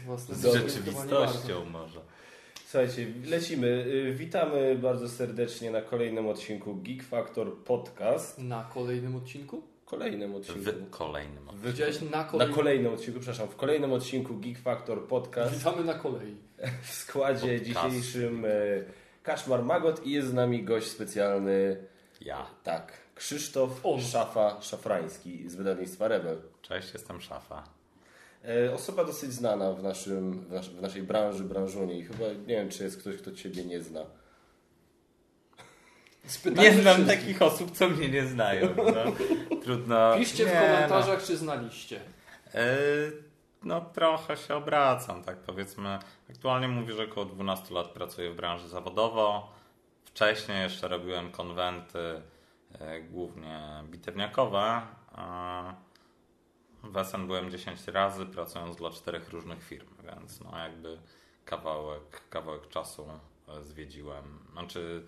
Z rzeczywistością może. Słuchajcie, lecimy. Witamy bardzo serdecznie na kolejnym odcinku Geek Factor Podcast. Na kolejnym odcinku? Kolejnym odcinku. W kolejnym odcinku, przepraszam. W kolejnym odcinku Geek Factor Podcast. Witamy na kolei. W składzie dzisiejszym Kaszmar Magot i jest z nami gość specjalny. Ja. Tak. Krzysztof Szafrański z wydawnictwa Rebel. Cześć, jestem Szafa. Osoba dosyć znana w naszej branżunie i chyba nie wiem, czy jest ktoś, kto Ciebie nie zna. Nie znam takich osób, co mnie nie znają. No. Trudno. Piszcie w komentarzach, czy znaliście. No trochę się obracam, tak powiedzmy. Aktualnie mówię, że około 12 lat pracuję w branży zawodowo. Wcześniej jeszcze robiłem konwenty, głównie bitewniakowe. W SN byłem 10 razy, pracując dla 4 różnych firm, więc no jakby kawałek czasu zwiedziłem. Znaczy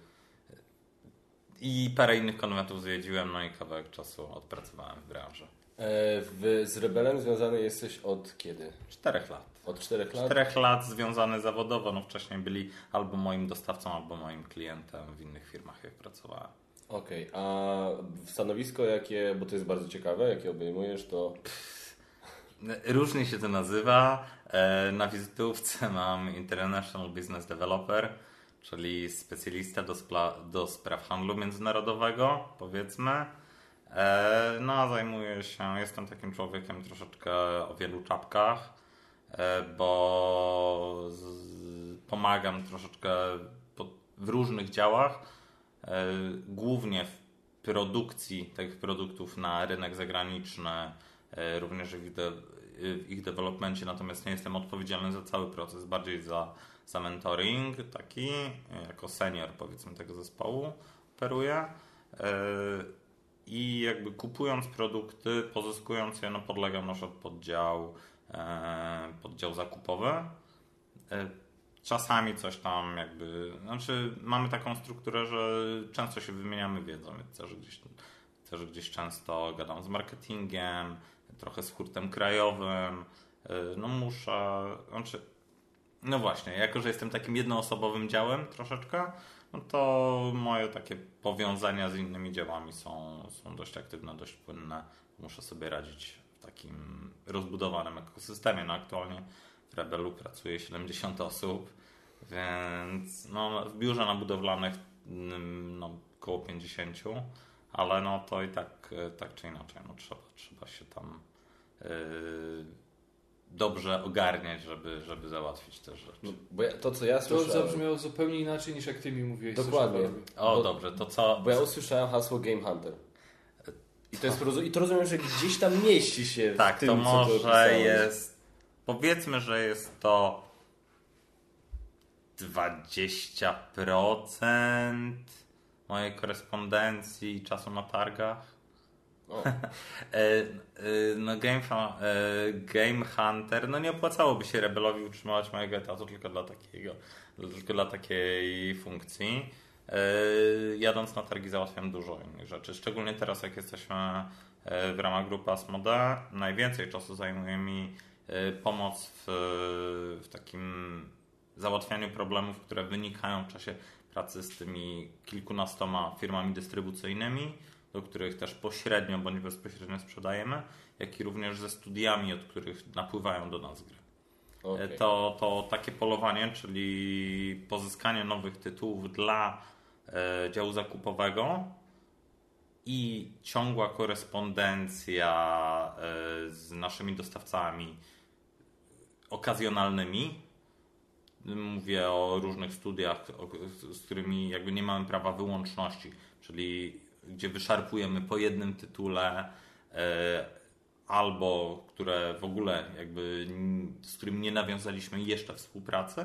i parę innych konwentów zwiedziłem, no i kawałek czasu odpracowałem w branży. Z Rebelem związany jesteś od kiedy? 4 lat. Od 4 lat? 4 lat związany zawodowo, no wcześniej byli albo moim dostawcą, albo moim klientem w innych firmach, jak pracowałem. Okej, a stanowisko jakie, bo to jest bardzo ciekawe, jakie obejmujesz, to... Różnie się to nazywa. Na wizytówce mam International Business Developer, czyli specjalista do spraw handlu międzynarodowego, powiedzmy. No a zajmuję się, jestem takim człowiekiem troszeczkę o wielu czapkach, bo pomagam troszeczkę w różnych działach, głównie w produkcji tych produktów na rynek zagraniczny, również w ich developmencie, natomiast nie jestem odpowiedzialny za cały proces, bardziej za mentoring taki, jako senior powiedzmy tego zespołu operuję i jakby kupując produkty, pozyskując je, no podlegam nasz poddział zakupowy. Czasami coś tam jakby, znaczy mamy taką strukturę, że często się wymieniamy wiedzą, więc też gdzieś często gadam z marketingiem, trochę z hurtem krajowym, no właśnie, jako że jestem takim jednoosobowym działem troszeczkę, no to moje takie powiązania z innymi działami są dość aktywne, dość płynne. Muszę sobie radzić w takim rozbudowanym ekosystemie. No aktualnie w Rebelu pracuje 70 osób, więc no, w biurze na budowlanych no, około 50, ale no to i tak czy inaczej no, trzeba się tam dobrze ogarniać, żeby załatwić te rzeczy. No, bo to, co ja słyszałem... To zabrzmiało zupełnie inaczej, niż jak ty mi mówiłeś. Dokładnie. Dobrze, to co... Bo ja usłyszałem hasło Game Hunter. I to rozumiem, że gdzieś tam mieści się tak, w tym, to może co to jest... Powiedzmy, że jest to 20% mojej korespondencji i czasu na targach. No Game Hunter, no nie opłacałoby się Rebelowi utrzymywać mojego etatu tylko dla takiej funkcji. Jadąc na targi załatwiam dużo innych rzeczy, szczególnie teraz jak jesteśmy w ramach grupy Asmodee. Najwięcej czasu zajmuje mi pomoc w takim załatwianiu problemów, które wynikają w czasie pracy z tymi kilkunastoma firmami dystrybucyjnymi, do których też pośrednio bądź bezpośrednio sprzedajemy, jak i również ze studiami, od których napływają do nas gry. Okay. To takie polowanie, czyli pozyskanie nowych tytułów dla działu zakupowego i ciągła korespondencja z naszymi dostawcami okazjonalnymi. Mówię o różnych studiach, z którymi jakby nie mamy prawa wyłączności, czyli gdzie wyszarpujemy po jednym tytule albo które w ogóle jakby z którym nie nawiązaliśmy jeszcze współpracy.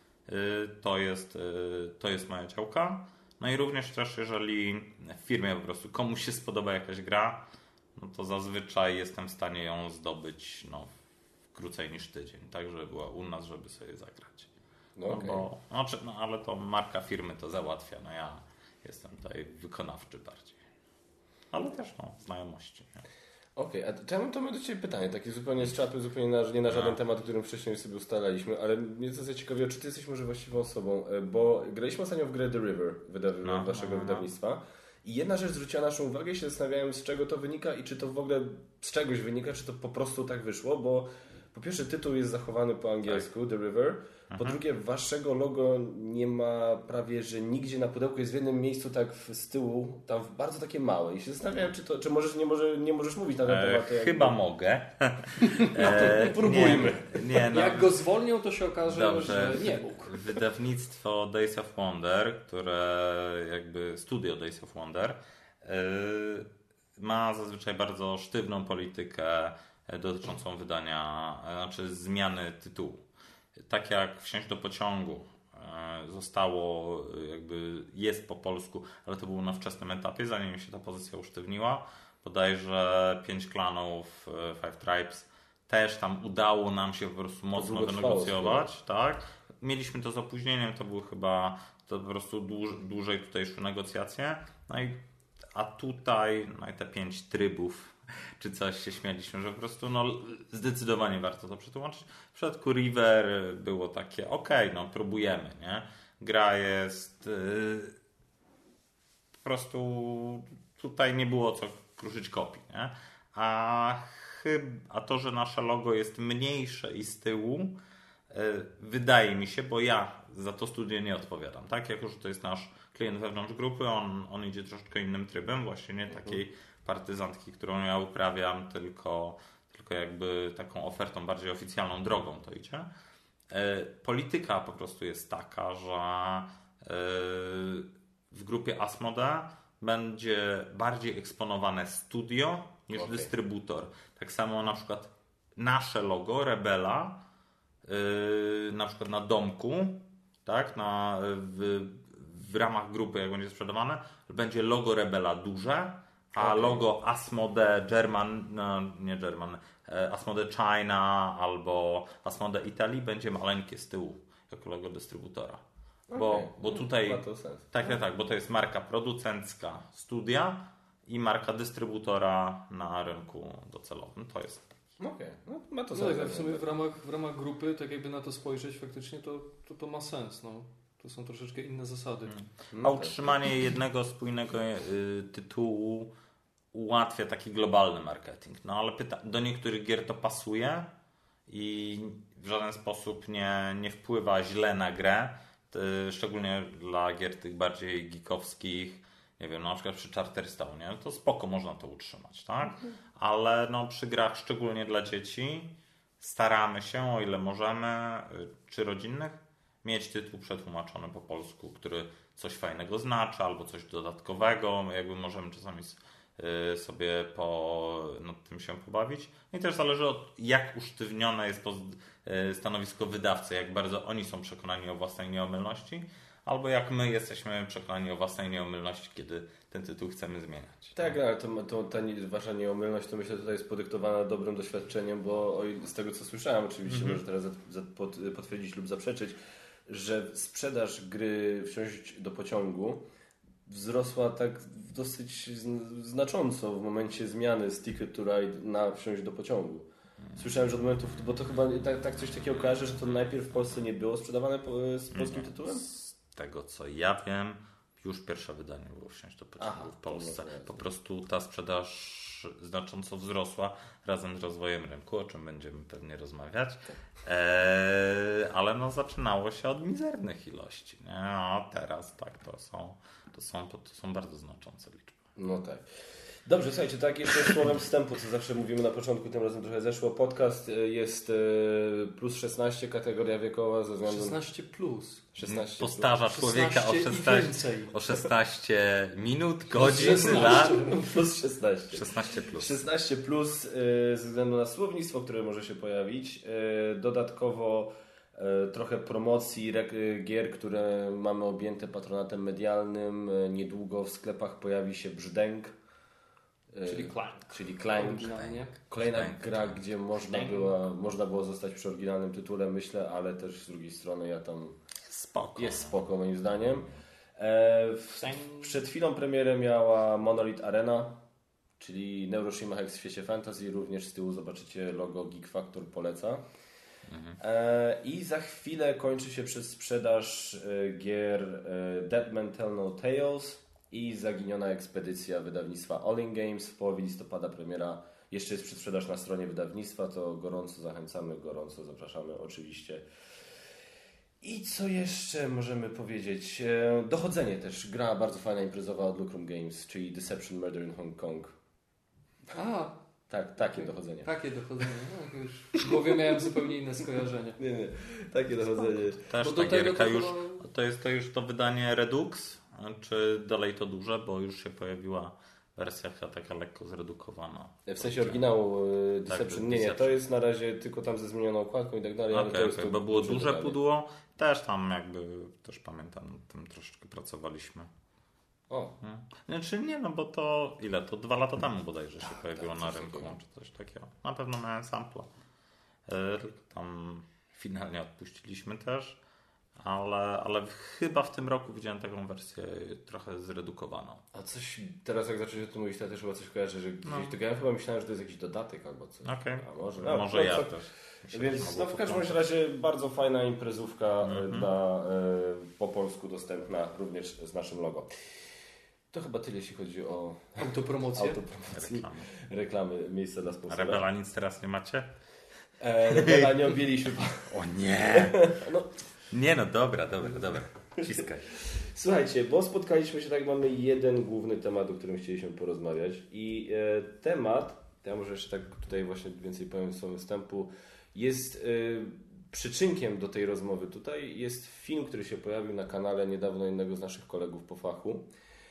To jest moja działka. No i również też jeżeli w firmie po prostu komuś się spodoba jakaś gra, no to zazwyczaj jestem w stanie ją zdobyć no, w krócej niż tydzień, tak żeby była u nas, żeby sobie zagrać. No, okay. Ale to marka firmy to załatwia, no ja jestem tutaj wykonawczy bardziej. Ale też no, znajomości. Nie? Okej, a to ja mam do Ciebie pytanie, takie zupełnie z czapy, zupełnie nie na żaden temat, o którym wcześniej sobie ustalaliśmy, ale mnie to ciekawiło, czy Ty jesteś może właściwą osobą, bo graliśmy ostatnio w grę The River, waszego wydawnictwa, i jedna rzecz zwróciła naszą uwagę i się zastanawiałem, z czego to wynika i czy to w ogóle z czegoś wynika, czy to po prostu tak wyszło, bo po pierwsze tytuł jest zachowany po angielsku, The River, po drugie waszego logo nie ma prawie, że nigdzie na pudełku, jest w jednym miejscu tak z tyłu, tam bardzo takie małe i się zastanawiałem, czy możesz, nie możesz mówić na ten temat. Chyba mogę. Próbujmy. Jak go zwolnią, to się okaże, Dobrze. że nie mógł. Wydawnictwo Days of Wonder, które jakby studio Days of Wonder, ma zazwyczaj bardzo sztywną politykę dotyczącą wydania, znaczy zmiany tytułu. Tak jak Wsiąść do pociągu zostało, jest po polsku, ale to było na wczesnym etapie, zanim się ta pozycja usztywniła. Bodajże 5 klanów, 5 Tribes, też tam udało nam się po prostu mocno wynegocjować. Tak? Mieliśmy to z opóźnieniem, to były chyba po prostu dłużej tutaj szły negocjacje. A tutaj te 5 trybów czy coś się śmialiśmy, że po prostu zdecydowanie warto to przetłumaczyć. W przypadku River było takie próbujemy, nie? Gra jest po prostu tutaj nie było co kruszyć kopii, nie? A to, że nasze logo jest mniejsze i z tyłu, wydaje mi się, bo ja za to studio nie odpowiadam, tak? Jako że to jest nasz klient wewnątrz grupy, on idzie troszeczkę innym trybem, właśnie nie takiej partyzantki, którą ja uprawiam, tylko jakby taką ofertą bardziej oficjalną drogą to idzie. Polityka po prostu jest taka, że w grupie Asmodee będzie bardziej eksponowane studio niż dystrybutor. Tak samo na przykład nasze logo Rebela na przykład na domku, tak, w ramach grupy jak będzie sprzedawane, będzie logo Rebela duże, a logo Asmodee Asmodee China albo Asmodee Italii będzie maleńkie z tyłu jako logo dystrybutora. Bo tutaj tak, bo to jest marka producencka studia i marka dystrybutora na rynku docelowym. To jest ma to sens. W sumie w ramach grupy, tak jakby na to spojrzeć faktycznie, to ma sens. To są troszeczkę inne zasady. A utrzymanie jednego spójnego tytułu ułatwia taki globalny marketing. Ale do niektórych gier to pasuje i w żaden sposób nie wpływa źle na grę. Szczególnie dla gier tych bardziej geekowskich, nie wiem, na przykład przy Charterstone, to spoko można to utrzymać, tak? Ale przy grach, szczególnie dla dzieci, staramy się, o ile możemy, czy rodzinnych, mieć tytuł przetłumaczony po polsku, który coś fajnego znaczy, albo coś dodatkowego, jakby możemy czasami sobie nad tym się pobawić. I też zależy od jak usztywnione jest stanowisko wydawcy, jak bardzo oni są przekonani o własnej nieomylności, albo jak my jesteśmy przekonani o własnej nieomylności, kiedy ten tytuł chcemy zmieniać. Tak, ale ta wasza nieomylność to myślę tutaj jest podyktowana dobrym doświadczeniem, bo z tego co słyszałem, oczywiście może teraz potwierdzić lub zaprzeczyć, że sprzedaż gry Wsiąść do pociągu wzrosła tak dosyć znacząco w momencie zmiany z Ticket to Ride na Wsiąść do pociągu. Słyszałem, że od momentu, bo to chyba tak coś takiego kojarzę, że to najpierw w Polsce nie było sprzedawane z polskim tytułem? Z tego co ja wiem, już pierwsze wydanie było Wsiąść do pociągu w Polsce. Po prostu ta sprzedaż znacząco wzrosła razem z rozwojem rynku, o czym będziemy pewnie rozmawiać. Ale zaczynało się od mizernych ilości. Nie? A teraz tak, to są bardzo znaczące liczby. No tak. Dobrze, słuchajcie, tak jeszcze słowem wstępu, co zawsze mówimy na początku, tym razem trochę zeszło. Podcast jest plus 16, kategoria wiekowa ze względu 16 plus. 16 postarza człowieka o 16 minut, godzin, 16, lat. Plus 16. 16 plus. 16 plus ze względu na słownictwo, które może się pojawić. Dodatkowo trochę promocji gier, które mamy objęte patronatem medialnym. Niedługo w sklepach pojawi się Brzdęk. Czyli Clank. Kolejna gra, gdzie można było zostać przy oryginalnym tytule, myślę, ale też z drugiej strony jest spoko moim zdaniem. Przed chwilą premierę miała Monolith Arena, czyli Neuroshima Hex w świecie fantasy. Również z tyłu zobaczycie logo Geek Factor poleca. I za chwilę kończy się sprzedaż gier Deadman Tell No Tales i Zaginiona Ekspedycja wydawnictwa All In Games. W połowie listopada premiera. Jeszcze jest przedsprzedaż na stronie wydawnictwa, to gorąco zachęcamy, gorąco zapraszamy oczywiście. I co jeszcze możemy powiedzieć? Dochodzenie też. Gra bardzo fajna imprezowa od Lucrum Games, czyli Deception Murder in Hong Kong. Tak, takie dochodzenie. Takie dochodzenie. No, już w głowie miałem zupełnie inne skojarzenie. Nie, takie dochodzenie. Też ta gierka już, to już to wydanie Redux, czy dalej to duże, bo już się pojawiła wersja taka lekko zredukowana. W sensie oryginału Deception? Tak, nie, to jest na razie tylko tam ze zmienioną okładką i tak dalej. Ale to jest bo było duże pudło, też tam też pamiętam, nad tym troszeczkę pracowaliśmy. Znaczy nie, bo to ile? To 2 lata temu bodajże się pojawiło na rynku, czy coś takiego. Na pewno miałem sample. Tam finalnie odpuściliśmy też, ale chyba w tym roku widziałem taką wersję trochę zredukowaną. A coś, teraz jak zacząłeś o tym mówić, to ja też chyba coś kojarzę, że gdzieś ja chyba myślałem, że to jest jakiś dodatek albo coś. Okay. Może ja też. Więc w każdym razie bardzo fajna imprezówka po polsku dostępna również z naszym logo. To chyba tyle, jeśli chodzi o autopromocję. Reklamy, miejsce dla sponsora. Rebela nic teraz nie macie? Rebela nie objęliśmy. O nie! Dobra. Ciskaj. Słuchajcie, bo spotkaliśmy się, tak mamy jeden główny temat, o którym chcieliśmy porozmawiać i temat, ja może jeszcze tak tutaj właśnie więcej powiem słowem wstępu, jest przyczynkiem do tej rozmowy tutaj, jest film, który się pojawił na kanale niedawno jednego z naszych kolegów po fachu.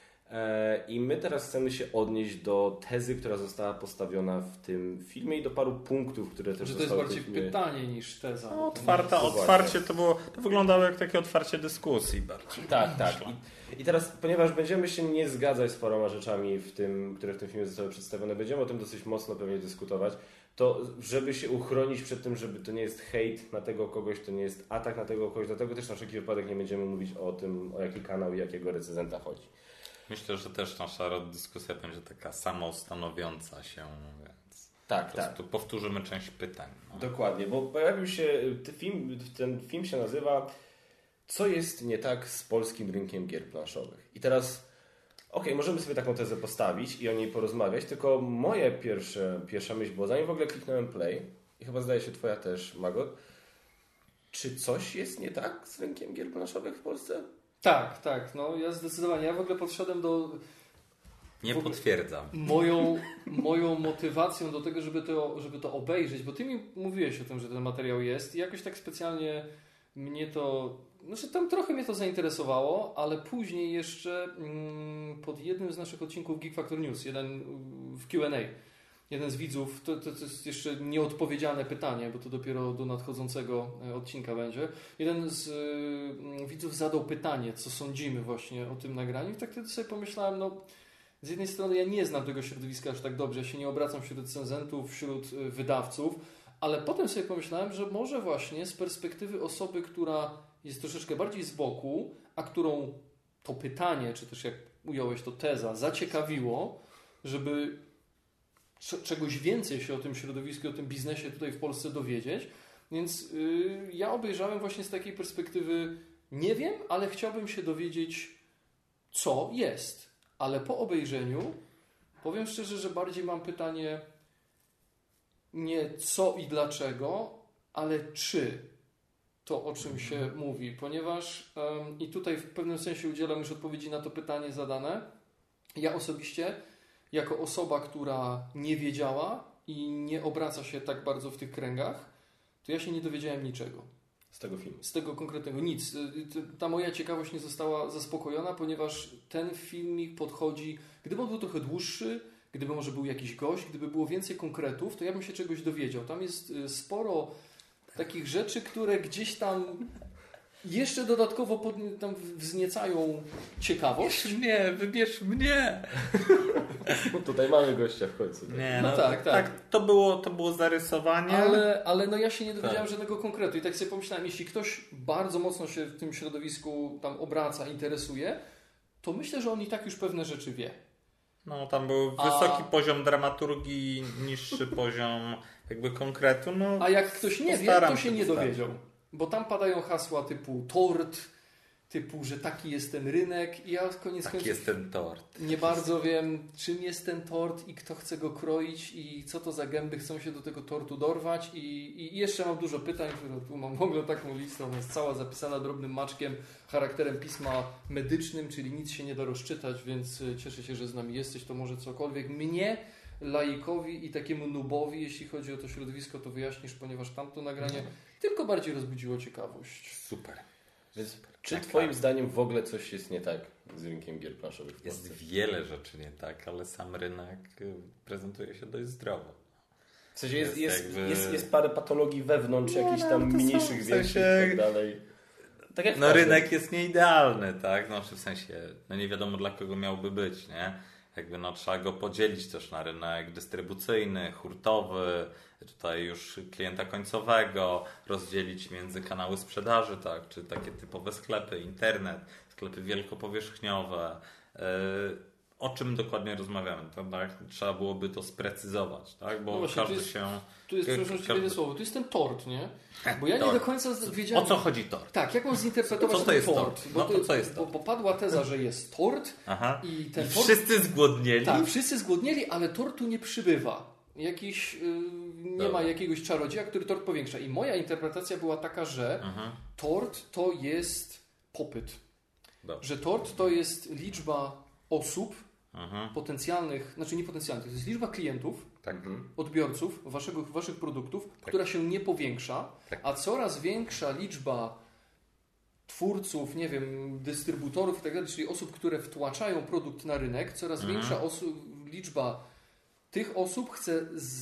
I my teraz chcemy się odnieść do tezy, która została postawiona w tym filmie i do paru punktów, które też zostały. To jest bardziej pytanie niż teza. No, otwarcie to wyglądało jak takie otwarcie dyskusji bardziej. Tak. I teraz, ponieważ będziemy się nie zgadzać z paroma rzeczami, które w tym filmie zostały przedstawione, będziemy o tym dosyć mocno pewnie dyskutować, to żeby się uchronić przed tym, żeby to nie jest hejt na tego kogoś, to nie jest atak na tego kogoś, dlatego też na wszelki wypadek nie będziemy mówić o tym, o jaki kanał i jakiego recenzenta chodzi. Myślę, że też nasza dyskusja będzie taka samostanowiąca się, więc tak. Tu powtórzymy część pytań. No. Dokładnie, bo pojawił się ten film się nazywa Co jest nie tak z polskim rynkiem gier planszowych? I teraz, możemy sobie taką tezę postawić i o niej porozmawiać, tylko moje pierwsza myśl było, zanim w ogóle kliknąłem play, i chyba zdaje się twoja też, Magot, czy coś jest nie tak z rynkiem gier planszowych w Polsce? Tak. No ja zdecydowanie. Ja w ogóle podszedłem do... Nie potwierdzam. Moją motywacją do tego, żeby to obejrzeć, bo ty mi mówiłeś o tym, że ten materiał jest i jakoś tak specjalnie mnie to... Znaczy tam trochę mnie to zainteresowało, ale później jeszcze pod jednym z naszych odcinków Geek Factor News, jeden w Q&A, jeden z widzów, to jest jeszcze nieodpowiedziane pytanie, bo to dopiero do nadchodzącego odcinka będzie. Jeden z widzów zadał pytanie, co sądzimy właśnie o tym nagraniu. I tak wtedy sobie pomyślałem, z jednej strony ja nie znam tego środowiska aż tak dobrze, ja się nie obracam wśród recenzentów, wśród wydawców, ale potem sobie pomyślałem, że może właśnie z perspektywy osoby, która jest troszeczkę bardziej z boku, a którą to pytanie, czy też jak ująłeś to teza, zaciekawiło, żeby czegoś więcej się o tym środowisku, o tym biznesie tutaj w Polsce dowiedzieć. Więc ja obejrzałem właśnie z takiej perspektywy, nie wiem, ale chciałbym się dowiedzieć, co jest. Ale po obejrzeniu powiem szczerze, że bardziej mam pytanie nie co i dlaczego, ale czy to, o czym się mówi. Ponieważ i tutaj w pewnym sensie udzielam już odpowiedzi na to pytanie zadane. Ja osobiście jako osoba, która nie wiedziała i nie obraca się tak bardzo w tych kręgach, to ja się nie dowiedziałem niczego. Z tego filmu? Z tego konkretnego. Nic. Ta moja ciekawość nie została zaspokojona, ponieważ ten filmik podchodzi... Gdyby on był trochę dłuższy, gdyby może był jakiś gość, gdyby było więcej konkretów, to ja bym się czegoś dowiedział. Tam jest sporo takich rzeczy, które gdzieś tam jeszcze dodatkowo tam wzniecają ciekawość. Wybierz mnie. Tutaj mamy gościa w końcu. Nie, tak. To było zarysowanie. Ale ja się nie dowiedziałem żadnego konkretu. I tak sobie pomyślałem, jeśli ktoś bardzo mocno się w tym środowisku tam obraca, interesuje, to myślę, że on i tak już pewne rzeczy wie. No, tam był wysoki poziom dramaturgii, niższy poziom jakby konkretu. No, a jak ktoś nie wie, to się nie dowiedział. Bo tam padają hasła typu tort, typu, że taki jest ten rynek i ja koniec końców jest ten tort. Nie bardzo wiem, czym jest ten tort i kto chce go kroić i co to za gęby chcą się do tego tortu dorwać i jeszcze mam dużo pytań, które tu mam w ogóle taką listę, ona jest cała zapisana drobnym maczkiem, charakterem pisma medycznym, czyli nic się nie da rozczytać, więc cieszę się, że z nami jesteś, to może cokolwiek mnie, laikowi i takiemu nubowi, jeśli chodzi o to środowisko, to wyjaśnisz, ponieważ tamto nagranie tylko bardziej rozbudziło ciekawość. Super. Więc czy twoim zdaniem w ogóle coś jest nie tak z rynkiem gier planszowych w Polsce? Jest wiele rzeczy nie tak, ale sam rynek prezentuje się dość zdrowo. W sensie jest parę patologii wewnątrz, jakichś tam mniejszych, większych i tak dalej. Tak jak rynek jest nieidealny, tak? No, w sensie, nie wiadomo dla kogo miałby być, nie? Jakby trzeba go podzielić też na rynek dystrybucyjny, hurtowy, tutaj już klienta końcowego, rozdzielić między kanały sprzedaży, tak? Czy takie typowe sklepy, internet, sklepy wielkopowierzchniowe. O czym dokładnie rozmawiamy? To, tak? Trzeba byłoby to sprecyzować, tak? Bo właśnie, każdy się... Tu jest, przepraszam, słowo, tu jest ten tort, nie? Bo ja nie do końca wiedziałem... O co chodzi tort? Tak, jak mam zinterpretować ten tort? Co jest tort? Bo padła teza, że jest tort i ten tort... Wszyscy zgłodnieli? Tak, wszyscy zgłodnieli, ale tortu nie przybywa. Nie ma jakiegoś czarodzieja, który tort powiększa. I moja interpretacja była taka, że tort to jest popyt. Że tort to jest liczba osób potencjalnych, znaczy niepotencjalnych, to jest liczba klientów, odbiorców waszych produktów, która się nie powiększa, a coraz większa liczba twórców, nie wiem, dystrybutorów i tak dalej, czyli osób, które wtłaczają produkt na rynek, coraz większa liczba tych osób chce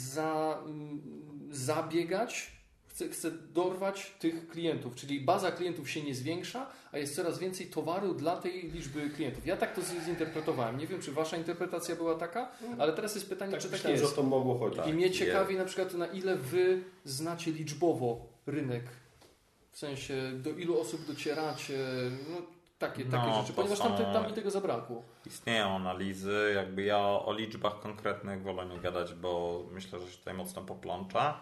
zabiegać, chce dorwać tych klientów, czyli baza klientów się nie zwiększa, a jest coraz więcej towaru dla tej liczby klientów. Ja tak to zinterpretowałem. Nie wiem, czy wasza interpretacja była taka, ale teraz jest pytanie, czy tak jest. Że o to mogło chodzić. I mnie ciekawi na przykład, na ile wy znacie liczbowo rynek, w sensie do ilu osób docieracie, takie rzeczy, ponieważ tam mi tego zabrakło. Istnieją analizy, jakby ja o liczbach konkretnych wolę nie gadać, bo myślę, że się tutaj mocno poplącza.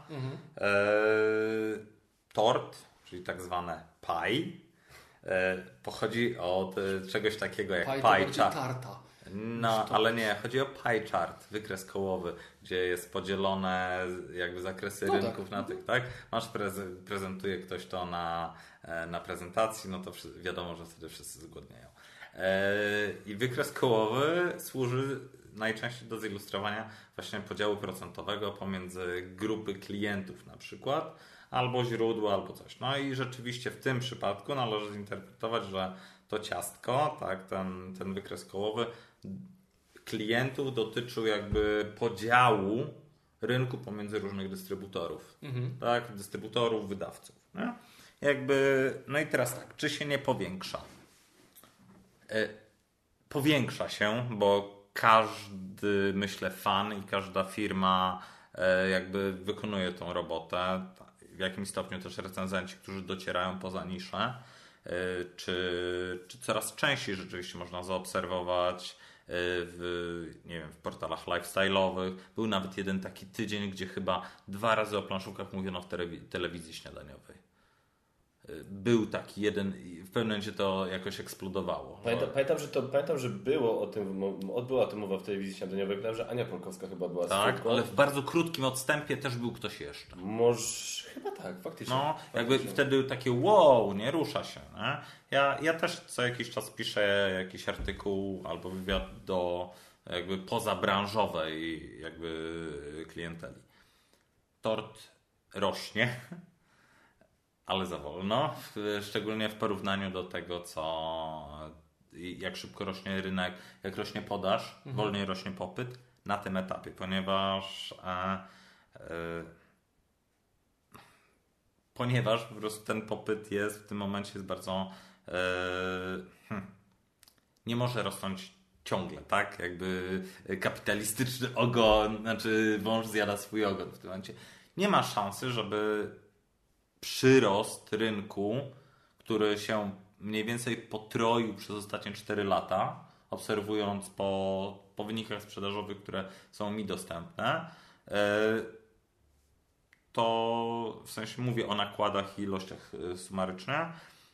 Tort, czyli tak zwane pie, pochodzi od czegoś takiego jak pie chart. Tarta. No, ale nie, chodzi o pie chart, wykres kołowy, gdzie jest podzielone jakby zakresy rynków na tych, tak? Prezentuje ktoś to na prezentacji, no to wiadomo, że wtedy wszyscy zgłodnieją. I wykres kołowy służy najczęściej do zilustrowania właśnie podziału procentowego pomiędzy grupy klientów na przykład, albo źródła, albo coś. No i rzeczywiście w tym przypadku należy zinterpretować, że to ciastko, tak, ten wykres kołowy klientów dotyczył jakby podziału rynku pomiędzy różnych dystrybutorów. Tak, dystrybutorów, wydawców. Nie? No i teraz tak, czy się nie powiększa? Powiększa się, bo każdy, myślę, fan i każda firma jakby wykonuje tą robotę. W jakimś stopniu też recenzenci, którzy docierają poza niszę, czy coraz częściej rzeczywiście można zaobserwować w portalach lifestyle'owych. Był nawet jeden taki tydzień, gdzie chyba 2 razy o planszówkach mówiono w telewizji śniadaniowej. Był taki jeden i w pewnym momencie to jakoś eksplodowało. Pamiętam, że było o tym, była o tym mowa w telewizji śniadaniowej. Pamiętam, że Ania Polkowska chyba była tak, ale w bardzo krótkim odstępie też był ktoś jeszcze. Chyba tak, faktycznie. No, jakby wtedy takie wow, nie rusza się. Nie? Ja też co jakiś czas piszę jakiś artykuł albo wywiad do jakby pozabranżowej jakby klienteli. Tort rośnie, ale za wolno, szczególnie w porównaniu do tego, jak szybko rośnie rynek, jak rośnie podaż, wolniej rośnie popyt na tym etapie, ponieważ po prostu ten popyt jest w tym momencie jest bardzo nie może rosnąć ciągle, tak? Jakby kapitalistyczny ogon, znaczy wąż zjada swój ogon w tym momencie. Nie ma szansy, żeby przyrost rynku, który się mniej więcej potroił przez ostatnie 4 lata, obserwując po po wynikach sprzedażowych, które są mi dostępne, to w sensie mówię o nakładach i ilościach sumarycznych,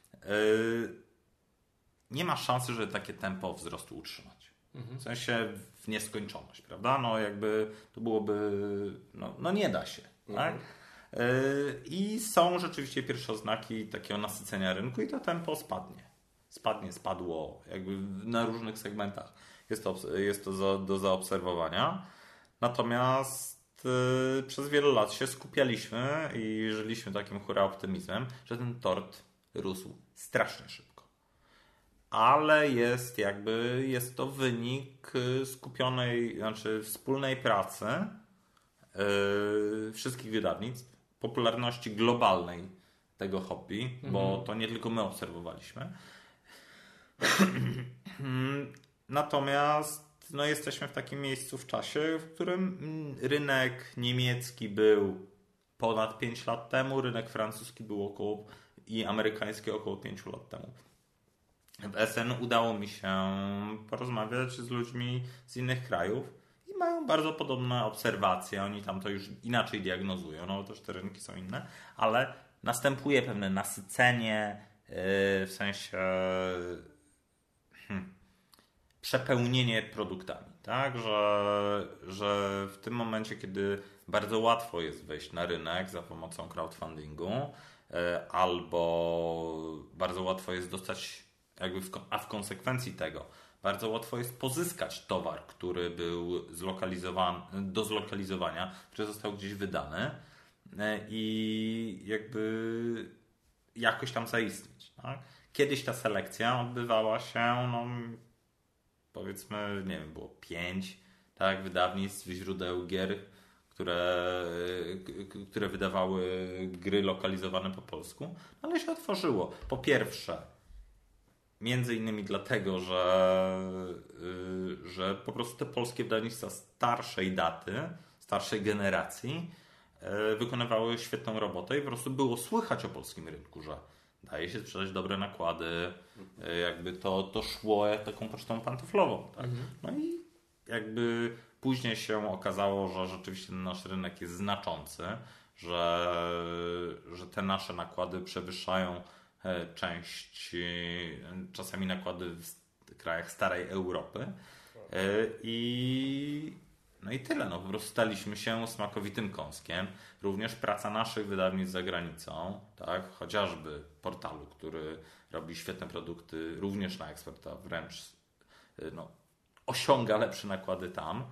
nie ma szansy, żeby takie tempo wzrostu utrzymać. W sensie w nieskończoność, prawda? No jakby to byłoby, no nie da się, tak? I są rzeczywiście pierwsze oznaki takiego nasycenia rynku i to tempo spadło jakby na różnych segmentach. Jest to do zaobserwowania. Natomiast przez wiele lat się skupialiśmy i żyliśmy takim hura optymizmem, że ten tort rósł strasznie szybko. Ale jest to wynik skupionej, znaczy wspólnej pracy wszystkich wydawnictw, popularności globalnej tego hobby, bo to nie tylko my obserwowaliśmy. Natomiast jesteśmy w takim miejscu w czasie, w którym rynek niemiecki był ponad 5 lat temu, rynek francuski był i amerykański około 5 lat temu. W SN udało mi się porozmawiać z ludźmi z innych krajów i mają bardzo podobne obserwacje. Oni tam to już inaczej diagnozują, no też te rynki są inne, ale następuje pewne nasycenie, w sensie przepełnienie produktami, tak? Że w tym momencie, kiedy bardzo łatwo jest wejść na rynek za pomocą crowdfundingu, albo bardzo łatwo jest dostać, a w konsekwencji tego bardzo łatwo jest pozyskać towar, który był do zlokalizowania, który został gdzieś wydany i jakoś tam zaistnieć. Tak? Kiedyś ta selekcja odbywała się, powiedzmy, nie wiem, było 5 wydawnictw, źródeł gier, które wydawały gry lokalizowane po polsku, ale się otworzyło. Po pierwsze, między innymi dlatego, że po prostu te polskie wydawnictwa starszej daty, starszej generacji wykonywały świetną robotę i po prostu było słychać o polskim rynku, że daje się sprzedać dobre nakłady, to szło jak taką pocztą pantoflową. Tak? No i później się okazało, że rzeczywiście nasz rynek jest znaczący, że te nasze nakłady przewyższają czasami nakłady w krajach starej Europy. I tyle. Po prostu staliśmy się smakowitym kąskiem. Również praca naszych wydawnictw za granicą, tak? Chociażby portalu, który robi świetne produkty również na eksport, a wręcz osiąga lepsze nakłady tam.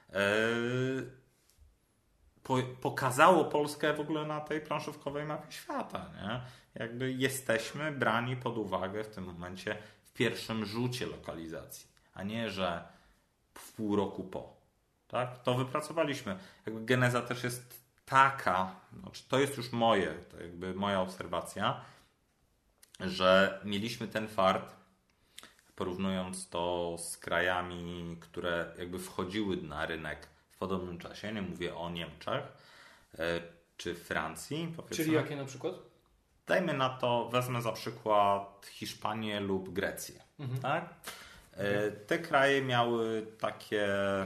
Pokazało Polskę w ogóle na tej planszówkowej mapie świata. Nie? Jesteśmy brani pod uwagę w tym momencie w pierwszym rzucie lokalizacji, a nie, że w pół roku po. Tak? To wypracowaliśmy. Geneza też jest taka, to jest już moja obserwacja, że mieliśmy ten fart, porównując to z krajami, które wchodziły na rynek w podobnym czasie, nie mówię o Niemczech czy Francji. Czyli jakie na przykład? Dajmy na to, wezmę za przykład Hiszpanię lub Grecję. Tak? Te kraje miały takie,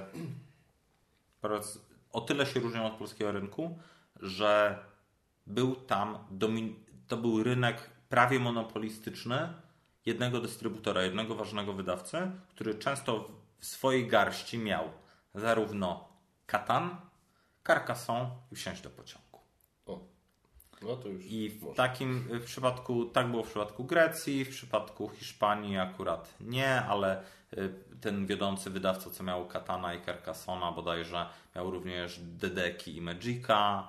o tyle się różnią od polskiego rynku, że to był rynek prawie monopolistyczny jednego dystrybutora, jednego ważnego wydawcy, który często w swojej garści miał zarówno Catan, Carcassonne i Wsiąść do pociągu. To już i w takim przypadku, tak było w przypadku Grecji, w przypadku Hiszpanii akurat nie, ale ten wiodący wydawca, co miał Catana i Carcassona, bodajże miał również Dedeki i Magica,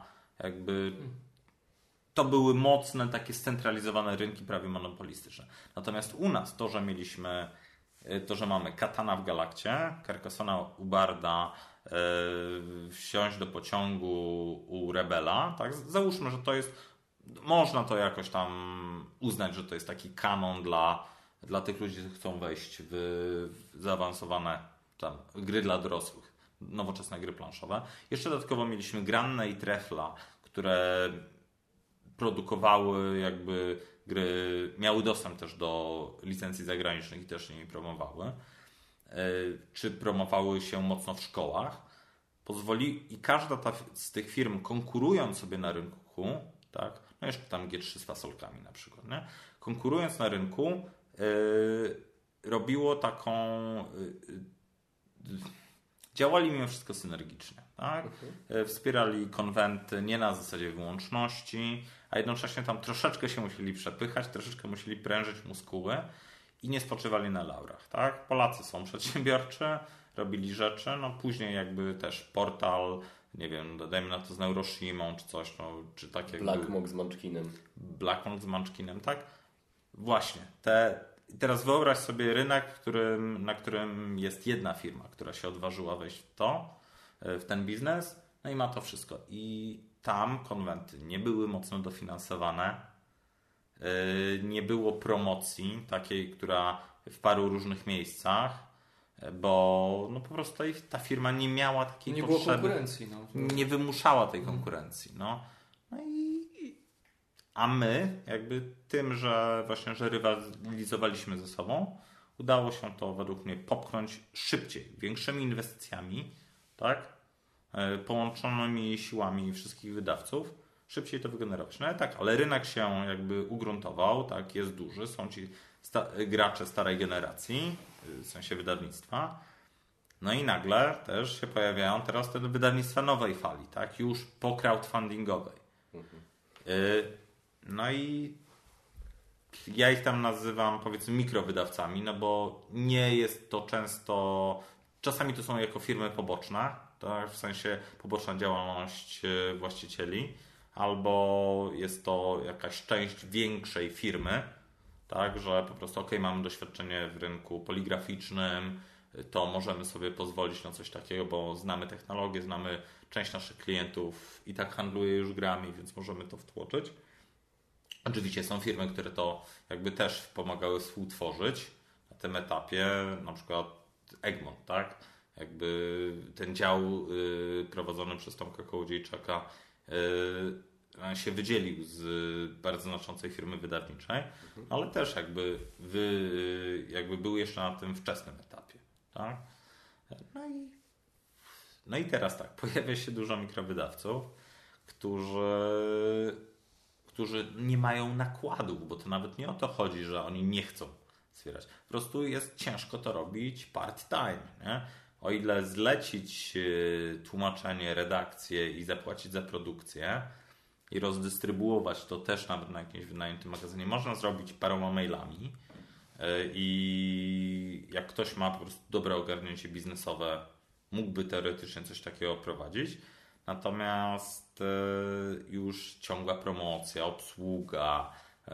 to były mocne, takie scentralizowane rynki prawie monopolistyczne. Natomiast u nas to, że mamy Catana w Galakcie, Carcassona u Barda, Wsiąść do pociągu u Rebela, tak? Załóżmy, że to jest, można to jakoś tam uznać, że to jest taki kanon dla tych ludzi, którzy chcą wejść w zaawansowane gry dla dorosłych, nowoczesne gry planszowe. Jeszcze dodatkowo mieliśmy Grannę i Trefla, które produkowały gry, miały dostęp też do licencji zagranicznych i też nimi promowały. czy promowały się mocno w szkołach, i każda z tych firm, konkurując sobie na rynku, tak, no jeszcze tam G3 z fasolkami na przykład, nie? Konkurując na rynku, robiło taką... działali mimo wszystko synergicznie. Tak? Wspierali konwenty nie na zasadzie wyłączności, a jednocześnie tam troszeczkę się musieli przepychać, troszeczkę musieli prężyć muskuły i nie spoczywali na laurach. Tak? Polacy są przedsiębiorczy, robili rzeczy, no później jakby też portal, nie wiem, dajmy na to z Neuroshimą czy coś, no, czy tak jakby... Blackmog z Munchkinem. Blackmog z Munchkinem, tak? Właśnie. Teraz wyobraź sobie rynek, na którym jest jedna firma, która się odważyła wejść w ten biznes, no i ma to wszystko. I tam konwenty nie były mocno dofinansowane, nie było promocji takiej, która w paru różnych miejscach, bo no po prostu ta firma nie miała takiej potrzeby. Nie było konkurencji. No. Nie wymuszała tej konkurencji. A my jakby tym, że właśnie że rywalizowaliśmy ze sobą, udało się to według mnie popchnąć szybciej, większymi inwestycjami, tak? Połączonymi siłami wszystkich wydawców, szybciej to wygenerować. No tak, ale rynek się jakby ugruntował, tak, jest duży, są ci gracze starej generacji, w sensie wydawnictwa. No i nagle też się pojawiają teraz te wydawnictwa nowej fali, tak, już po crowdfundingowej. No i ja ich tam nazywam, powiedzmy, mikrowydawcami, no bo nie jest to często, czasami to są jako firmy poboczne, tak? W sensie poboczna działalność właścicieli, albo jest to jakaś część większej firmy, tak, że po prostu mamy doświadczenie w rynku poligraficznym, to możemy sobie pozwolić na coś takiego, bo znamy technologię, znamy część naszych klientów i tak handluje już grami, więc możemy to wtłoczyć. Oczywiście są firmy, które to jakby też pomagały współtworzyć na tym etapie, na przykład Egmont, tak? Jakby ten dział prowadzony przez Tomka Kołodziejczaka się wydzielił z bardzo znaczącej firmy wydawniczej, ale też jakby był jeszcze na tym wczesnym etapie, tak? No i teraz tak, pojawia się dużo mikrowydawców, którzy nie mają nakładów, bo to nawet nie o to chodzi, że oni nie chcą wspierać. Po prostu jest ciężko to robić part-time. Nie? O ile zlecić tłumaczenie, redakcję i zapłacić za produkcję i rozdystrybuować to też nawet na jakimś wynajętym magazynie, można zrobić paroma mailami i jak ktoś ma po prostu dobre ogarnięcie biznesowe, mógłby teoretycznie coś takiego prowadzić. Natomiast już ciągła promocja, obsługa,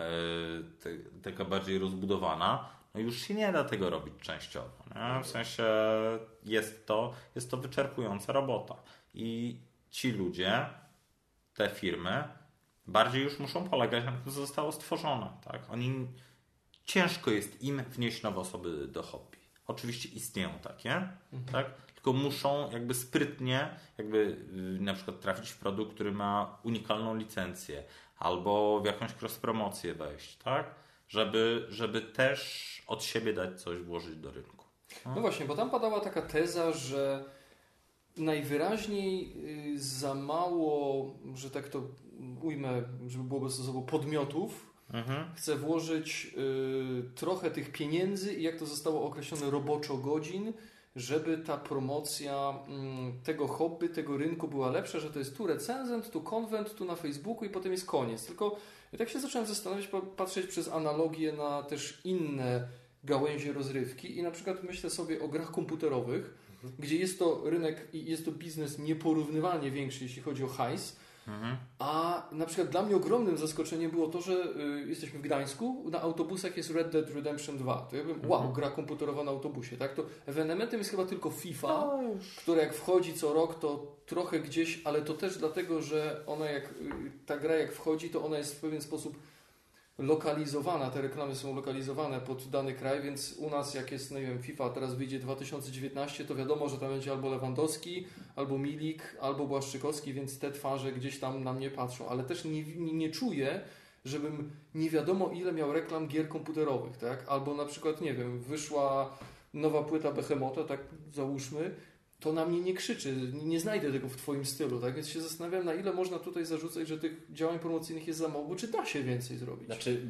taka bardziej rozbudowana, no już się nie da tego robić częściowo. Nie? W sensie jest to wyczerpująca robota. I ci ludzie, te firmy, bardziej już muszą polegać na tym, co zostało stworzone. Tak? Ciężko jest im wnieść nowe osoby do hobby. Oczywiście istnieją takie, tak? Tylko muszą jakby sprytnie na przykład trafić w produkt, który ma unikalną licencję albo w jakąś cross-promocję wejść, tak? Żeby też od siebie dać coś włożyć do rynku. No właśnie, bo tam padała taka teza, że najwyraźniej za mało, że tak to ujmę, żeby było bez stosowu, podmiotów chce włożyć trochę tych pieniędzy i jak to zostało określone, roboczo godzin, żeby ta promocja tego hobby, tego rynku była lepsza, że to jest tu recenzent, tu konwent, tu na Facebooku i potem jest koniec. Tylko ja tak się zacząłem zastanawiać, patrzeć przez analogię na też inne gałęzie rozrywki i na przykład myślę sobie o grach komputerowych, gdzie jest to rynek i jest to biznes nieporównywalnie większy, jeśli chodzi o hajs. A na przykład dla mnie ogromnym zaskoczeniem było to, że jesteśmy w Gdańsku, na autobusach jest Red Dead Redemption 2. To ja bym, wow, gra komputerowa na autobusie. Tak? To ewenementem jest chyba tylko FIFA, która jak wchodzi co rok, to trochę gdzieś, ale to też dlatego, że ta gra jak wchodzi, to ona jest w pewien sposób lokalizowana, te reklamy są lokalizowane pod dany kraj, więc u nas jak jest, nie wiem, FIFA teraz wyjdzie 2019, to wiadomo, że tam będzie albo Lewandowski, albo Milik, albo Błaszczykowski, więc te twarze gdzieś tam na mnie patrzą, ale też nie czuję, żebym nie wiadomo ile miał reklam gier komputerowych, tak? Albo na przykład, nie wiem, wyszła nowa płyta Behemota, tak załóżmy, to na mnie nie krzyczy, nie znajdę tego w twoim stylu, tak? Więc się zastanawiam, na ile można tutaj zarzucać, że tych działań promocyjnych jest za mało, czy da się więcej zrobić? Znaczy,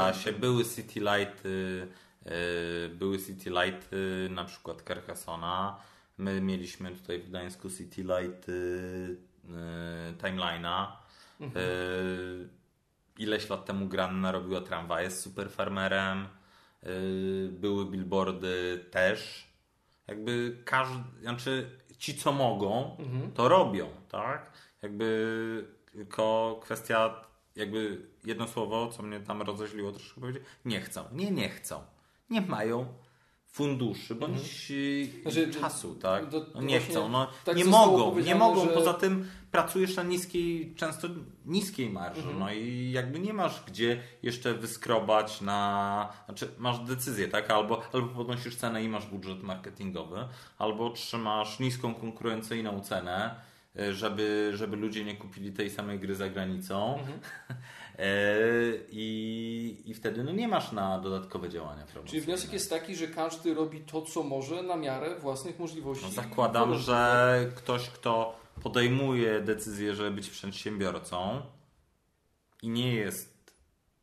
były City Lighty, na przykład Carcassona. My mieliśmy tutaj w Gdańsku City Lighty Timeline'a. Ileś lat temu Granna robiła tramwaje z Superfarmerem. Były billboardy też. Jakby znaczy ci co mogą, to robią, tak? Jakby tylko kwestia, jakby jedno słowo, co mnie tam rozeźliło troszkę powiedzieć, nie chcą. Nie chcą. Nie mają funduszy, bądź czasu, tak? Nie chcą, tak nie mogą, że... poza tym pracujesz na często niskiej marży, i jakby nie masz gdzie jeszcze wyskrobać znaczy masz decyzję, tak? Albo podnosisz cenę i masz budżet marketingowy, albo trzymasz niską konkurencyjną cenę, żeby ludzie nie kupili tej samej gry za granicą. I wtedy nie masz na dodatkowe działania promocyjne. Czyli wniosek jest taki, że każdy robi to, co może na miarę własnych możliwości. Zakładam, że ktoś, kto podejmuje decyzję, żeby być przedsiębiorcą i nie jest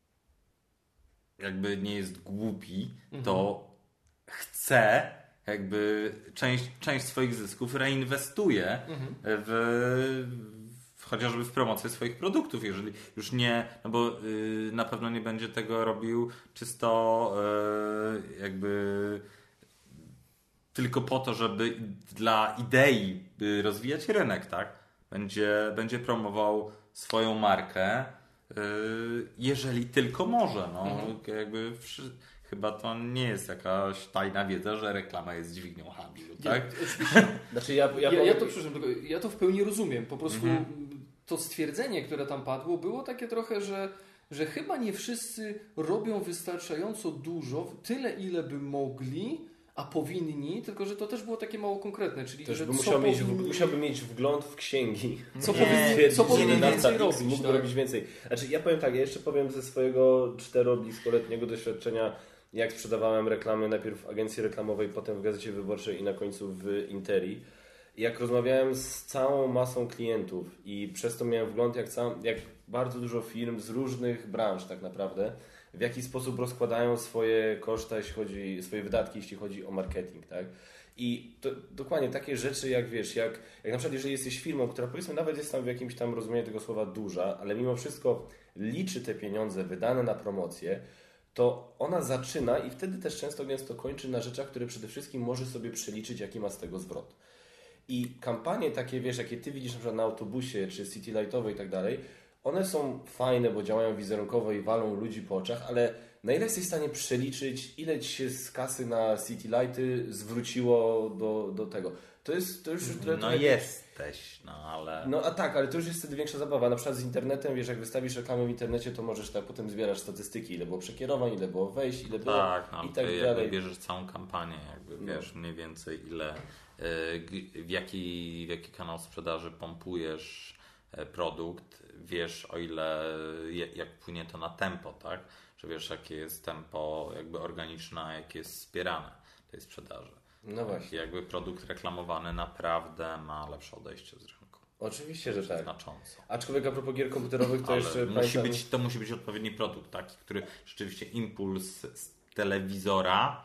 głupi, to chce jakby część swoich zysków reinwestuje chociażby w promocję swoich produktów, jeżeli już nie, bo na pewno nie będzie tego robił czysto jakby tylko po to, żeby dla idei rozwijać rynek, tak? Będzie promował swoją markę, jeżeli tylko może. Jakby chyba to nie jest jakaś tajna wiedza, że reklama jest dźwignią handlu, tak? Znaczy ja to w pełni rozumiem. Po prostu to stwierdzenie, które tam padło, było takie trochę, że chyba nie wszyscy robią wystarczająco dużo, tyle ile by mogli, a powinni, tylko że to też było takie mało konkretne, czyli też że musiałby mieć wgląd w księgi. Co powinien więcej robić. Mógłby robić więcej. Znaczy ja powiem tak, ja jeszcze powiem ze swojego 4-bliskoletniego doświadczenia, jak sprzedawałem reklamy najpierw w agencji reklamowej, potem w Gazecie Wyborczej i na końcu w Interi. Jak rozmawiałem z całą masą klientów i przez to miałem wgląd, jak bardzo dużo firm z różnych branż tak naprawdę, w jaki sposób rozkładają swoje koszta, swoje wydatki, jeśli chodzi o marketing, tak? I to dokładnie takie rzeczy, jak na przykład jeżeli jesteś firmą, która powiedzmy nawet jest tam w jakimś tam rozumieniu tego słowa duża, ale mimo wszystko liczy te pieniądze wydane na promocję, to ona zaczyna i wtedy też często gęsto kończy na rzeczach, które przede wszystkim może sobie przeliczyć, jaki ma z tego zwrot. I kampanie takie, jakie ty widzisz na przykład na autobusie, czy City Lightowej i tak dalej, one są fajne, bo działają wizerunkowo i walą ludzi po oczach, ale na ile jesteś w stanie przeliczyć, ile ci się z kasy na City Lighty zwróciło do tego? To już ale... ale to już jest wtedy większa zabawa. Na przykład z internetem, jak wystawisz reklamę w internecie, to możesz tak potem zbierasz statystyki, ile było przekierowań, ile było wejść, ile było i tak dalej. Bierzesz całą kampanię, wiesz mniej więcej ile, w jaki kanał sprzedaży pompujesz produkt, wiesz o ile, jak płynie to na tempo, tak? Że wiesz jakie jest tempo jakby organiczne, a jakie jest wspierane tej sprzedaży. No właśnie. Jakby produkt reklamowany naprawdę ma lepsze odejście z rynku. Oczywiście, że tak. Znacząco. Aczkolwiek a propos gier komputerowych to jeszcze... To musi być odpowiedni produkt, taki, który rzeczywiście impuls z telewizora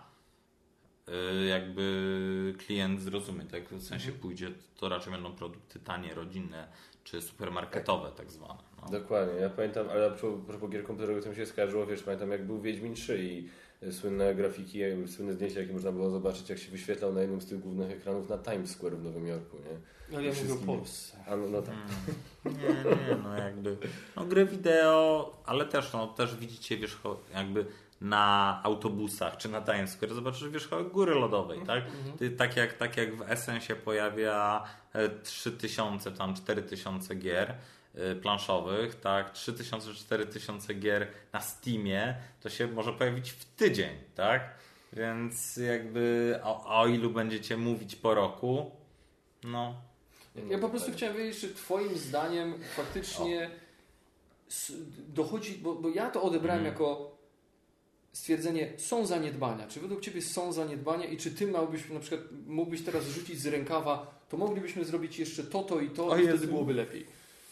jakby klient zrozumie, tak? W sensie pójdzie, to raczej będą produkty tanie, rodzinne, czy supermarketowe tak zwane. Dokładnie. Ja pamiętam, ale a propos gier komputerowych to mi się skojarzyło, pamiętam jak był Wiedźmin 3 i słynne grafiki, słynne zdjęcia, jakie można było zobaczyć, jak się wyświetlał na jednym z tych głównych ekranów na Times Square w Nowym Jorku, nie? Ale ja mówię o Polsce. Tak. Jakby gry wideo, ale też widzicie jakby na autobusach czy na Times Square zobaczysz wierzchołek góry lodowej, tak? Tak jak w Essence pojawia 3000, tam 4000 gier planszowych, tak? 3000-4000 gier na Steamie, to się może pojawić w tydzień, tak? Więc jakby o ilu będziecie mówić po roku, Ja po prostu chciałem wiedzieć, czy twoim zdaniem faktycznie dochodzi, bo ja to odebrałem jako stwierdzenie, są zaniedbania. Czy według Ciebie są zaniedbania i czy Ty mógłbyś teraz rzucić z rękawa, to moglibyśmy zrobić jeszcze to i to i wtedy byłoby lepiej.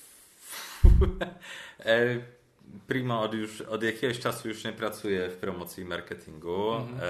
Primo od jakiegoś czasu już nie pracuję w promocji i marketingu.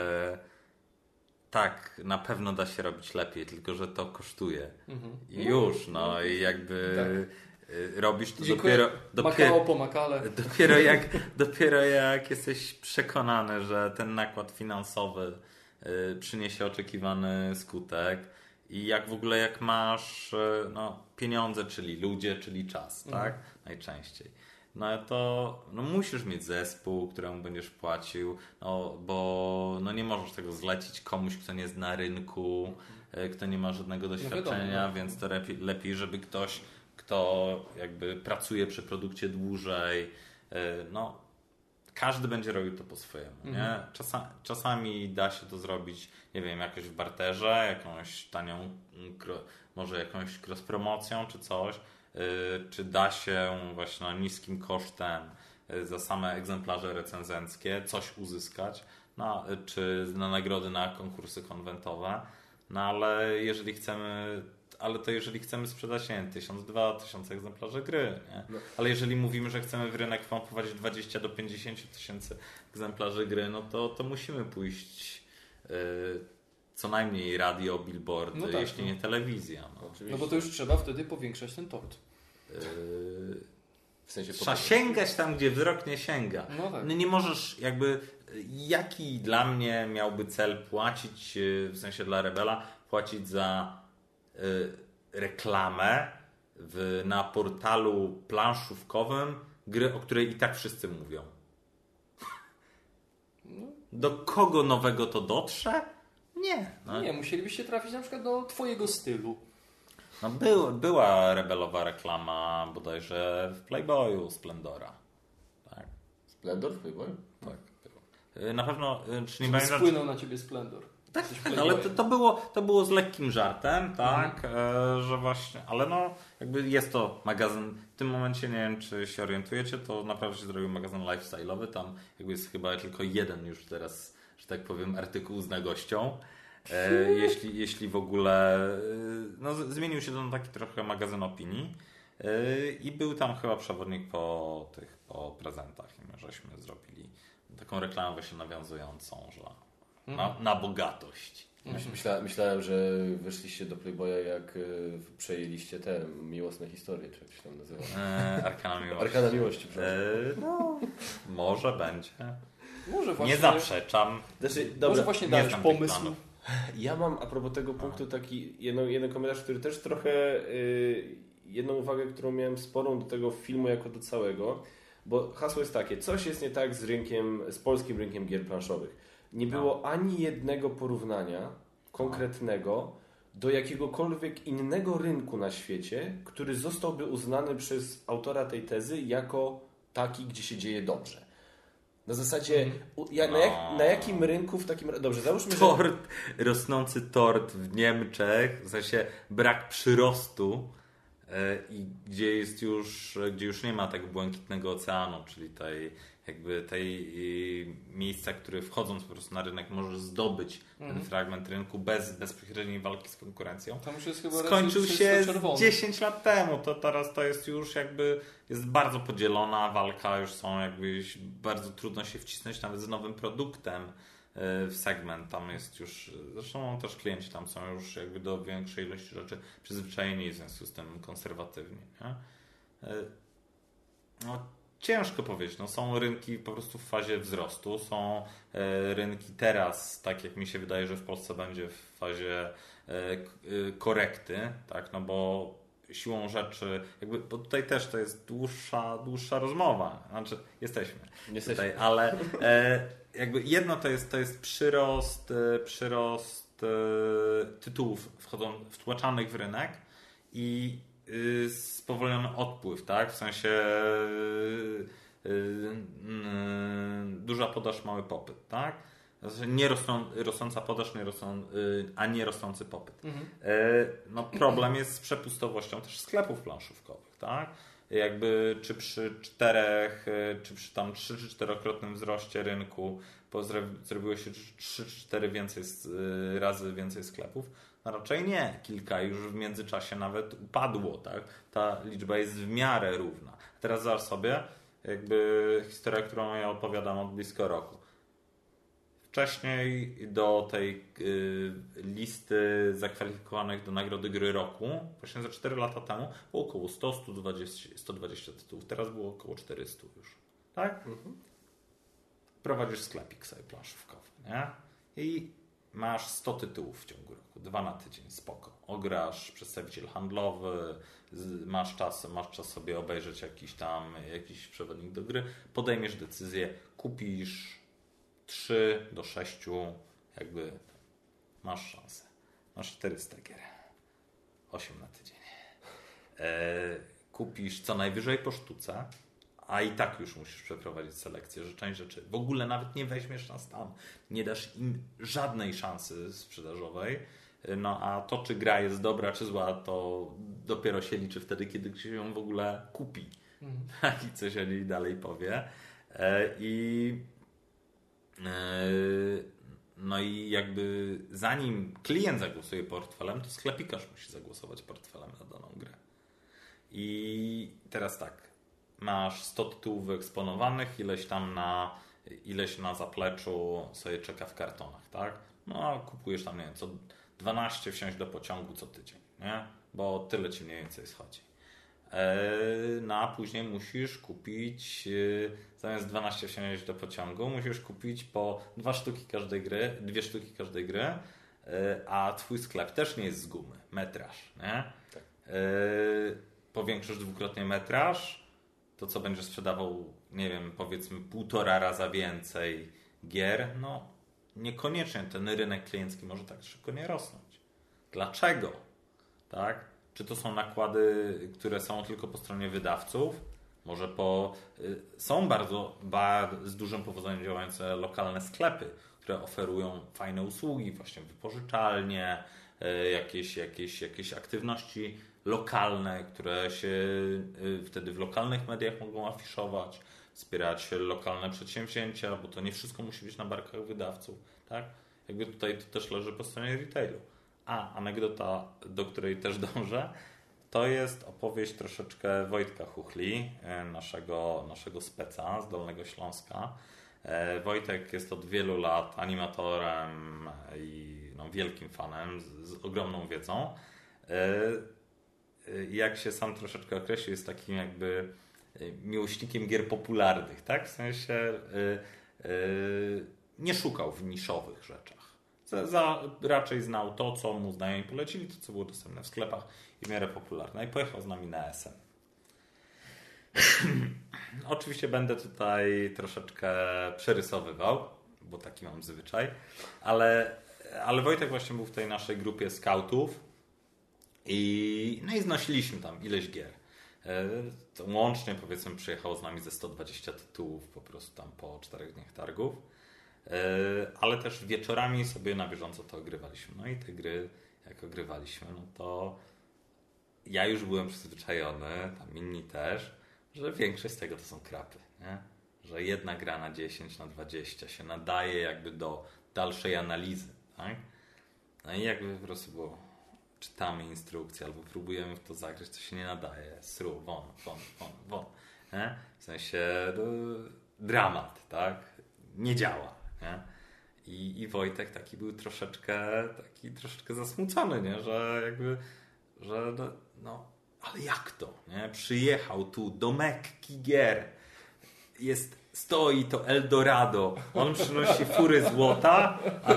Tak, na pewno da się robić lepiej, tylko że to kosztuje. I już, i jakby robisz to Makao po makale. Dopiero jak jesteś przekonany, że ten nakład finansowy przyniesie oczekiwany skutek i jak masz pieniądze, czyli ludzie, czyli czas, tak? Najczęściej. To musisz mieć zespół, któremu będziesz płacił, bo nie możesz tego zlecić komuś, kto nie jest na rynku, kto nie ma żadnego doświadczenia, więc to lepiej, żeby ktoś, kto jakby pracuje przy produkcie dłużej, każdy będzie robił to po swojemu, nie? Czasami da się to zrobić, nie wiem, jakoś w barterze, jakąś tanią, może jakąś cross-promocją czy coś, czy da się właśnie niskim kosztem za same egzemplarze recenzenckie coś uzyskać, czy na nagrody na konkursy konwentowe, ale jeżeli chcemy sprzedać 1000-2000 egzemplarzy gry, nie? Ale jeżeli mówimy, że chcemy w rynek wpompować 20 do 50 tysięcy egzemplarzy gry, to musimy pójść co najmniej radio, billboard, jeśli nie telewizja. Bo to już trzeba wtedy powiększać ten tort. W sensie trzeba sięgać tam, gdzie wzrok nie sięga. Nie możesz jaki dla mnie miałby cel płacić, w sensie dla Rebela, płacić za reklamę na portalu planszówkowym gry, o której i tak wszyscy mówią. Do kogo nowego to dotrze? Nie. Nie, musielibyście trafić na przykład do Twojego stylu. Była rebelowa reklama bodajże w Playboyu Splendora. Tak. Splendor w Playboyu? Tak. Na pewno... Czy nie spłynął na Ciebie Splendor. Tak, ale to było z lekkim żartem, tak, że właśnie, ale jakby jest to magazyn, w tym momencie nie wiem, czy się orientujecie, to naprawdę się zrobił magazyn lifestyle'owy, tam jakby jest chyba tylko jeden już teraz, że tak powiem, artykuł z nagością, jeśli w ogóle, zmienił się to na taki trochę magazyn opinii i był tam chyba przewodnik po prezentach i my żeśmy zrobili taką reklamę właśnie nawiązującą, że na bogatość. Myślałem, że weszliście do Playboya, jak przejęliście te miłosne historie, czy jak się tam nazywa? Arkana Miłości. Arkana Miłości, może będzie. Może właśnie, nie zaprzeczam. Może właśnie dałeś pomysł. Ja mam a propos tego punktu taki jeden komentarz, który też trochę jedną uwagę, którą miałem sporą do tego filmu jako do całego, bo hasło jest takie, coś jest nie tak z polskim rynkiem gier planszowych. Nie było ani jednego porównania konkretnego do jakiegokolwiek innego rynku na świecie, który zostałby uznany przez autora tej tezy jako taki, gdzie się dzieje dobrze. Na zasadzie, na jakim rynku w takim... Dobrze, załóżmy, że... Rosnący tort w Niemczech, w sensie brak przyrostu i gdzie już nie ma tego błękitnego oceanu, czyli tej miejsca, które wchodząc po prostu na rynek możesz zdobyć ten fragment rynku bez bezpośredniej walki z konkurencją. Tam już jest chyba skończył się 10 lat temu. To teraz to jest już jest bardzo podzielona walka, już bardzo trudno się wcisnąć nawet z nowym produktem w segment. Tam jest już, zresztą też klienci tam są już do większej ilości rzeczy przyzwyczajeni, w związku z tym konserwatywni. Nie? Ciężko powiedzieć. Są rynki po prostu w fazie wzrostu. Są rynki teraz, tak jak mi się wydaje, że w Polsce będzie w fazie korekty, tak? Bo siłą rzeczy, bo tutaj też to jest dłuższa rozmowa. Znaczy, jesteśmy tutaj, ale jedno to jest przyrost tytułów wtłaczanych w rynek i spowolniony odpływ, tak? W sensie duża podaż, mały popyt, tak? Nie rosnąca podaż, a nie rosnący popyt. Problem jest z przepustowością też sklepów planszówkowych, tak? jakby czy przy czy przy tam 3 czy 4-krotnym wzroście rynku zrobiło się 3 czy 4 razy więcej sklepów? No raczej nie. Kilka już w międzyczasie nawet upadło, tak? Ta liczba jest w miarę równa. Teraz zobacz sobie, jakby historia, którą ja opowiadam od blisko roku. Wcześniej do tej listy zakwalifikowanych do Nagrody Gry Roku, właśnie za 4 lata temu, było około 100-120 tytułów. Teraz było około 400 już. Tak? Prowadzisz sklepik sobie planszówkowy, nie? I masz 100 tytułów w ciągu roku. 2 na tydzień, spoko. Ograsz, przedstawiciel handlowy, masz czas sobie obejrzeć jakiś przewodnik do gry, podejmiesz decyzję, kupisz 3 do 6, jakby masz szansę. Masz 400 gier. 8 na tydzień. Kupisz co najwyżej po sztuce, a i tak już musisz przeprowadzić selekcję, że część rzeczy w ogóle nawet nie weźmiesz nas tam. Nie dasz im żadnej szansy sprzedażowej. No a to, czy gra jest dobra, czy zła, to dopiero się liczy wtedy, kiedy się ją w ogóle kupi. I coś o niej dalej powie. No i jakby zanim klient zagłosuje portfelem, to sklepikarz musi zagłosować portfelem na daną grę. I teraz tak, masz 100 tytułów wyeksponowanych, ileś na zapleczu sobie czeka w kartonach, tak? No a kupujesz tam, nie wiem, co 12 wsiąść do pociągu co tydzień, nie? Bo tyle ci mniej więcej schodzi. No a później musisz kupić, zamiast 12 wsiąść do pociągu, musisz kupić po 2 sztuki każdej gry, a twój sklep też nie jest z gumy, metraż, nie? Tak. Powiększysz dwukrotnie metraż, to co będziesz sprzedawał, nie wiem, powiedzmy 1,5 raza więcej gier, no niekoniecznie ten rynek kliencki może tak szybko nie rosnąć. Dlaczego? Tak? Czy to są nakłady, które są tylko po stronie wydawców? Może są bardzo z dużym powodzeniem działające lokalne sklepy, które oferują fajne usługi, właśnie wypożyczalnie, jakieś aktywności lokalne, które się wtedy w lokalnych mediach mogą afiszować, wspierać lokalne przedsięwzięcia, bo to nie wszystko musi być na barkach wydawców, tak? Jakby tutaj to też leży po stronie retailu. A anegdota, do której też dążę, to jest opowieść troszeczkę Wojtka Chuchli, naszego speca z Dolnego Śląska. Wojtek jest od wielu lat animatorem i wielkim fanem, z ogromną wiedzą. Jak się sam troszeczkę określił, jest takim jakby miłośnikiem gier popularnych, tak? W sensie nie szukał w niszowych rzeczach. Raczej znał to, co mu znajomi polecili, to, co było dostępne w sklepach i w miarę popularne. I pojechał z nami na SM. Oczywiście będę tutaj troszeczkę przerysowywał, bo taki mam zwyczaj, ale Wojtek właśnie był w tej naszej grupie scoutów i znosiliśmy tam ileś gier. To łącznie powiedzmy przyjechało z nami ze 120 tytułów po prostu tam po 4 dniach targów. Ale też wieczorami sobie na bieżąco to ogrywaliśmy. No i te gry, jak ogrywaliśmy, no to ja już byłem przyzwyczajony, tam inni też, że większość z tego to są krapy, nie? Że jedna gra na 10, na 20 się nadaje jakby do dalszej analizy, tak? No i jakby po prostu było, czytamy instrukcję albo próbujemy w to zagrać, to się nie nadaje, sru, won, nie? W sensie dramat, tak? Nie działa. Nie? I Wojtek taki był troszeczkę zasmucony, nie? Ale jak to? Nie? Przyjechał tu do Mekki gier. Stoi to Eldorado. On przynosi fury złota,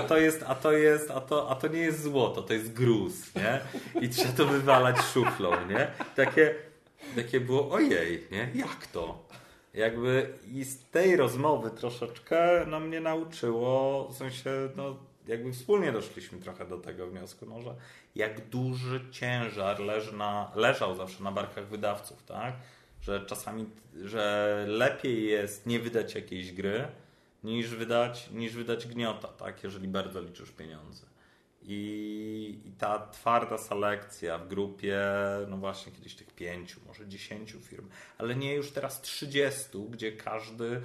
a to nie jest złoto, to jest gruz, nie? I trzeba to wywalać szuflą, nie? Takie było, ojej, nie? Jak to? Jakby i z tej rozmowy troszeczkę mnie nauczyło, w sensie, jakby wspólnie doszliśmy trochę do tego wniosku, że jak duży ciężar leżał zawsze na barkach wydawców, tak? Że czasami, że lepiej jest nie wydać jakiejś gry, niż wydać gniota, tak? Jeżeli bardzo liczysz pieniądze. I ta twarda selekcja w grupie, no właśnie kiedyś tych 5, może 10 firm, ale nie już teraz 30, gdzie każdy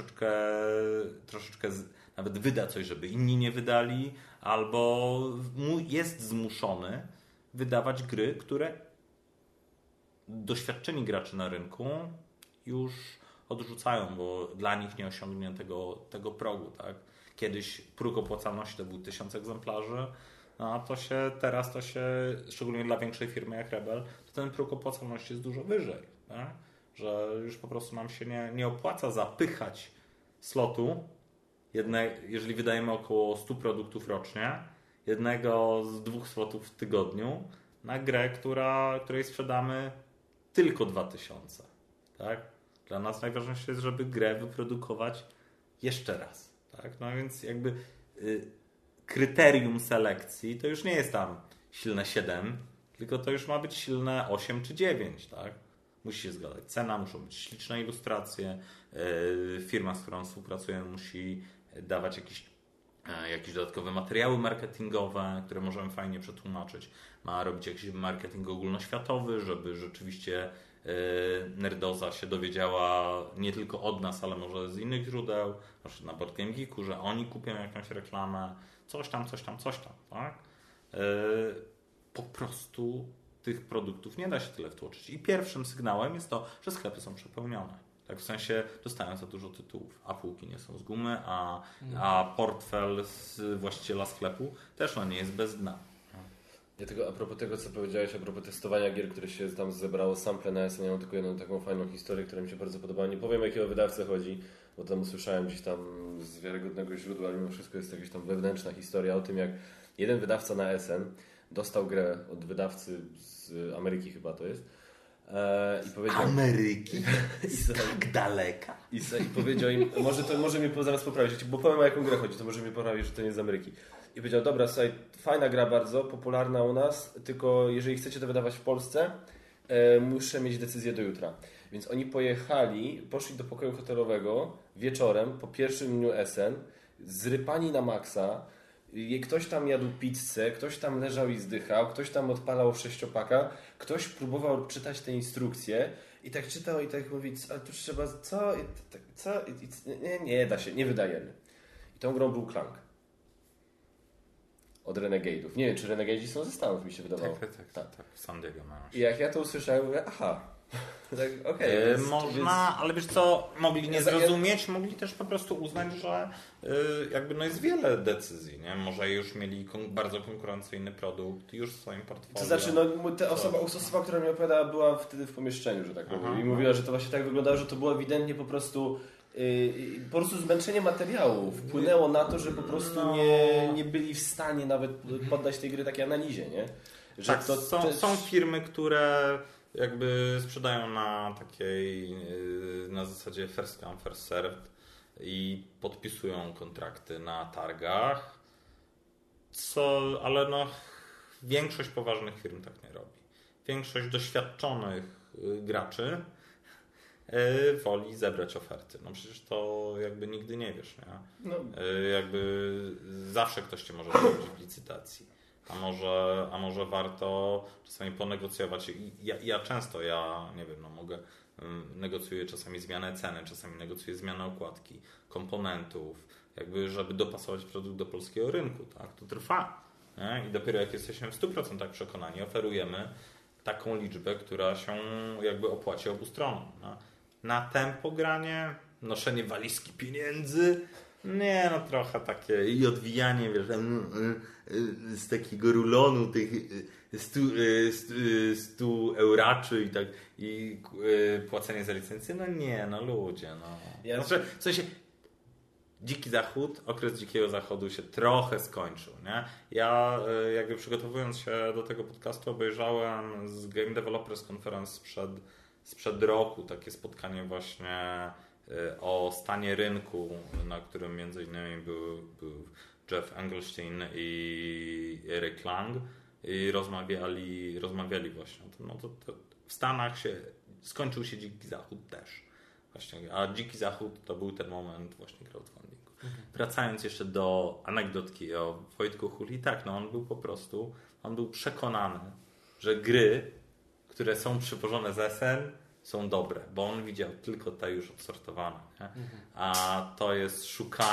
troszeczkę nawet wyda coś, żeby inni nie wydali, albo jest zmuszony wydawać gry, które doświadczeni gracze na rynku już odrzucają, bo dla nich nie osiągnie tego progu. Tak? Kiedyś próg opłacalności to był 1000 egzemplarzy, no a teraz to się, szczególnie dla większej firmy jak Rebel, to ten próg opłacalności jest dużo wyżej. Tak? Że już po prostu nam się nie opłaca zapychać slotu, jeżeli wydajemy około 100 produktów rocznie, jednego z 2 slotów w tygodniu na grę, której sprzedamy tylko 2000. Tak? Dla nas najważniejsze jest, żeby grę wyprodukować jeszcze raz. Tak? No więc jakby kryterium selekcji to już nie jest tam silne 7, tylko to już ma być silne 8 czy 9. Tak? Musi się zgadzać cena, muszą być śliczne ilustracje, firma, z którą współpracujemy, musi dawać jakieś dodatkowe materiały marketingowe, które możemy fajnie przetłumaczyć. Ma robić jakiś marketing ogólnoświatowy, żeby rzeczywiście Nerdoza się dowiedziała nie tylko od nas, ale może z innych źródeł, na przykład na Board Game Geeku, że oni kupią jakąś reklamę, coś tam. Tak? Po prostu tych produktów nie da się tyle wtłoczyć. I pierwszym sygnałem jest to, że sklepy są przepełnione. Tak, w sensie dostają za dużo tytułów, a półki nie są z gumy, a portfel z właściciela sklepu też nie jest bez dna. Ja tylko a propos tego, co powiedziałeś, a propos testowania gier, które się tam zebrało sample na SN, ja mam tylko jedną taką fajną historię, która mi się bardzo podobała. Nie powiem, jakiego wydawcę chodzi, bo tam usłyszałem gdzieś tam z wiarygodnego źródła, ale mimo wszystko jest jakaś tam wewnętrzna historia o tym, jak jeden wydawca na SN dostał grę od wydawcy z Ameryki chyba to jest. I powiedział, Ameryki? Tak daleka? I powiedział im, może mnie zaraz poprawić, bo powiem, o jaką grę chodzi, to może mnie poprawić, że to nie z Ameryki. I powiedział, dobra, słuchaj, fajna gra bardzo, popularna u nas, tylko jeżeli chcecie to wydawać w Polsce, muszę mieć decyzję do jutra. Więc oni poszli do pokoju hotelowego wieczorem, po pierwszym dniu SN, zrypani na maksa, ktoś tam jadł pizzę, ktoś tam leżał i zdychał, ktoś tam odpalał 6-paka, ktoś próbował czytać te instrukcje i tak czytał i tak mówi, ale tu trzeba co? Nie da się, nie wydajemy. I tą grą był Clank. Od Renegade'ów. Nie wiem, czy Renegade'i są ze Stanów, mi się wydawało. Tak. W San Diego mają. I jak ja to usłyszałem, mówię, aha. Tak, można, ale wiesz co, mogli nie zrozumieć, mogli też po prostu uznać, że jest wiele decyzji, nie? Może już mieli bardzo konkurencyjny produkt już w swoim portfolio. To znaczy, osoba, która mi opowiadała, była wtedy w pomieszczeniu, że tak powiem. I mówiła, że to właśnie tak wyglądało, że to było ewidentnie po prostu zmęczenie materiału wpłynęło na to, że po prostu nie byli w stanie nawet poddać tej gry takiej analizie, nie? Że tak, są firmy, które jakby sprzedają na takiej na zasadzie first come, first served i podpisują kontrakty na targach, ale większość poważnych firm tak nie robi. Większość doświadczonych graczy woli zebrać oferty. No przecież to jakby nigdy nie wiesz, nie? Jakby zawsze ktoś cię może zrobić w licytacji. A może warto czasami ponegocjować. Ja często, nie wiem, mogę negocjuję czasami zmianę ceny, czasami negocjuję zmianę okładki, komponentów, jakby żeby dopasować produkt do polskiego rynku. Tak? To trwa. Nie? I dopiero jak jesteśmy w 100% przekonani, oferujemy taką liczbę, która się jakby opłaci obu stronom. No. Na tempo granie, noszenie walizki pieniędzy, trochę takie i odwijanie, wiesz, z takiego rulonu tych 100 euraczy i tak i płacenie za licencję, ludzie, Znaczy, w sensie Dziki Zachód, okres Dzikiego Zachodu się trochę skończył, nie? Ja jakby przygotowując się do tego podcastu obejrzałem z Game Developers Conference sprzed roku takie spotkanie właśnie o stanie rynku, na którym między innymi był Jeff Engelstein i Eric Lang i rozmawiali właśnie o tym. To w Stanach skończył się Dziki Zachód też. właśnie, a Dziki Zachód to był ten moment właśnie crowdfundingu. Wracając jeszcze do anegdotki o Wojtku Huli, tak, no on był przekonany, że gry, które są przywożone z SN, są dobre, bo on widział tylko te już odsortowane. Nie? A to jest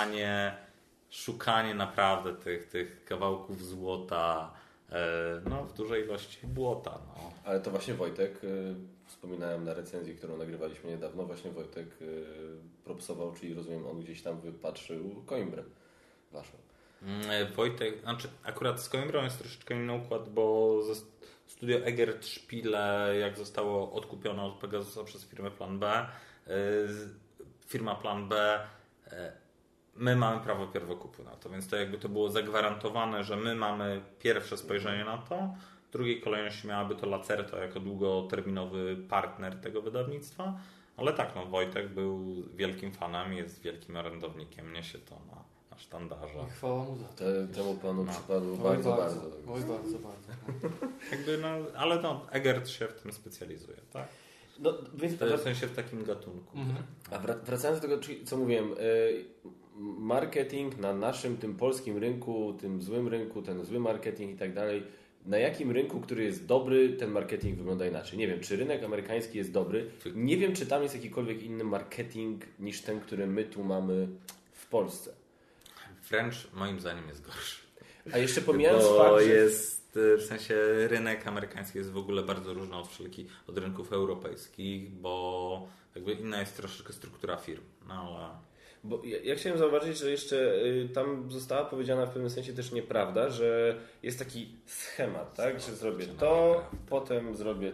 szukanie naprawdę tych kawałków złota, no, w dużej ilości błota. No. Ale to właśnie Wojtek, wspominałem na recenzji, którą nagrywaliśmy niedawno, właśnie Wojtek propsował, czyli rozumiem, on gdzieś tam wypatrzył Coimbrę waszą. Wojtek, znaczy akurat z Coimbrą jest troszeczkę inny układ, bo studio Egert Spiele, jak zostało odkupione od Pegasusa przez firmę Plan B, firma Plan B, my mamy prawo pierwokupu na to, więc to jakby to było zagwarantowane, że my mamy pierwsze spojrzenie na to. W drugiej kolejności miałaby to Lacerta jako długoterminowy partner tego wydawnictwa, ale tak, no Wojtek był wielkim fanem, jest wielkim orędownikiem, niesie to na sztandarze. I chwała mu za to. Temu panu przypadło Oj, bardzo. Oj, bardzo. Jakby, no, ale no, Egert się w tym specjalizuje, tak? No, więc w sensie w takim gatunku. A wracając do tego, co mówiłem, marketing na naszym tym polskim rynku, tym złym rynku, ten zły marketing i tak dalej, na jakim rynku, który jest dobry, ten marketing wygląda inaczej. Nie wiem, czy rynek amerykański jest dobry. Nie wiem, czy tam jest jakikolwiek inny marketing niż ten, który my tu mamy w Polsce. Wręcz moim zdaniem jest gorszy. A jeszcze pomijając fakt, że... jest, w sensie rynek amerykański jest w ogóle bardzo różny od rynków europejskich, bo jakby inna jest troszeczkę struktura firm. No ale... Bo ja chciałem zauważyć, że jeszcze tam została powiedziana w pewnym sensie też nieprawda, że jest taki schemat, tak? Że zrobię to, potem zrobię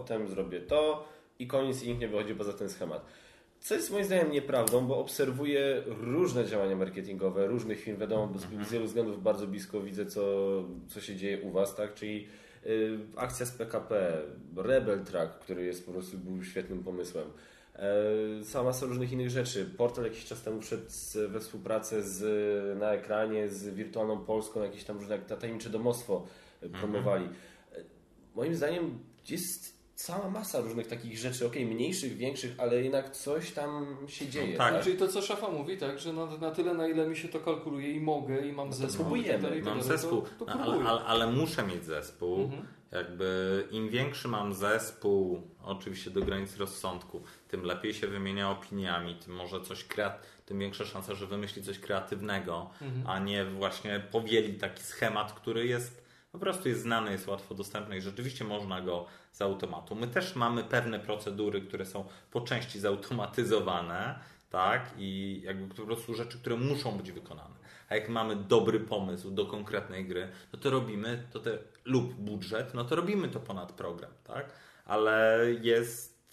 to i koniec i nikt nie wychodzi poza ten schemat. Co jest moim zdaniem nieprawdą, bo obserwuję różne działania marketingowe, różnych firm, wiadomo, z wielu względów bardzo blisko widzę, co się dzieje u Was, tak? Czyli akcja z PKP, Rebel Track, który jest po prostu był świetnym pomysłem. Cała masa różnych innych rzeczy. Portal jakiś czas temu wszedł we współpracę na ekranie z Wirtualną Polską, jakieś tam różne tajemnicze domostwo promowali. Moim zdaniem jest cała masa różnych takich rzeczy, mniejszych, większych, ale jednak coś tam się dzieje. Tak. Tak? Czyli to, co szafa mówi, tak, że na tyle, na ile mi się to kalkuluje i mogę, i mam zespół. Mam zespół, to ale muszę mieć zespół. Jakby im większy mam zespół, oczywiście do granic rozsądku, tym lepiej się wymienia opiniami, tym może tym większa szansa, że wymyśli coś kreatywnego, a nie właśnie powieli taki schemat, który jest po prostu jest znany, jest łatwo dostępny i rzeczywiście można go z automatu. My też mamy pewne procedury, które są po części zautomatyzowane, tak? I jakby po prostu rzeczy, które muszą być wykonane. A jak mamy dobry pomysł do konkretnej gry, no to robimy lub budżet, no to robimy to ponad program, tak? Ale jest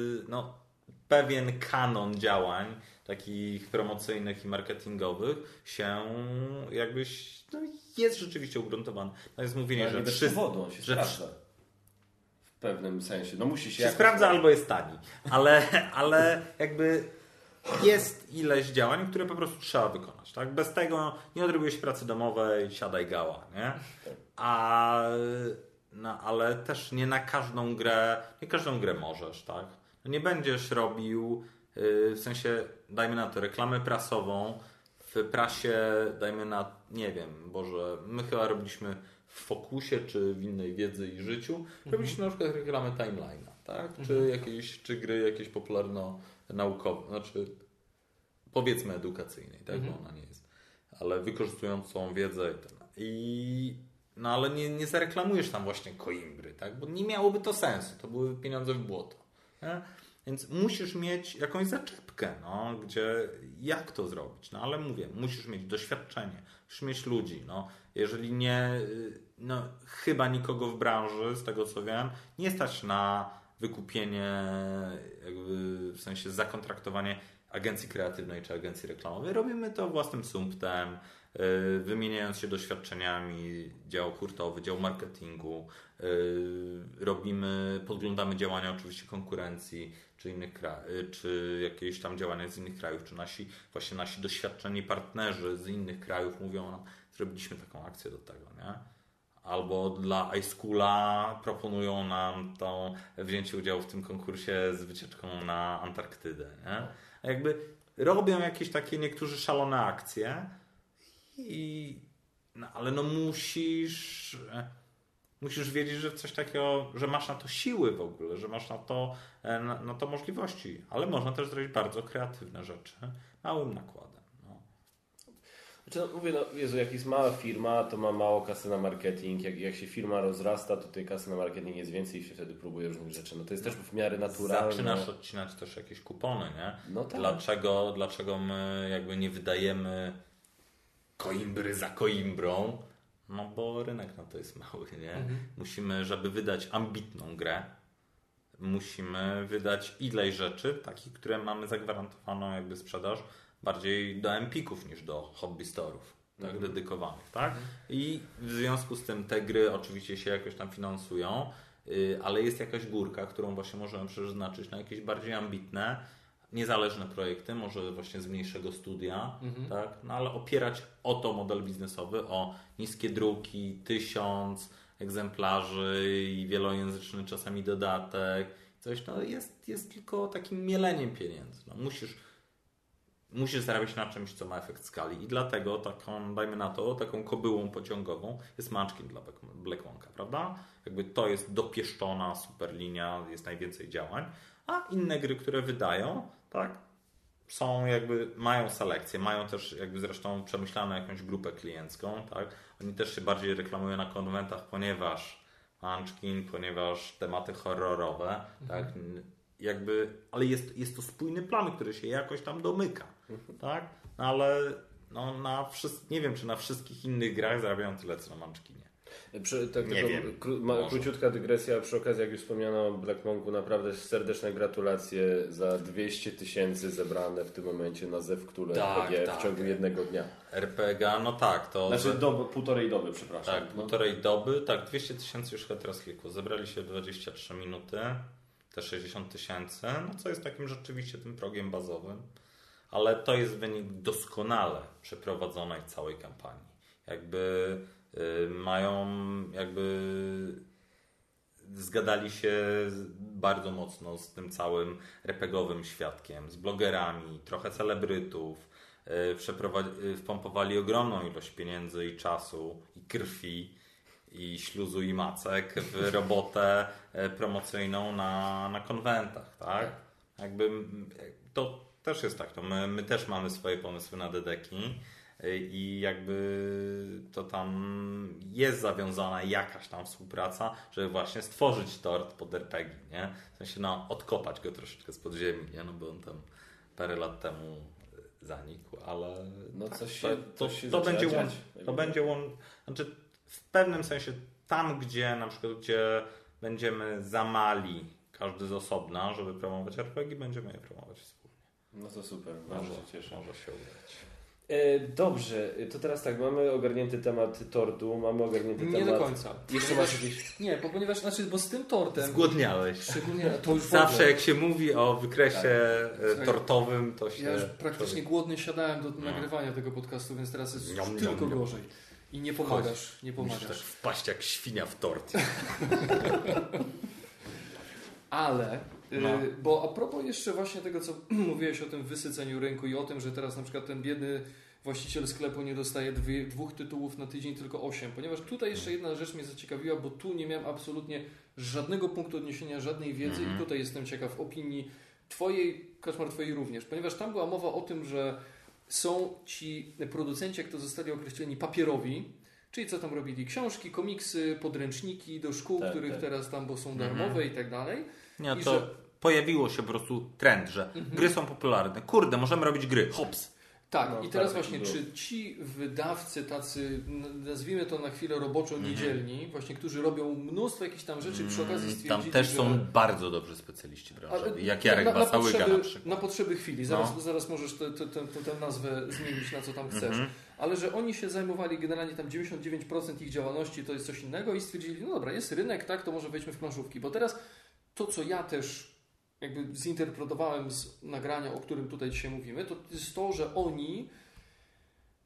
pewien kanon działań takich promocyjnych i marketingowych się jest rzeczywiście ugruntowany. To jest mówienie, że bez powodu on się sprawdza. W pewnym sensie. No musi się sprawdza albo jest tani. Ale jakby jest ileś działań, które po prostu trzeba wykonać. Tak? Bez tego nie odrobiłeś pracy domowej, siadaj gała. Nie? Ale też nie każdą grę możesz. Tak? No nie będziesz robił w sensie, dajmy na to reklamę prasową, w prasie, dajmy na, nie wiem, Boże, my chyba robiliśmy w Focusie, czy w innej wiedzy i życiu, robiliśmy na przykład reklamę timeline'a, tak? Czy gry jakieś popularno-naukowe, znaczy powiedzmy edukacyjnej, tak? Bo ona nie jest, ale wykorzystującą wiedzę ale nie zareklamujesz tam właśnie Coimbry, tak? Bo nie miałoby to sensu, to były pieniądze w błoto. Nie? Więc musisz mieć jakąś zaczepkę, gdzie jak to zrobić. Ale mówię, musisz mieć doświadczenie, musisz mieć ludzi. Jeżeli nie, chyba nikogo w branży, z tego co wiem, nie stać na wykupienie, w sensie zakontraktowanie agencji kreatywnej czy agencji reklamowej. Robimy to własnym sumptem, wymieniając się doświadczeniami, dział hurtowy, dział marketingu, podglądamy działania oczywiście konkurencji, czy innych czy jakieś tam działania z innych krajów, czy nasi doświadczeni partnerzy z innych krajów mówią nam, zrobiliśmy taką akcję do tego, nie? albo dla iSchoola proponują nam to wzięcie udziału w tym konkursie z wycieczką na Antarktydę. Nie? A jakby robią jakieś takie niektórzy szalone akcje ale no musisz wiedzieć, że coś takiego, że masz na to siły w ogóle, że masz na to możliwości, ale można też zrobić bardzo kreatywne rzeczy małym nakładem. Znaczy, mówię, Jezu, jak jest mała firma, to ma mało kasy na marketing. Jak się firma rozrasta, to tej kasy na marketing jest więcej i się wtedy próbuje różnych rzeczy. No to jest też w miarę naturalne. Zaczynasz odcinać też jakieś kupony, nie? No tak. Dlaczego my jakby nie wydajemy koimbry za koimbrą? No bo rynek na to jest mały, nie? Musimy, żeby wydać ambitną grę, musimy wydać ileś rzeczy, takich, które mamy zagwarantowaną jakby sprzedaż, bardziej do empików niż do hobby storów, tak, dedykowanych, tak? I w związku z tym te gry oczywiście się jakoś tam finansują, ale jest jakaś górka, którą właśnie możemy przeznaczyć na jakieś bardziej ambitne, niezależne projekty, może właśnie z mniejszego studia, tak? No ale opierać o to model biznesowy, o niskie druki, 1000 egzemplarzy i wielojęzyczny czasami dodatek, coś, no jest tylko takim mieleniem pieniędzy. No, musisz zarabiać na czymś, co ma efekt skali i dlatego taką kobyłą pociągową jest Munchkin dla Black Monka, prawda? Jakby to jest dopieszczona super linia, jest najwięcej działań, a inne gry, które wydają, tak, mają selekcję, mają też jakby zresztą przemyślaną jakąś grupę kliencką, tak? Oni też się bardziej reklamują na konwentach, ponieważ Munchkin, ponieważ tematy horrorowe, tak? Ale jest to spójny plan, który się jakoś tam domyka, tak? No ale nie wiem, czy na wszystkich innych grach zarabiają tyle, co na Munchkinie. Króciutka dygresja. Przy okazji, jak już wspomniano o Black Monku, naprawdę serdeczne gratulacje za 200 000 zebrane w tym momencie na Zew Cthulhu RPG w ciągu jednego dnia. RPG, no tak. Półtorej doby, przepraszam. Tak, półtorej doby. Tak, 200 000 już chyba teraz kilku. Zebrali się 23 minuty, te 60 000, no co jest takim rzeczywiście tym progiem bazowym. Ale to jest wynik doskonale przeprowadzonej całej kampanii. Zgadali się bardzo mocno z tym całym RPGowym świadkiem, z blogerami, trochę celebrytów, wpompowali ogromną ilość pieniędzy i czasu, i krwi, i śluzu, i macek w robotę promocyjną na konwentach, tak? To też jest tak, my też mamy swoje pomysły na dedeki, i to tam jest zawiązana jakaś tam współpraca, żeby właśnie stworzyć tort pod RPG, nie? W sensie odkopać go troszeczkę z podziemi, nie? No bo on tam parę lat temu zanikł, ale to będzie znaczy w pewnym sensie tam, gdzie na przykład będziemy za mali każdy z osobna, żeby promować RPG, będziemy je promować wspólnie. No to super, bardzo się cieszę. Może się udać. Dobrze, to teraz tak, mamy ogarnięty temat tortu, mamy ogarnięty temat... Nie do końca. Jeszcze masz jakieś... Nie, bo z tym tortem... Zgłodniałeś. Szczególnie to już zawsze jak się mówi o wykresie tortowym, to się... Ja już praktycznie głodny siadałem do nagrywania tego podcastu, więc teraz jest tylko gorzej. I nie pomagasz. Musisz tak wpaść jak świnia w tort. Ale... Bo a propos jeszcze właśnie tego, co mówiłeś o tym wysyceniu rynku i o tym, że teraz na przykład ten biedny właściciel sklepu nie dostaje dwóch tytułów na tydzień, tylko 8. Ponieważ tutaj jeszcze jedna rzecz mnie zaciekawiła, bo tu nie miałem absolutnie żadnego punktu odniesienia, żadnej wiedzy i tutaj jestem ciekaw opinii Twojej, Kaczmar, Twojej również. Ponieważ tam była mowa o tym, że są ci producenci, jak to zostali określeni, papierowi, czyli co tam robili? Książki, komiksy, podręczniki do szkół, których teraz tam, bo są darmowe i tak dalej. Nie, pojawiło się po prostu trend, że gry są popularne. Kurde, możemy robić gry. Hops. Tak, i teraz właśnie, czy ci wydawcy tacy, nazwijmy to na chwilę roboczo niedzielni, właśnie, którzy robią mnóstwo jakichś tam rzeczy, przy okazji stwierdzili, tam też są bardzo dobrzy specjaliści branżowi, jak Jarek Basałyga na przykład. Na potrzeby chwili, zaraz możesz tę nazwę zmienić na co tam chcesz, ale że oni się zajmowali generalnie tam 99% ich działalności to jest coś innego i stwierdzili, no dobra, jest rynek, tak, to może wejdźmy w planszówki, bo teraz to, co ja też jakby zinterpretowałem z nagrania, o którym tutaj dzisiaj mówimy, to jest to, że oni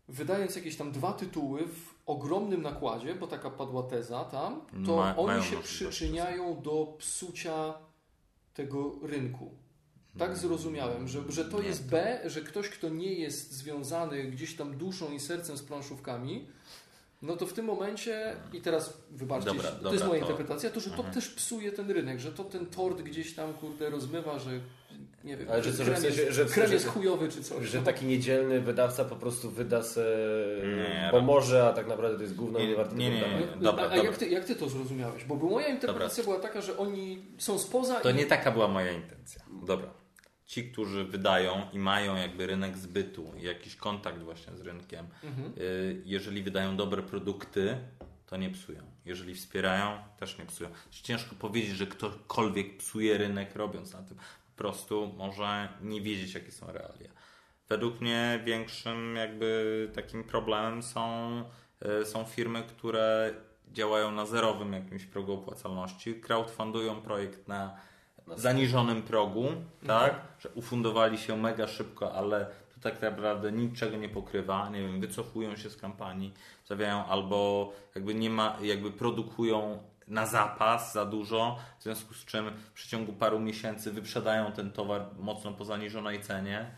wydając jakieś tam 2 tytuły w ogromnym nakładzie, bo taka padła teza tam, to oni się przyczyniają do psucia tego rynku. Tak zrozumiałem, że to jest B, że ktoś, kto nie jest związany gdzieś tam duszą i sercem z planszówkami, no to w tym momencie, i teraz wybaczcie, to jest moja interpretacja, to że to też psuje ten rynek, że to ten tort gdzieś tam rozmywa, że nie wiem, ale krem jest chujowy czy coś. Że taki niedzielny wydawca po prostu wyda bo może, a tak naprawdę to jest gówno, nie warto tego wydawać. A jak ty to zrozumiałeś? Bo moja interpretacja była taka, że oni są spoza... To nie taka była moja intencja. Dobra. Ci, którzy wydają i mają jakby rynek zbytu i jakiś kontakt właśnie z rynkiem, jeżeli wydają dobre produkty, to nie psują. Jeżeli wspierają, też nie psują. Ciężko powiedzieć, że ktokolwiek psuje rynek robiąc na tym. Po prostu może nie wiedzieć, jakie są realia. Według mnie większym jakby takim problemem są firmy, które działają na zerowym jakimś progu opłacalności, crowdfundują projekt na zaniżonym progu, tak, że ufundowali się mega szybko, ale to tak naprawdę niczego nie pokrywa, nie wiem, wycofują się z kampanii, stawiają albo jakby produkują na zapas za dużo, w związku z czym w przeciągu paru miesięcy wyprzedają ten towar mocno po zaniżonej cenie.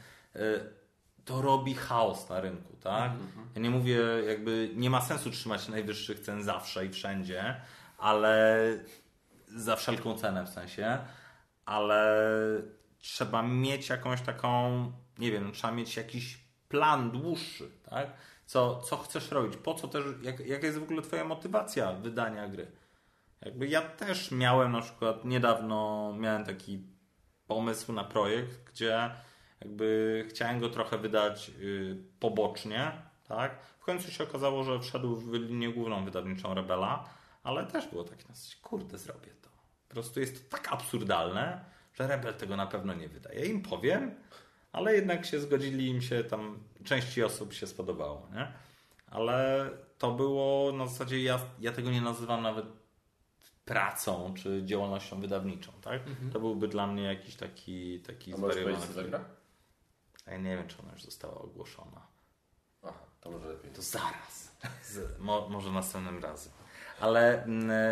To robi chaos na rynku, tak? Ja nie mówię, jakby nie ma sensu trzymać najwyższych cen zawsze i wszędzie, ale za wszelką cenę w sensie, ale trzeba mieć jakąś taką, nie wiem, trzeba mieć jakiś plan dłuższy, tak? Co chcesz robić? Po co też, jaka jest w ogóle twoja motywacja wydania gry? Jakby ja też miałem na przykład, niedawno miałem taki pomysł na projekt, gdzie jakby chciałem go trochę wydać pobocznie, tak? W końcu się okazało, że wszedł w linię główną wydawniczą Rebela, ale też było takie, kurde, zrobię to. Po prostu jest to tak absurdalne, że Rebel tego na pewno nie wyda. Ja im powiem, ale jednak się zgodzili, im się tam, części osób się spodobało, nie? Ale to było na zasadzie, ja tego nie nazywam nawet pracą czy działalnością wydawniczą, tak? To byłby dla mnie jakiś taki zwariowany. Co za gra? Ja nie wiem, czy ona już została ogłoszona. Aha, to może lepiej. To zaraz. Może następnym razem. Ale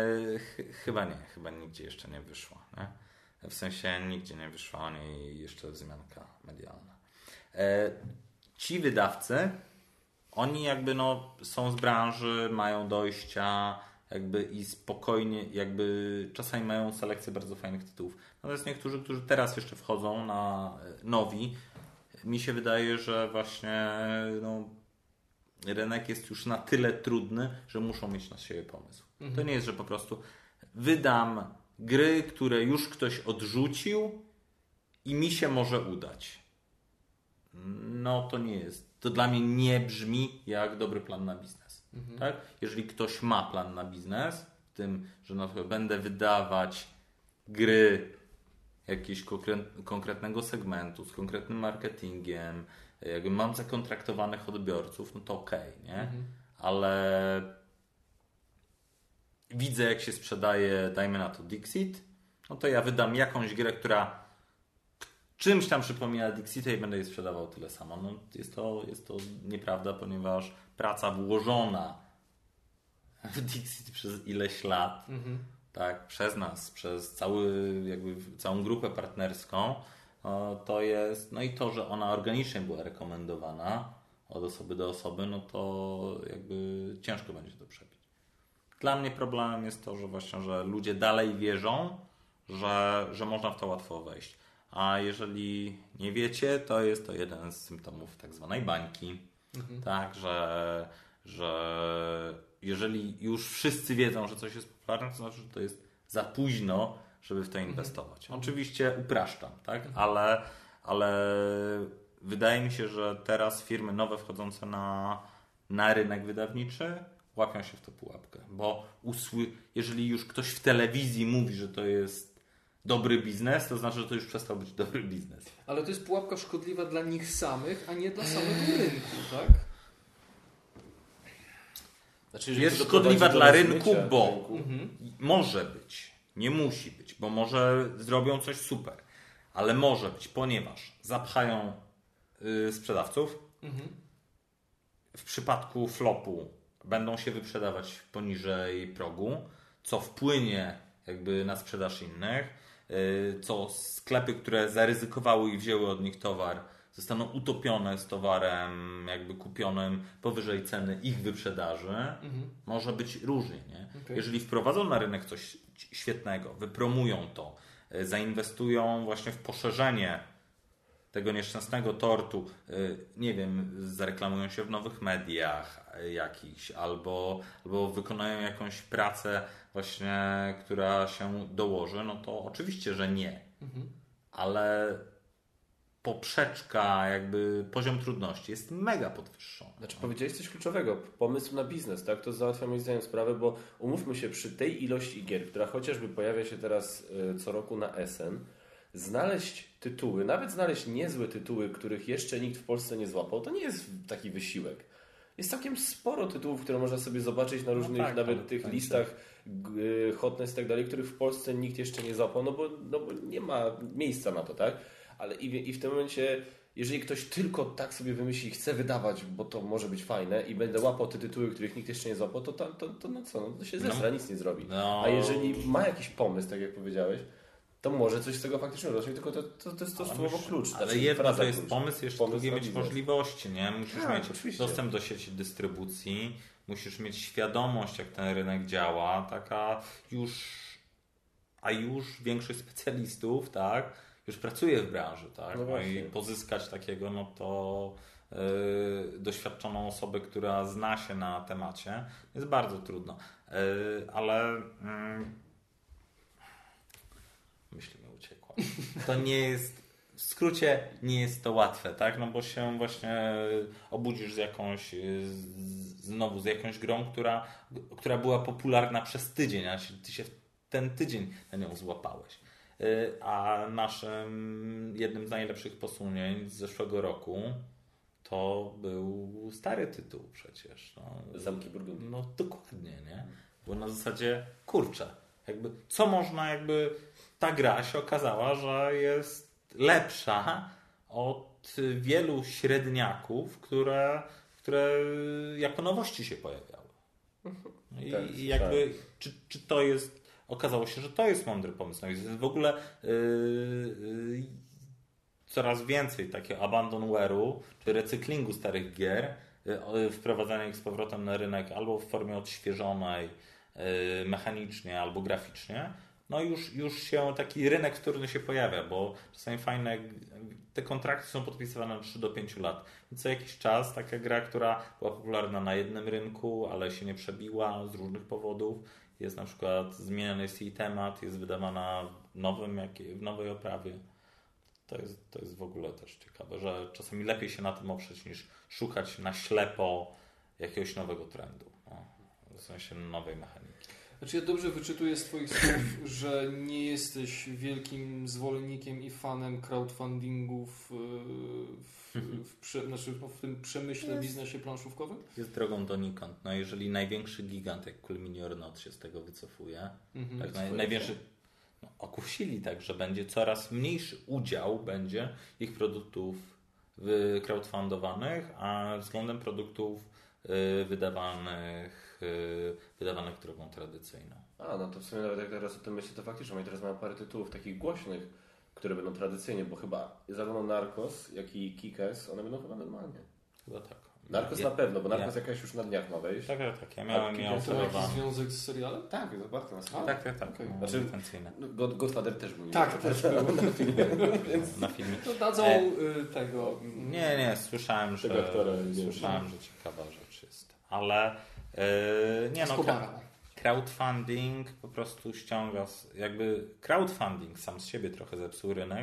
chyba nigdzie jeszcze nie wyszła. Nie? W sensie nigdzie nie wyszła o niej jeszcze wzmianka medialna. Ci wydawcy, oni jakby są z branży, mają dojścia jakby i spokojnie, jakby czasami mają selekcję bardzo fajnych tytułów. Natomiast niektórzy, którzy teraz jeszcze wchodzą na nowi, mi się wydaje, że właśnie rynek jest już na tyle trudny, że muszą mieć na siebie pomysł. To nie jest, że po prostu wydam gry, które już ktoś odrzucił i mi się może udać. No to nie jest. To dla mnie nie brzmi jak dobry plan na biznes. Tak? Jeżeli ktoś ma plan na biznes, w tym, że na przykład będę wydawać gry jakiegoś konkretnego segmentu, z konkretnym marketingiem, jakby mam zakontraktowanych odbiorców, no to okej, nie? Ale widzę, jak się sprzedaje, dajmy na to Dixit, no to ja wydam jakąś grę, która czymś tam przypomina Dixita i będę jej sprzedawał tyle samo. No, jest to nieprawda, ponieważ praca włożona w Dixit przez ileś lat, tak, przez nas, przez całą grupę partnerską, to jest, no i to, że ona organicznie była rekomendowana od osoby do osoby, no to jakby ciężko będzie to przebić. Dla mnie problemem jest to, że właśnie, że ludzie dalej wierzą, że można w to łatwo wejść. A jeżeli nie wiecie, to jest to jeden z symptomów tak zwanej bańki. Tak, że jeżeli już wszyscy wiedzą, że coś jest popularne, to znaczy, że to jest za późno, żeby w to inwestować. Oczywiście upraszczam, tak? Ale wydaje mi się, że teraz firmy nowe wchodzące na rynek wydawniczy łapią się w tę pułapkę, bo jeżeli już ktoś w telewizji mówi, że to jest dobry biznes, to znaczy, że to już przestał być dobry biznes. Ale to jest pułapka szkodliwa dla nich samych, a nie dla samego rynku, tak? Znaczy, jest szkodliwa dla rynku, bo może być, nie musi być, bo może zrobią coś super, ale może być, ponieważ zapchają sprzedawców, w przypadku flopu będą się wyprzedawać poniżej progu, co wpłynie jakby na sprzedaż innych, co sklepy, które zaryzykowały i wzięły od nich towar, zostaną utopione z towarem jakby kupionym powyżej ceny ich wyprzedaży. Może być różnie, nie? Okay. Jeżeli wprowadzą na rynek coś świetnego, wypromują to, zainwestują właśnie w poszerzenie tego nieszczęsnego tortu, nie wiem, zareklamują się w nowych mediach jakichś, albo wykonają jakąś pracę właśnie, która się dołoży, no to oczywiście, że nie. Ale poprzeczka, jakby poziom trudności jest mega podwyższony. Znaczy powiedziałeś coś kluczowego, pomysł na biznes, tak? To załatwia moim zdaniem sprawę, bo umówmy się, przy tej ilości gier, która chociażby pojawia się teraz co roku na SN, znaleźć tytuły, nawet znaleźć niezłe tytuły, których jeszcze nikt w Polsce nie złapał, to nie jest taki wysiłek. Jest całkiem sporo tytułów, które można sobie zobaczyć na różnych nawet tych listach hotness i tak dalej, których w Polsce nikt jeszcze nie złapał, no bo nie ma miejsca na to, tak? Ale i w tym momencie, jeżeli ktoś tylko tak sobie wymyśli i chce wydawać, bo to może być fajne i będę łapał te tytuły, których nikt jeszcze nie złapał, to no co, no to się zesra, nic nie zrobi. A jeżeli ma jakiś pomysł, tak jak powiedziałeś, to może coś z tego faktycznie rośnie, tylko to jest to słowo klucz. Ale jedno to jest pomysł, jeszcze drugie mieć możliwości, nie? Musisz mieć dostęp do sieci dystrybucji, musisz mieć świadomość, jak ten rynek działa, już większość specjalistów, tak, już pracuje w branży, tak, no i pozyskać takiego, no to doświadczoną osobę, która zna się na temacie, jest bardzo trudno, ale myśl mi uciekła. To nie jest, w skrócie nie jest to łatwe, tak? No bo się właśnie obudzisz znowu z jakąś grą, która była popularna przez tydzień, a ty się w ten tydzień na nią złapałeś. A naszym jednym z najlepszych posunięć z zeszłego roku to był stary tytuł przecież. No, Zamki Burgundii. No dokładnie, nie? Bo na zasadzie, kurczę, jakby co można ta gra się okazała, że jest lepsza od wielu średniaków, które jako nowości się pojawiały. I jakby czy to jest, okazało się, że to jest mądry pomysł. No jest w ogóle coraz więcej takiego abandonware'u, czy recyklingu starych gier, wprowadzania ich z powrotem na rynek albo w formie odświeżonej, mechanicznie albo graficznie. No już się taki rynek wtórny się pojawia, bo czasami fajne, te kontrakty są podpisywane na 3 do 5 lat. Więc co jakiś czas taka gra, która była popularna na jednym rynku, ale się nie przebiła z różnych powodów, jest na przykład zmieniany jest jej temat, jest wydawana w nowej oprawie. To jest w ogóle też ciekawe, że czasami lepiej się na tym oprzeć niż szukać na ślepo jakiegoś nowego trendu. W sensie nowej mechaniki. Znaczy ja dobrze wyczytuję z Twoich słów, że nie jesteś wielkim zwolennikiem i fanem crowdfundingów w tym przemyśle, biznesie planszówkowym? Jest drogą donikąd. No jeżeli największy gigant jak Culminior Not się z tego wycofuje, tak największy okusili tak, że będzie coraz mniejszy udział będzie ich produktów crowdfundowanych, a względem produktów wydawanych drogą tradycyjną. No to w sumie nawet jak teraz o tym myślę, to faktycznie my teraz mamy parę tytułów takich głośnych, które będą tradycyjnie, bo chyba zarówno Narcos, jak i Kick-Ass, one będą chyba normalnie. Chyba tak. Narcos na pewno, bo Narcos jakaś już na dniach ma wejść. Tak. Ja miałem ją obserwować. To związek z serialem? Tak, jest bardzo na serial. Tak. Okay. Znaczy, Godfather też był. Tak, też był na filmie. Na filmie. To dadzą tego... Nie, słyszałem, że ciekawa rzecz jest. Ale crowdfunding po prostu ściąga, crowdfunding sam z siebie trochę zepsuł rynek.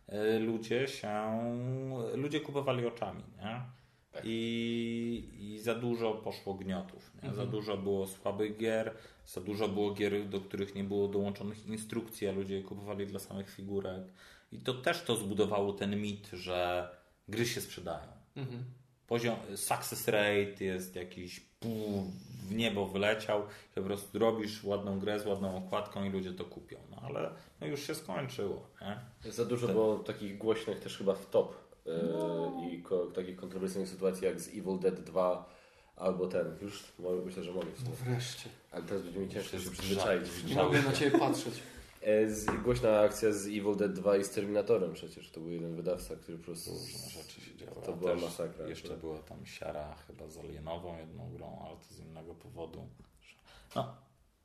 Ludzie kupowali oczami, nie? Tak. I za dużo poszło gniotów. Nie? Za dużo było słabych gier, za dużo było gier, do których nie było dołączonych instrukcji, a ludzie je kupowali dla samych figurek. I to też zbudowało ten mit, że gry się sprzedają. Poziom success rate jest jakiś w niebo wyleciał, że po prostu robisz ładną grę z ładną okładką i ludzie to kupią. No ale już się skończyło. Nie? Za dużo było takich głośnych też chyba w top i takich kontrowersyjnych sytuacji jak z Evil Dead 2 albo ten. Już myślę, że mogę. No wreszcie. Ale teraz będzie mi ciężko się przyzwyczaić. Nie mogę na Ciebie patrzeć. Głośna akcja z Evil Dead 2 i z Terminatorem przecież. To był jeden wydawca, który po prostu... Różne rzeczy się działy. To była masakra. Jeszcze była tam siara chyba z Alienową jedną grą, ale to z innego powodu. No.